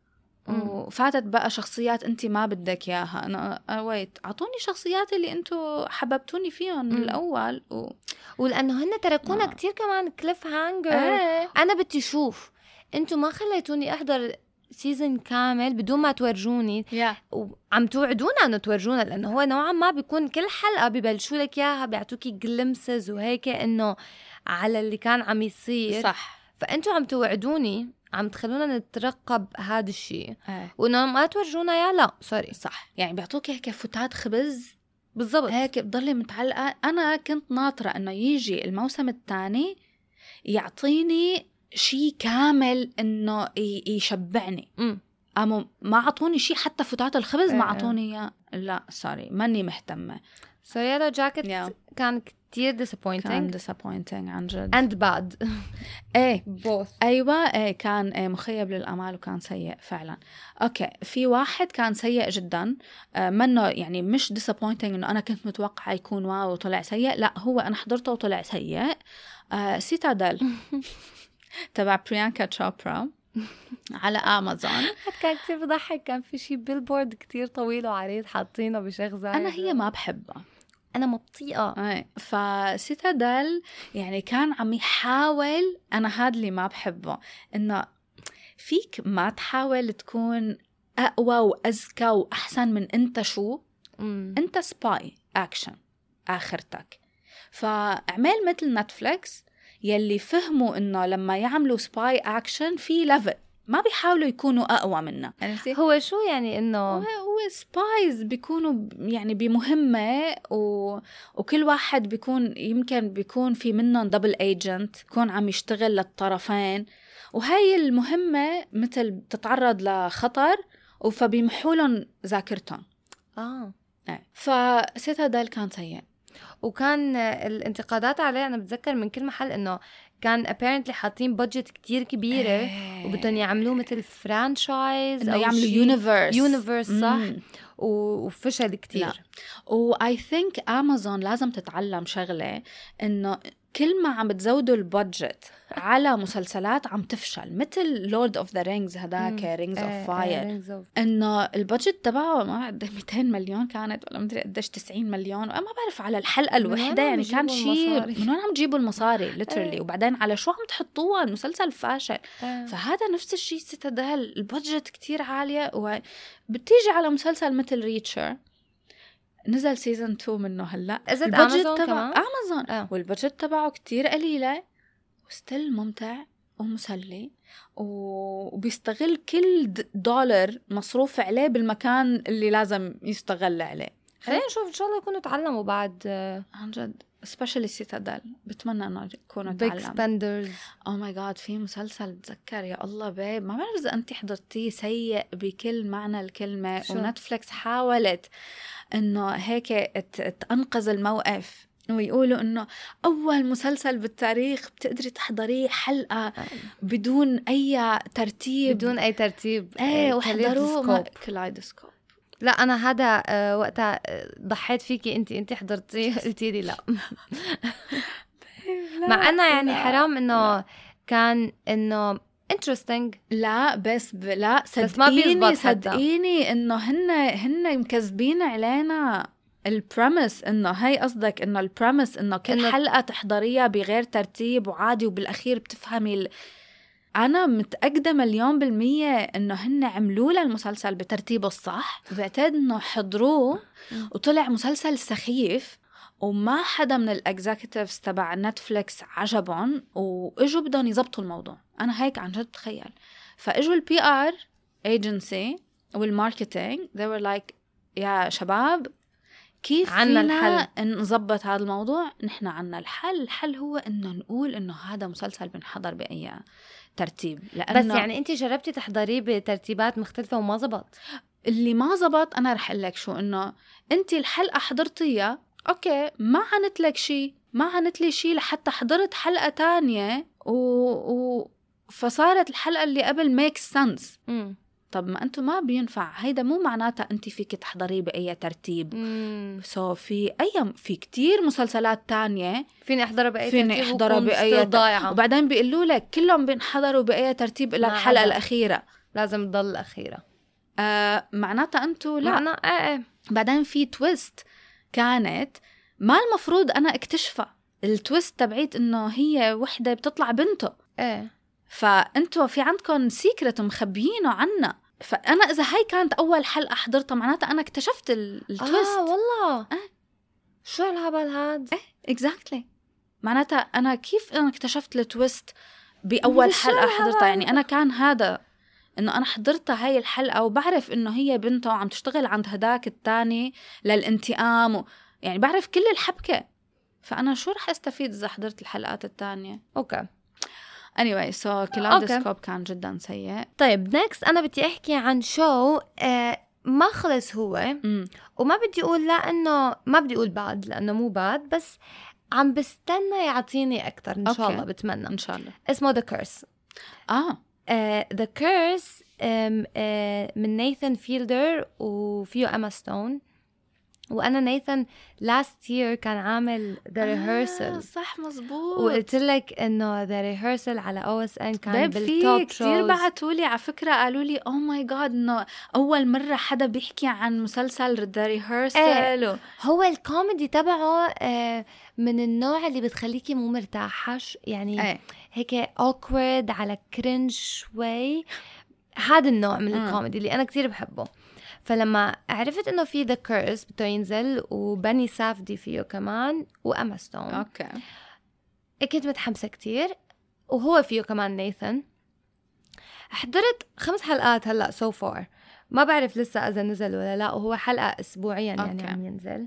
وفاتت بقى شخصيات انتي ما بدك اياها. انا ويت اعطوني شخصيات اللي انتو حببتوني فيهم من الاول و... ولانه هن تركونا آه. كتير كمان كليف هانجر. ايه. انا بدي اشوف انتو ما خليتوني احضر سيزن كامل بدون ما تورجوني yeah. وعم توعدونا انه تورجونا لانه هو نوعا ما بيكون كل حلقه ببلشوا لك اياها بيعطوكي جلمسز وهيك انه على اللي كان عم يصير. صح. فانتو عم توعدوني عم تخلونا نترقب هذا الشيء ايه. وانه ما تورجونا يا لا سوري. صح يعني بيعطوك هيك فتات خبز بالضبط هيك بضلي متعلقة. أنا كنت ناطرة أنه يجي الموسم الثاني يعطيني شيء كامل أنه يشبعني. امم أما ما عطوني شيء حتى فتات الخبز ما إيه. عطوني إياه. لا سوري ماني مهتمة. سو يلو جاكيت Yeah. كان كتير disappointing كان disappointing عن جد. and bad. ايه both. ايوه ايه كان إيه مخيب للامال وكان سيء فعلا. اوكي في واحد كان سيء جدا آه منه يعني مش disappointing انه انا كنت متوقعه يكون واو وطلع سيء. لا هو انا حضرته وطلع سيء. آه سيتادل تبع بريانكا تشوبرا على امازون. كان كتير بضحك كان في شي بيلبورد كتير طويل وعريض حاطينه بشغزة. انا هي ما بحبها انا مبطيئة. ايه فسيتادل يعني كان عم يحاول. انا هاد اللي ما بحبه انه فيك ما تحاول تكون اقوى واذكى واحسن من انت شو مم. انت سباي اكشن اخرتك. فاعمل مثل نتفليكس يلي فهموا إنه لما يعملوا سباي أكشن في ليفل ما بيحاولوا يكونوا أقوى منا. هو شو يعني إنه هو سبايز بيكونوا يعني بمهمة و... وكل واحد بيكون يمكن بيكون في منهم دبل ايجنت يكون عم يشتغل للطرفين، وهاي المهمة مثل تتعرض لخطر فبيمحولن ذاكرتهم. آه فسيتادل كان سيء، وكان الانتقادات عليه أنا بتذكر من كل محل إنه كان apparently حاطين بادجت كتير كبيرة ايه. وبدهم يعملوه مثل فرانشايز أو يعملوا يونيفرس يونيفرس صح مم. وفشل كتير. و I think أمازون لازم تتعلم شغلة إنه كل ما عم بتزودوا البادجت على مسلسلات عم تفشل، مثل لورد اوف ذا رينجز هداك رينجز اوف فاير، انه البادجت تبعه ما بعرف مئتين مليون كانت ولا مدري قديش تسعين مليون، ما بعرف على الحلقه الوحده يعني كان شيء من وين عم تجيبوا المصاري ليترلي وبعدين على شو عم تحطوها، المسلسل فاشل. فهذا نفس الشيء سيتادل، البادجت كتير عاليه وبتيجي على مسلسل مثل ريتشر نزل سيزن تو منه هلا، البادجت تبع امازون آه. والبادجت تبعه كتير قليله وستيل ممتع ومسلي وبيستغل كل دولار مصروف عليه بالمكان اللي لازم يستغل عليه. خلينا نشوف ان شاء الله يكونوا تعلموا بعد عن جد especially سيتادل، بتمنى انه يكونوا تعلموا big spenders. oh my god في مسلسل بتذكر يا الله بيب ما بعرف اذا انت حضرتيه، سيء بكل معنى الكلمه شو؟ ونتفليكس حاولت انه هيك تنقذ الموقف ويقولوا انه اول مسلسل بالتاريخ بتقدري تحضريه حلقه بدون اي ترتيب بدون اي ترتيب ايه وحضروه كلايدوسكوب. لا انا هذا آه وقتها ضحيت فيكي انت انت حضرتيه قلتي لي لا مع انه يعني حرام انه كان انه interesting. لا بس ب... لا صدقيني صدقيني انه هن هن مكذبين علينا البريمس، انه هاي قصدك انه البريمس انه كل إنه حلقة تحضريها بغير ترتيب وعادي وبالاخير بتفهمي ال... انا متأكدة مليون بالمية انه هن عملوا للمسلسل بترتيبه الصح، بعتقد انه حضروه وطلع مسلسل سخيف وما حدا من الاكزيكتيفز تبع نتفليكس عجبهم واجوا بدهم يزبطوا الموضوع. انا هيك عن جد تخيل، فاجوا البي ار ايجنسي والماركتينج they were like يا شباب كيف عنا الحل نظبط هذا الموضوع؟ نحن عنا الحل. الحل هو انه نقول انه هذا مسلسل بنحضر باي ترتيب، بس يعني انت جربتي تحضريه بترتيبات مختلفة وما زبط. اللي ما زبط انا رح اقول لك شو، انه انت الحلقة حضرتيها اوكي ما عنت لك شيء ما عنت لي شيء لحتى حضرت حلقة تانية و... و... فصارت الحلقة اللي قبل make sense. م. طب ما أنتو ما بينفع، هيدا مو معناتها أنت فيك تحضريه بأي ترتيب. سو so في أي في كتير مسلسلات تانية فيني أحضرها بأي فيني ترتيب أحضرها بأي ضايعة، وبعدين بيقولوا لك كلهم بينحضروا بأي ترتيب إلا الحلقة الأخيرة لازم تضل الأخيرة. آه معناتها أنتو لا معنى آه. بعدين في تويست كانت ما المفروض أنا اكتشفها، التويست تبعيت إنه هي وحدة بتطلع بنته إيه، فأنتوا في عندكم سيكرت مخبيينه عنا. فأنا إذا هاي كانت أول حلقة حضرتها معناتها أنا اكتشفت التويست. آه والله أه؟ شو الهبل هاد؟ إيه exactly. معناتها أنا كيف أنا اكتشفت التويست بأول حلقة حضرتها؟ يعني أنا كان هذا إنه أنا حضرتها هاي الحلقة وبعرف إنه هي بنته وعم تشتغل عند هداك التاني للانتقام و... يعني بعرف كل الحبكة، فأنا شو رح أستفيد إذا حضرت الحلقات التانية؟ أوكي anyway so كلايدوسكوب كان جدا سيء. طيب next أنا بدي أحكي عن شو آه ما خلص هو م. وما بدي أقول لا إنه ما بدي أقول بعد لأنه مو بعد، بس عم بستنى يعطيني أكتر إن شاء الله، بتمنى إن شاء الله. اسمه The Curse. آه uh, The Curse um, uh, من نايثان فيلدر وفيه أما ستون. وأنا نايثان last year كان عامل The Rehearsal. آه صح مزبوط، وقلت لك إنه The Rehearsal على أو إس إن كان بالتوب شوز. كتير بعتولي على فكرة قالوا لي oh my god إنه أول مرة حدا بيحكي عن مسلسل The Rehearsal. ايه. هو الكوميدي تبعه آه من النوع اللي بتخليكي مو مرتاحش يعني ايه. هيك awkward على cringe شوي، هذا النوع من م. الكوميدي اللي أنا كتير بحبه. فلما عرفت إنه في The Curse بده ينزل وبني سافدي فيه كمان وأما ستون، أوكي كنت متحمسة كتير، وهو فيه كمان نيثن. حضرت خمس حلقات هلأ so far، ما بعرف لسه إذا نزل ولا لا، وهو حلقة أسبوعيا يعني عم ينزل.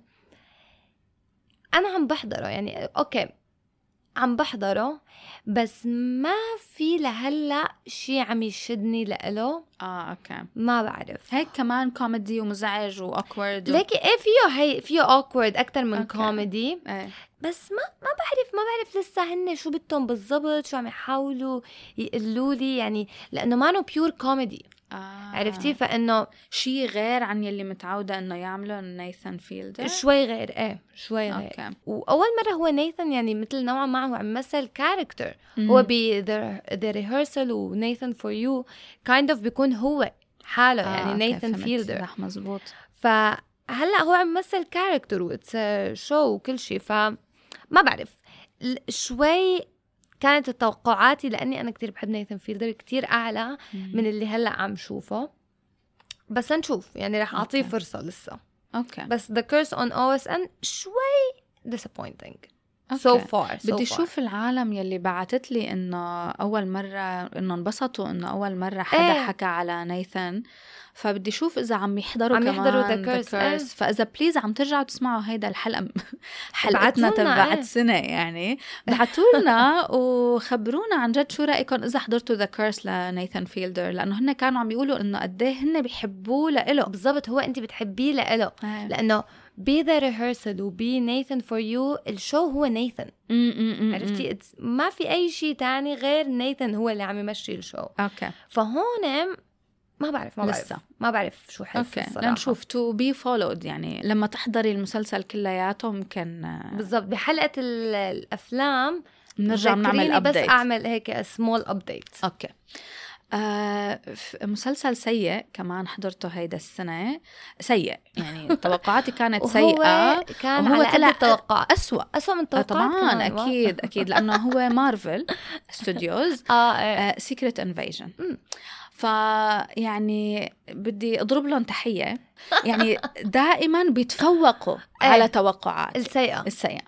أنا عم بحضره يعني أوكي عم بحضره، بس ما في لهلا شي عم يشدني لإله. اه اوكي ما بعرف، هيك كمان كوميدي ومزعج واكورد و... لكن ايه فيه هي فيه awkward اكتر من أوكي. كوميدي. ايه. بس ما ما بعرف ما بعرف لسه هن شو بدهم بالضبط، شو عم يحاولوا يقولوا لي يعني، لانه ما انه بيور كوميدي. آه. عرفتي؟ فانه شيء غير عن يلي متعودة انه يعمله نايثان فيلدر. شوي غير ايه شوي غير. أوكي. واول مره هو نيثن يعني مثل نوعا ما هو عم يمثل كاركتر. هو ب the rehearsal و نيثن فور يو kind of بيكون هو حاله آه يعني نيثن فيلدر. صح مزبوط. فهلا هو عم يمثل كاركتر واتس شو وكل شيء. فما بعرف شوي كانت توقعاتي، لاني انا كتير بحب نيثن فيلدر كتير اعلى مم. من اللي هلا عم شوفه. بس نشوف يعني رح اعطيه فرصه لسه. اوكي. بس The Curse on أو إس إن شوي disappointing so far. so بدي far. شوف العالم يلي بعتت لي انه اول مره انه انبسطوا انه اول مره حدا ايه. حكى على نيثن، فبدي شوف اذا عم يحضروا عم كمان يحضروا The Curse. The Curse. ايه. فاذا بليز عم ترجعوا تسمعوا هيدا الحلقه حلقتنا تبعت ايه. سنه يعني، بعتوا لنا وخبرونا عن جد شو رايكم اذا حضرتوا The Curse لنيثن فيلدر، لانه هن كانوا عم يقولوا انه قد ايه هن بيحبوه لإله. بالضبط، هو انت بتحبيه لإله. ايه. لانه بي The Rehearsal وبي نيثن فور يو الشو هو نيثن. عرفتي؟ ما في اي شيء تاني غير نيثن هو اللي عم يمشي الشو. اوكي. فهون ما بعرف ما لسه. بعرف ما بعرف شو حس اوكي الصراحه. نشوف تو بي فولود يعني لما تحضري المسلسل كلياته ممكن بالضبط بحلقه الافلام نرجع نعمل ابديت، بس اعمل هيك سمول ابديت. اوكي. آه مسلسل سيء كمان حضرته هيدا السنة، سيء يعني توقعاتي كانت سيئة. كان على قد التوقع أسوأ أسوأ من التوقعات طبعا أكيد أكيد لأنه هو مارفل ستوديوز اه سيكريت انفيجن. فيعني بدي أضرب لهم تحية، يعني دائما بيتفوقوا على توقعات السيئة السيئة.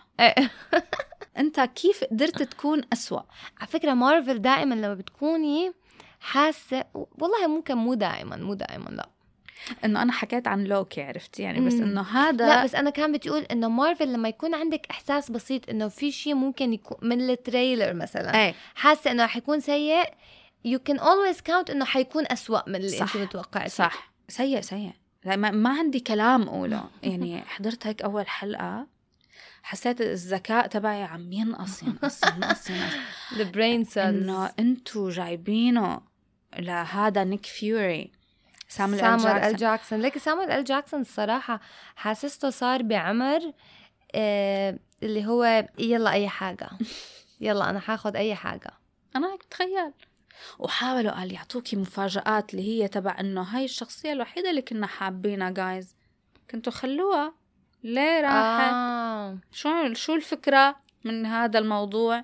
أنت كيف قدرت تكون أسوأ؟ على فكرة مارفل دائما لما بتكوني حاسة، والله ممكن مو دائما مو دائما لا انه انا حكيت عن لوكي عرفتي يعني، بس انه هذا لا، بس انا كان بدي اقول انه مارفل لما يكون عندك احساس بسيط انه في شيء ممكن يكون من التريلر مثلا أي. حاسة انه رح يكون سيء، you can always count انه حيكون أسوأ من اللي انت متوقعتي. صح سيء سيء ما, ما عندي كلام اقوله يعني. حضرت هيك اول حلقة حسيت الذكاء تبعي عم ينقص ينقص ينقص ينقص the brain cells انه انتو جايبينه لهذا نيك فيوري سامويل ال جاكسون. لكن سامويل ال جاكسون الصراحة حاسسته صار بعمر آه اللي هو يلا أي حاجة يلا أنا حاخد أي حاجة. أنا هيك بتخيل. وحاولوا قال يعطوكي مفاجآت اللي هي تبع إنه هاي الشخصية الوحيدة اللي كنا حابينها جايز، كنتوا خلوها ليه راحت؟ آه. شو شو الفكرة من هذا الموضوع؟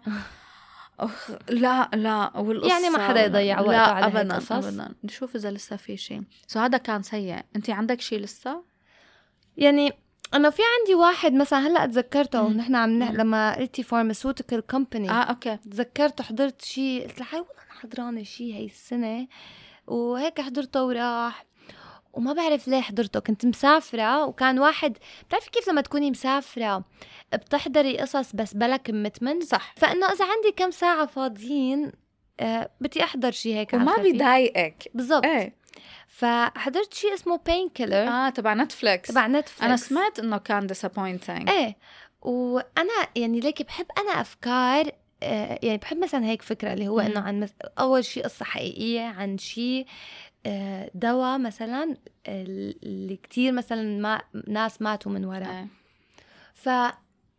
لا لا والقصة يعني ما حدا يضيع وقته على أبدا هالقصص. أبدا. نشوف إذا لسه في شيء. سو هذا كان سيء. أنت عندك شيء لسه؟ يعني أنا في عندي واحد مثلا هلأ تذكرته ونحن عم ن... لما قلتي pharmaceutical company آه أوكي تذكرته حضرت شيء قلت لحالي والله أنا حضرانة شيء هاي السنة وهيك حضرته وراح وما بعرف ليه حضرته. كنت مسافرة وكان واحد بتعرفي كيف لما تكوني مسافرة بتحضري قصص بس بلا كوميتمنت صح، فإنه إذا عندي كم ساعة فاضيين آه بدي أحضر شيء هيك وما بيضايقك بالضبط. ايه. فحضرت شيء اسمه بين كيلر اه تبع نتفليكس. تبع نتفليكس. أنا سمعت إنه كان disappointing. ايه وأنا يعني ليك بحب أنا أفكار آه يعني بحب مثلا هيك فكرة اللي هو إنه عن مس... أول شيء قصة حقيقية عن شيء آه دواء مثلا اللي كتير مثلا ما ناس ماتوا من وراء. ايه. ف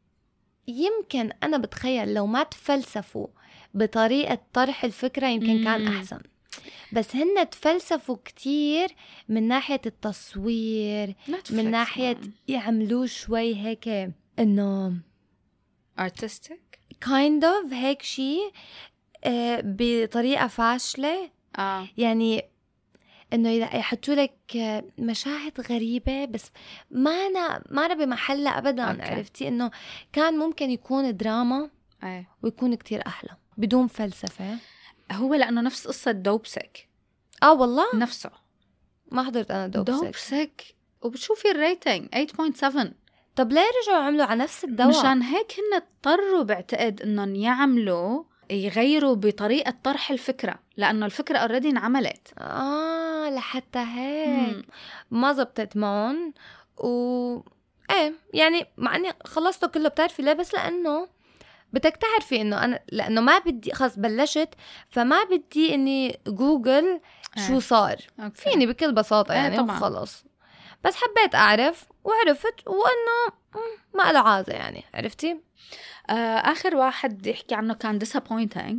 يمكن أنا بتخيل لو ما تفلسفوا بطريقة طرح الفكرة يمكن كان أحسن، بس هن تفلسفوا كتير من ناحية التصوير من ناحية يعملوه شوي هيك إنه artistic kind of هيك شيء آه بطريقة فاشلة. آه. يعني إنه يحطوا لك مشاهد غريبة بس ما أنا ما أنا بمحلها أبدا. أوكي. عرفتي إنه كان ممكن يكون دراما أي. ويكون كتير أحلى بدون فلسفة. هو لأنه نفس قصة دوبسك. آه والله نفسه. ما حضرت أنا دوبسك. دوبسك وبتشوفي الريتنج ثمانية فاصلة سبعة. طب ليه رجعوا عملوا على نفس الدواء؟ مشان هيك هن اضطروا بعتقد إنهم يعملوا يغيروا بطريقة طرح الفكرة، لأنه الفكرة already انعملت. آه لحتى هيك ما زبطت معهم. و ايه يعني مع اني خلصته كله بتعرفي ليه؟ بس لأنه بدك تعرفي انه انا لأنه ما بدي خلص بلشت، فما بدي اني جوجل شو صار. أوكي. فيني بكل بساطة يعني خلص، بس حبيت أعرف وعرفت وأنه ما له عازة يعني. عرفتي؟ آه آخر واحد يحكي عنه كان disappointing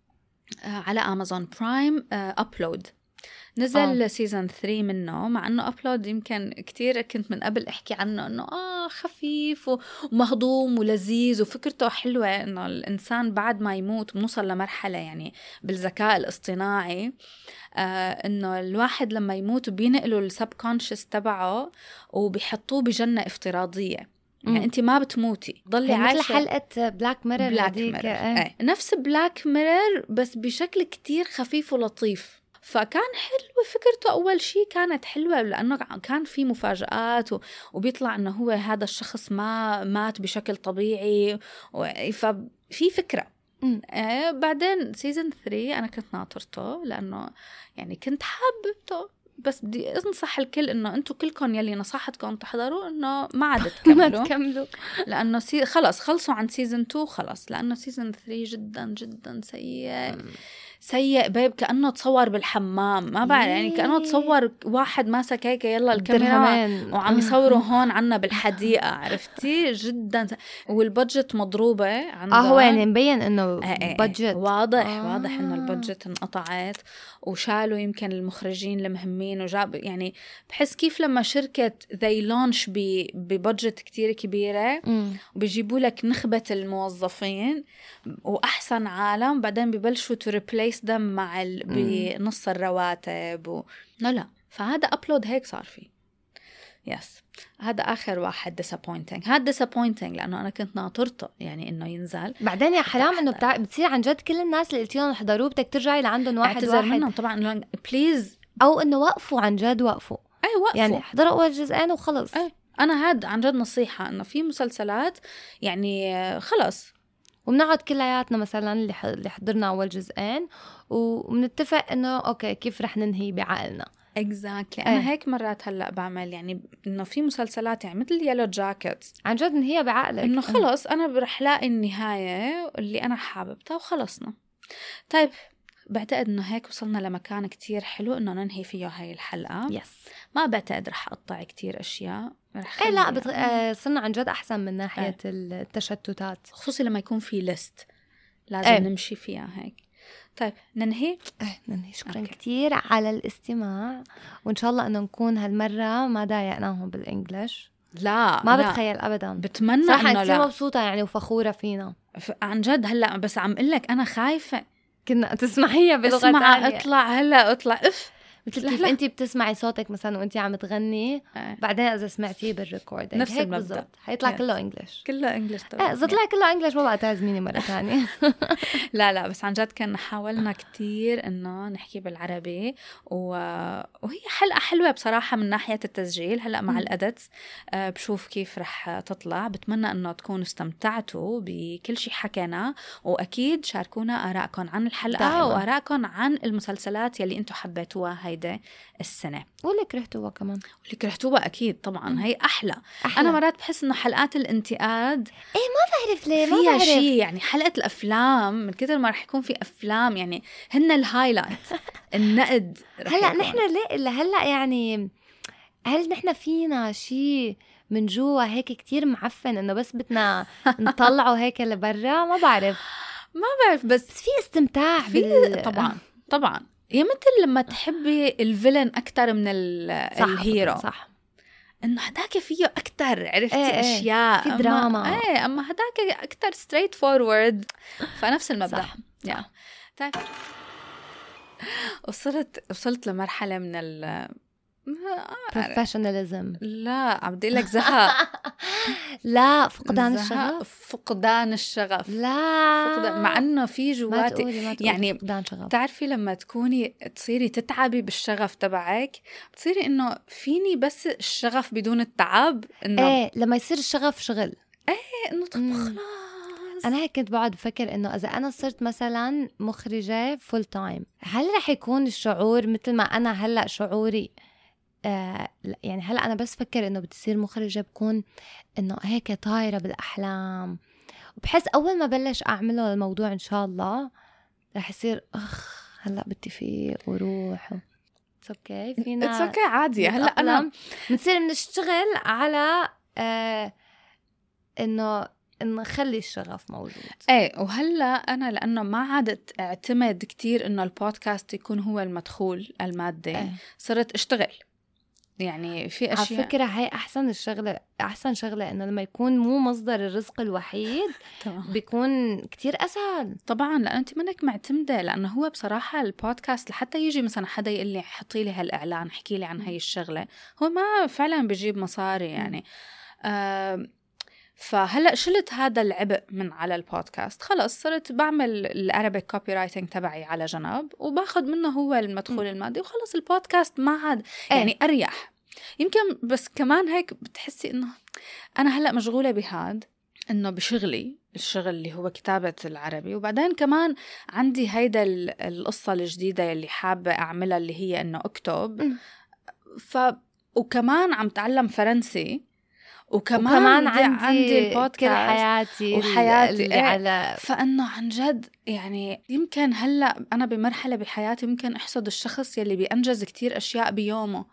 آه على أمازون برايم. آه أبلود نزل سيزن ثلاثة منه، مع أنه أبلود يمكن كتير كنت من قبل أحكي عنه أنه آه خفيف ومهضوم ولذيذ وفكرته حلوة، أنه الإنسان بعد ما يموت بنوصل لمرحلة يعني بالذكاء الاصطناعي آه إنه الواحد لما يموت بينقلوا السبكونشس تبعه وبيحطوه بجنة افتراضية. يعني م. أنت ما بتموتي ضلي عايشة. مثل حلقة بلاك ميرور. بلاك ميرور ايه. نفس بلاك ميرور بس بشكل كتير خفيف ولطيف. فكان حلو فكرته. أول شيء كانت حلوة لأنه كان في مفاجآت وبيطلع أنه هو هذا الشخص ما مات بشكل طبيعي، ففي فكرة. آه بعدين سيزن ثلاثة أنا كنت ناطرته لأنه يعني كنت حاببته، بس بدي أنصح الكل إنه أنتوا كلكم يلي نصحتكم تحضروا إنه ما عاد تكملوا ما تكملوا لأنه سي... خلص خلصوا عن سيزن اثنين خلص، لأنه سيزن ثلاثة جدا جدا سيء سيء بيب، كأنه تصور بالحمام ما بعرف يعني كأنه تصور واحد ماسك هيك يلا الكاميرا وعم يصوروا هون عنا بالحديقة. عرفتي جدا س... والبادجت مضروبة عنده. اه هو يعني مبين انه بادجت واضح آه. واضح انه البادجت انقطعت وشالوا يمكن المخرجين المهمين وجاب يعني بحس كيف لما شركة they launch ببادجت كتير كبيرة وبيجيبوا لك نخبة الموظفين وأحسن عالم بعدين ببلشوا to replace them مع ال... بنص الرواتب و... لا لا فهذا أبلود هيك صار فيه. يس هذا آخر واحد disappointing. هذا disappointing لأنه أنا كنت ناطرته يعني إنه ينزل. بعدين يا حرام إنه بتاع... بتصير عن جد كل الناس اللي قلتيهم احضروه بدك ترجعي لعندهم واحد اعتذر واحد منهم طبعا بليز، أو إنه وقفوا عن جد وقفوا. أي وقفوا يعني احضروا أول جزئين وخلص. أي أنا هاد عن جد نصيحة إنه في مسلسلات يعني خلص وبنقعد كلياتنا مثلا اللي اللي حضرنا أول جزئين وبنتفق إنه أوكي كيف رح ننهي بعقلنا. exactly. أنا أيه. هيك مرات هلأ بعمل يعني إنه في مسلسلات يعني مثل يلو جاكيت عن جد نهيها بعقلك إنه خلص أنا رح لاقي النهاية اللي أنا حاببتها وخلصنا. طيب بعتقد إنه هيك وصلنا لمكان كتير حلو إنه ننهي فيه هاي الحلقة. يس. ما بعتقد رح أقطع كتير أشياء. إيه لا بت... آه صرنا عن جد أحسن من ناحية أيه. التشتتات، خصوصي لما يكون في ليست لازم أيه. نمشي فيها هيك. طيب ننهي؟ ايه ننهي. شكرا أوكي. كتير على الاستماع، وإن شاء الله أنه نكون هالمرة ما ضايقناهم بالإنجليش. لا ما لا. بتخيل أبدا. بتمنى صراحة إنه كتير مبسوطة يعني وفخورة فينا عن جد. هلأ بس عم قلك أنا خايفة كنا تسمعيها بلغة اسمع تانية. اطلع هلا اطلع اف مثل كيف انتي بتسمعي صوتك مثلا وانتي عم تغني اه. بعدين اذا سمعتيه بالريكورد نفس هيك بالضبط حيطلع كله انجلش كله انجلش طبعا. ايه اذا طلع كله انجلش ما بقى تعزميني مرة ثانية. لا لا بس عن جد كان حاولنا كتير انه نحكي بالعربي و... وهي حلقة حلوة بصراحة من ناحية التسجيل. هلا مع الادتس أه بشوف كيف رح تطلع. بتمنى انه تكونوا استمتعتوا بكل شيء حكينا، واكيد شاركونا آراءكم عن الحلقة دائما. وآراءكم عن المسلسلات يلي انتم حبيتوها هيدا السنة واللي كرهتوها كمان واللي كرهتوها أكيد طبعا. م. هي أحلى. أحلى أنا مرات بحس إنه حلقات الانتقاد إيه ما بعرف ليه ما فيها بعرف شيء يعني. حلقة الأفلام من كتر ما رح يكون في أفلام يعني هن الهايلايت النقد. هلأ نحن ليه إلا هلأ يعني هل نحن فينا شيء من جوا هيك كتير معفن إنه بس بدنا نطلعه هيك لبرا؟ ما بعرف ما بعرف بس في استمتاع في بال... طبعا طبعا. يا مثل لما تحبي الفيلن أكتر من صح الهيرو صح إنه هداك فيه أكتر عرفتي ايه أشياء في دراما ايه أما هداك أكتر straight forward. فنفس المبدأ صح. يعني. طيب وصلت وصلت لمرحلة من ال بروفيشناليزم. لا عم بدي لك زهق. لا فقدان زهق. الشغف. فقدان الشغف. لا فقدان، مع انه في ما جواتي تقولي ما تقولي يعني فقدان شغف. بتعرفي لما تكوني تصيري تتعبي بالشغف تبعك بتصيري انه فيني بس الشغف بدون التعب، انه ايه لما يصير الشغف شغل، ايه انه طب مم. خلاص. انا هيك كنت بقعد بفكر انه اذا انا صرت مثلا مخرجه فول تايم، هل رح يكون الشعور مثل ما انا هلا شعوري؟ آه يعني هلا انا بس فكر انه بتصير مخرجه بكون انه هيك طايره بالاحلام، وبحس اول ما بلش اعمله الموضوع ان شاء الله رح يصير اخ هلا بدي فيه وروح. اتس اوكي فينا اتس اوكي عادي. هلا انا بنصير بنشتغل على آه انه نخلي الشغف موجود. ايه وهلا انا لانه ما عادت اعتمد كتير انه البودكاست يكون هو المدخول المادي، ايه. صرت اشتغل يعني في اشياء. على فكره هاي احسن الشغله، احسن شغله انه لما يكون مو مصدر الرزق الوحيد بيكون كتير اسهل. طبعا لأن انت منك معتمده، لانه هو بصراحه البودكاست لحتى يجي مثلا حدا يقول لي حطي لي هالاعلان احكي لي عن هاي الشغله، هو ما فعلا بيجيب مصاري يعني. آه فهلا شلت هذا العبء من على البودكاست، خلص صرت بعمل العربيك كوبي رايتنج تبعي على جنب وباخد منه هو المدخول المادي وخلص. البودكاست ما عاد يعني اريح يمكن، بس كمان هيك بتحسي انه انا هلا مشغوله بهاد انه بشغلي الشغل اللي هو كتابه العربي، وبعدين كمان عندي هيدا القصه الجديده اللي حابه اعملها اللي هي انه اكتب. ف وكمان عم تعلم فرنسي، وكمان, وكمان عندي, عندي البودكاست كل حياتي وحياتي اللي إيه. على فأنه عن جد يعني يمكن هلأ أنا بمرحلة بحياتي ممكن أحصد الشخص يلي بينجز كتير أشياء بيومه.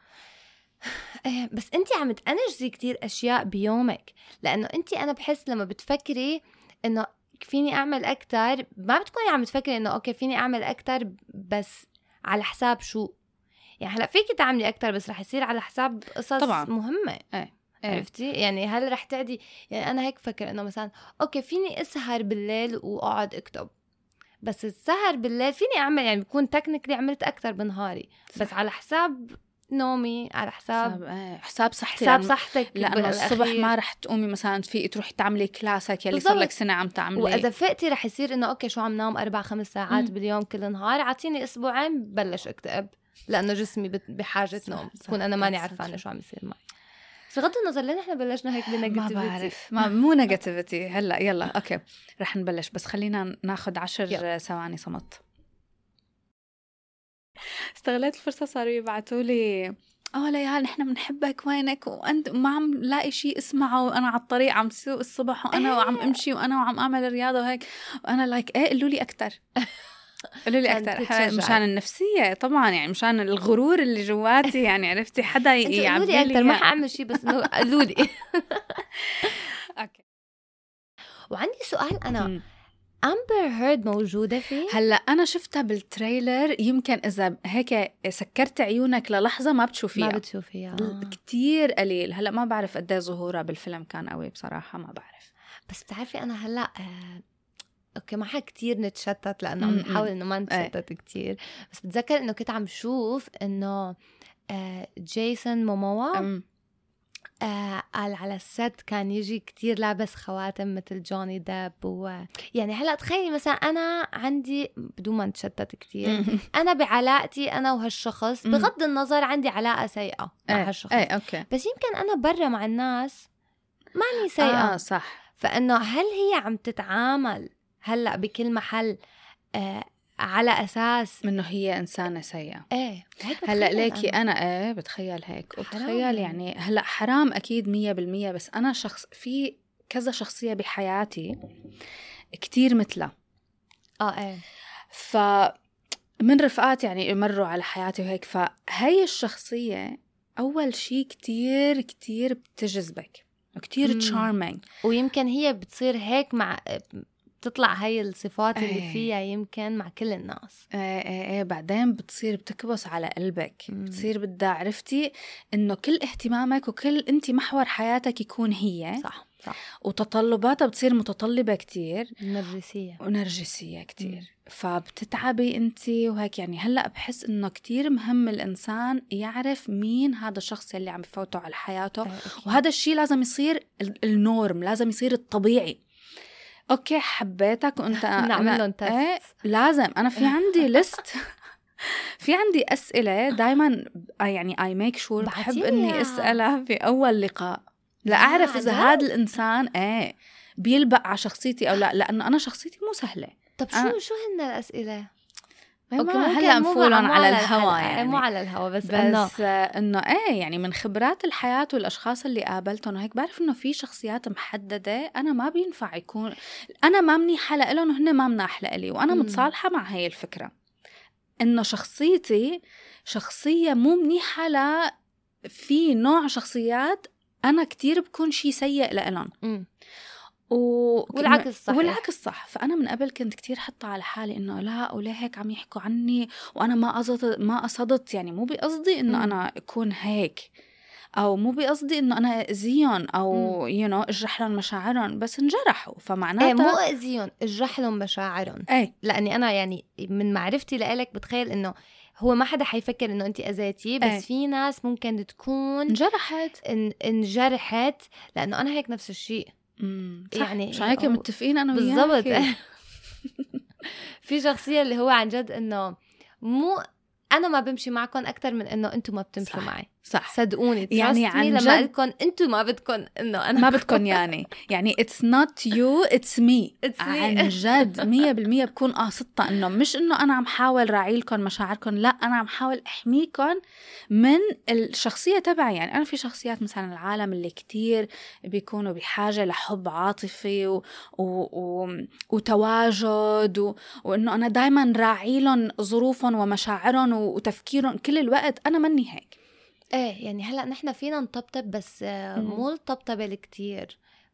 إيه بس أنتي عم تنجزي كتير أشياء بيومك، لأنه أنتي أنا بحس لما بتفكري إنه فيني أعمل أكتر، ما بتكوني عم تفكري إنه أوكي فيني أعمل أكتر بس على حساب شو. يعني هلأ فيكي تعملي أكتر بس رح يصير على حساب قصص طبعاً مهمة. إيه. عرفتي يعني هل رح تعدي؟ يعني أنا هيك فكر إنه مثلا أوكي فيني أسهر بالليل وأقعد أكتب، بس السهر بالليل فيني أعمل يعني بكون تكنيكلي عملت أكتر بنهاري، بس على حساب نومي، على حساب حساب, ايه. حساب صحتي، حساب صحتك، لأنه الصبح ما رح تقومي مثلا في تروحي تعملي كلاسك يلي صار لك سنة عم تعملي. وإذا فقتي رح يصير إنه أوكي شو عم نام أربع خمس ساعات م. باليوم كل نهار، عطيني أسبوعين ببلش أكتئب لأنه جسمي بحاجة نوم، تكون أنا ماني عارفة أنا شو عم يصير معي. بس بغض النظر لين احنا بلشنا هيك بنيجاتيفيتي، ما بعرف ما مو نيجاتيفيتي. هلا يلا اوكي رح نبلش، بس خلينا ناخد عشر ثواني صمت. استغلت الفرصه صاروا يبعتوا لي اه ليال نحن بنحبك وينك وانت ما عم لاقي شيء اسمعه، وانا على الطريق عم سوق الصبح وانا وعم امشي وانا وعم اعمل رياضه وهيك، وانا لايك ايه قولوا لي اكثر قولوا لي أكتر مشان النفسية طبعا، يعني مشان الغرور اللي جواتي يعني عرفتي حدا يعبي لي أكتر ما حأعمل شيء بس إنه قولوا لي. أوكي. وعندي سؤال أنا م. أمبر هيرد موجودة فيه؟ هلا أنا شفتها بالتريلر، يمكن إذا هيك سكرت عيونك للحظة ما بتشوفيها، ما بتشوفيها كتير قليل. هلا ما بعرف قد ايه ظهورها بالفيلم كان قوي بصراحة، ما بعرف. بس بتعرفي أنا هلا آه اوكي ما حا كتير نتشتت لانه عم نحاول انه ما نتشتت كتير، بس بتذكر انه كنت عم شوف انه آه جيسون موموا آه قال على الست كان يجي كتير لابس خواتم مثل جوني ديب، و يعني هلا تخيلي مثلا انا عندي بدون ما نتشتت كتير انا بعلاقتي انا وهالشخص بغض النظر عندي علاقه سيئه مع هالشخص، ايه اوكي، بس يمكن انا برا مع الناس ماني سيئه. اه صح. فانه هل هي عم تتعامل هلأ بكل محل آه على أساس إنه هي إنسانة سيئة؟ إيه هلأ ليكي أنا. أنا إيه بتخيل هيك وبتخيل يعني هلأ حرام أكيد مية بالمية، بس أنا شخص في كذا شخصية بحياتي كتير مثلها. آه إيه ف من رفقات يعني مروا على حياتي وهيك، فهي الشخصية أول شي كتير كتير بتجذبك وكتير تشارمينج، ويمكن هي بتصير هيك مع بتطلع هاي الصفات اللي أيه. فيها يمكن مع كل الناس ايه ايه ايه بعدين بتصير بتكبس على قلبك. مم. بتصير بدها عرفتي انه كل اهتمامك وكل انت محور حياتك يكون هي صح. صح. وتطلباتها بتصير متطلبة كتير نرجسية ونرجسية كتير. فبتتعبي انتي وهيك. يعني هلأ بحس انه كتير مهم الانسان يعرف مين هذا الشخص اللي عم بفوته على حياته. أه وهذا الشيء لازم يصير النورم، لازم يصير الطبيعي. اوكي حبيتك وانت نعمل لهم تست. ايه لازم. انا في عندي ليست في عندي أسئلة دايما يعني I make sure بحب إني أسألها في أول لقاء لأعرف إذا هذا الإنسان إيه بيلبق على شخصيتي أو لا، لأنه أنا شخصيتي مو سهلة. طب شو شو هن الأسئلة؟ أوكي هلا نفولن على الهوا يعني مو على الهوا بس, بس إنه إنه إيه يعني من خبرات الحياة والأشخاص اللي قابلتهم وهيك بعرف إنه في شخصيات محددة أنا ما بينفع يكون أنا ما منيحة لإلهم وهن ما مناح لإلي، وأنا مم. متصالحة مع هاي الفكرة إنه شخصيتي شخصية مو منيحة لا في نوع شخصيات أنا كتير بكون شيء سيء لإلهم و... والعكس صح والعكس صح. فأنا من قبل كنت كتير حطة على حالي إنه لا وليه هيك عم يحكوا عني وأنا ما قصدت ما قصدت يعني مو بقصدي إنه أنا أكون هيك أو مو بقصدي إنه أنا أذيهم أو you know أجرح لهم مشاعرهم، بس انجرحوا فمعناتها ايه مو أذيهم اجرح لهم مشاعرهم. ايه لأني أنا يعني من معرفتي لإلك بتخيل إنه هو ما حدا حيفكر إنه أنت أذيتيه، بس ايه. في ناس ممكن تكون انجرحت ان انجرحت لأنه أنا هيك نفس الشيء يعني مش هيك متفقين أنا وياك بالضبط. في شخصية اللي هو عن جد إنه مو أنا ما بمشي معكم أكتر من إنه أنتم ما بتمشوا معي. صح صدقوني يعني عن لما جد أقولكم أنتم ما بدكم إنه أنا ما بدكم يعني يعني it's not you it's me, it's me. عن جد مية بالمية بكون قاصدتها إنه مش إنه أنا عم حاول راعي لكم مشاعركم، لا أنا عم حاول أحميكم من الشخصية تبعي. يعني أنا في شخصيات مثلا العالم اللي كتير بيكونوا بحاجة لحب عاطفي و... و... و... وتواجد و... وإنه أنا دايما راعي لهم ظروفهم ومشاعرهم وتفكيرهم كل الوقت. أنا مني هيك. ايه يعني هلا نحن فينا نطبطب بس مو الطبطبه الكتير،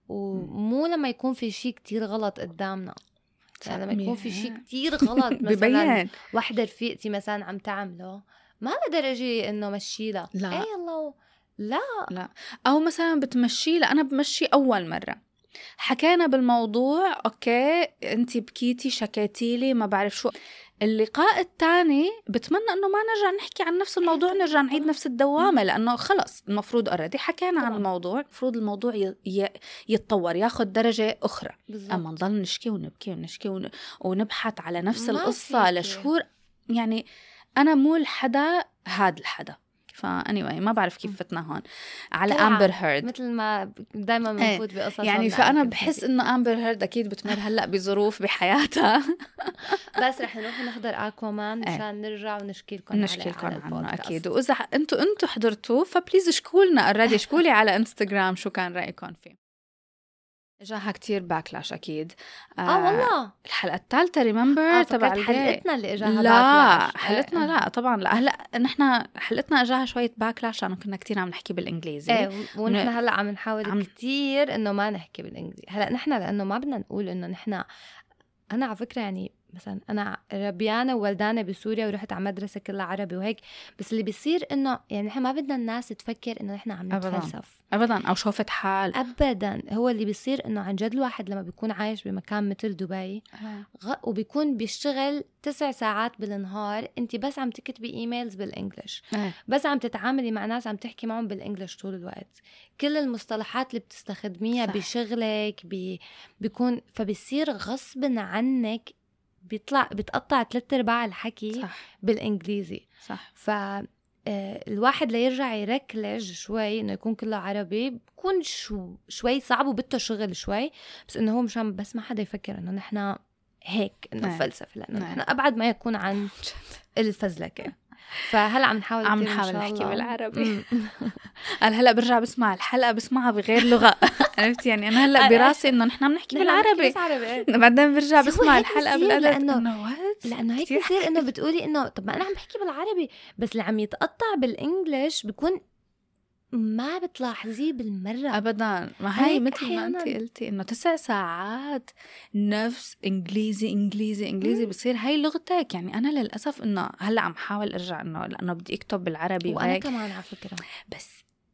ومو لما يكون في شيء كتير غلط قدامنا. يعني لما يكون في شيء كتير غلط مثلا وحده رفيقتي مثلا عم تعمله ما بقدر اجي انه مشيلها لا ايه الله لا لا او مثلا بتمشي لا انا بمشي اول مره حكينا بالموضوع اوكي انتي بكيتي شكيتي لي ما بعرف شو، اللقاء الثاني بتمنى انه ما نرجع نحكي عن نفس الموضوع نرجع نعيد نفس الدوامه، لانه خلص المفروض اوريدي حكينا عن الموضوع، المفروض الموضوع ي... ي... يتطور ياخذ درجه اخرى بالزبط. اما نضل نشكي ونبكي ونشكي ون... ونبحث على نفس القصه لشهور. يعني انا مو الحدا هاد الحدا. فانيوي ما بعرف كيف فتنا هون على امبر هيرد مثل ما دائما بنفوت ايه. بقصص يعني فانا بحس انه امبر هيرد اكيد بتمر هلا بظروف بحياتها بس رح نروح نحضر اكوامان مشان ايه. نرجع ونشكي لكم نشكي لكم عنه اكيد. واذا انتم انتم حضرتوه فبليز اشكوا لنا اوريدي اشكوا لي على انستغرام شو كان رايكم فيه. جاها كتير باكلاش أكيد. آه, آه والله الحلقة الثالثة ريممبر آه تبع حلقتنا اللي إجاها لا باكلاش. حلقتنا آه. لا طبعا لا هلا نحن حلقتنا إجاها شوية باكلاش لأنه كنا كتير عم نحكي بالإنجليزي إيه ونحن هلا عم نحاول عم... كتير إنه ما نحكي بالإنجليزي. هلا نحن لأنه ما بدنا نقول إنه نحن أنا على فكرة يعني مثلا أنا ربيانة وولدانة بسوريا ورحت على مدرسة كلها عربي وهيك، بس اللي بيصير إنه يعني نحن ما بدنا الناس تفكر إنه نحن عم نتفلسف أبداً أو شوفت حال أبداً. هو اللي بيصير إنه عن جد الواحد لما بيكون عايش بمكان مثل دبي غ... وبيكون بيشتغل تسع ساعات بالنهار، أنت بس عم تكتبي إيميلز بالإنجليش أه. بس عم تتعاملي مع ناس عم تحكي معهم بالإنجليش طول الوقت، كل المصطلحات اللي بتستخدميها صح. بشغلك بي... بيكون فبيصير غصب عنك بيطلع بتقطع ثلاث ارباع الحكي صح. بالانجليزي صح. ف الواحد ليرجع يركلج شوي انه يكون كله عربي بكون شو شوي صعب وبده شغل شوي، بس انه هو مشان بس ما حدا يفكر انه نحن هيك انه فلسفه، لانه نحن ابعد ما يكون عن الفزلكه. فهلا عم نحاول عم نحاول نحكي بالعربي. انا هلا برجع بسمع الحلقه بسمعها بغير لغه عرفتي يعني انا هلا براسي انه نحن عم نحكي بالعربي بعدين برجع بسمع الحلقه بالادب لانه لانه هيك بصير انه بتقولي انه طب ما انا عم بحكي بالعربي، بس اللي عم يتقطع بالانجليش بيكون ما بتلاحظيه بالمرة أبداً. ما هي مثل ما أنت قلتي إنه تسع ساعات نفس إنجليزي إنجليزي إنجليزي بصير هاي لغتك. يعني أنا للأسف إنه هلأ عم حاول أرجع إنه لأنه بدي أكتب بالعربي وأنا كمان على فكرة، بس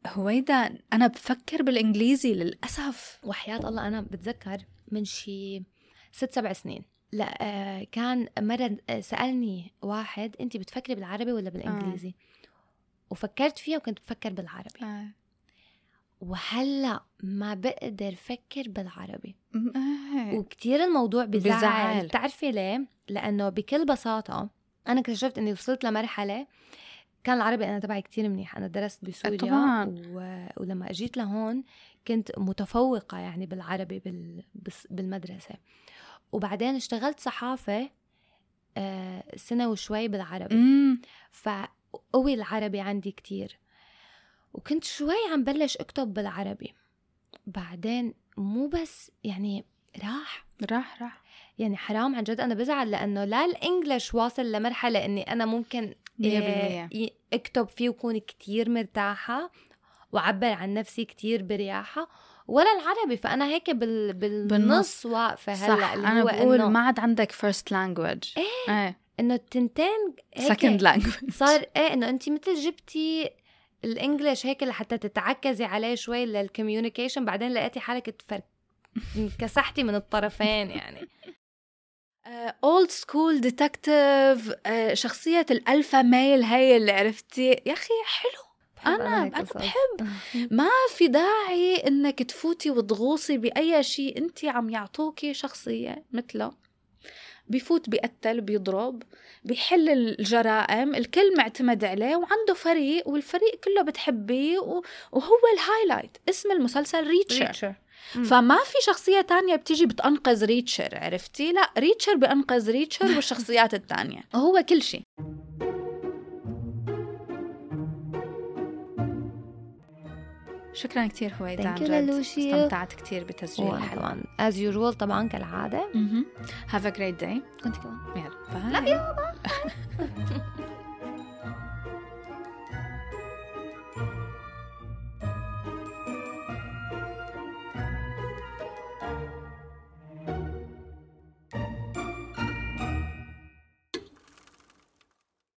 هويدا أنا بفكر بالإنجليزي للأسف. وحياة الله أنا بتذكر من شي ست سبع سنين لا آه كان مرة سألني واحد أنت بتفكري بالعربي ولا بالإنجليزي؟ آه. وفكرت فيها وكنت بفكر بالعربي. آه. وهلأ ما بقدر فكر بالعربي. آه. وكتير الموضوع بزعل. بزعل. تعرفي ليه؟ لأنه بكل بساطة أنا اكتشفت أني وصلت لمرحلة كان العربي أنا تبعي كتير منيح. أنا درست بسوريا طبعاً. و... ولما أجيت لهون كنت متفوقة يعني بالعربي بال... بالمدرسة. وبعدين اشتغلت صحافة آه سنة وشوي بالعربي. فقوي العربي عندي كتير. وكنت شوي عم بلش أكتب بالعربي. بعدين مو بس يعني راح راح راح يعني حرام عن جد. أنا بزعل لأنه لا الإنجليش واصل لمرحلة أني أنا ممكن اكتب فيه وكون كتير مرتاحة وعبر عن نفسي كتير برياحة، ولا العربي. فأنا هيك بال... بالنص واقفة هلأ. اللي أنا هو بقول إنه... ما عاد عندك first language. إيه, إيه. إنه التنتين second language صار إيه إنه أنتي مثل جبتي الإنجليش هيك لحتى تتعكزي عليه شوي للكوميونيكيشن، بعدين لقيتي حالك تفرق كسحتي من الطرفين يعني. اولد سكول ديتكتيف، شخصية الألفا ميل هاي اللي عرفتي يا أخي حلو. أنا أنا بحب. ما في داعي إنك تفوتي وتغوصي بأي شيء. أنتي عم يعطوكي شخصية مثله بيفوت بيقتل بيضرب بيحل الجرائم، الكل معتمد عليه وعنده فريق والفريق كله بتحبيه وهو الهايلايت. اسم المسلسل ريتشر, ريتشر. فما في شخصية تانية بتيجي بتنقذ ريتشر، عرفتي؟ لا، ريتشر بأنقذ ريتشر والشخصيات التانية هو كل شيء. شكرا كتير هويدا، عن جد استمتعت كتير بتسجيل الحلقة as usual طبعا كالعادة. have a great day. كنت كمان يلا لا يابا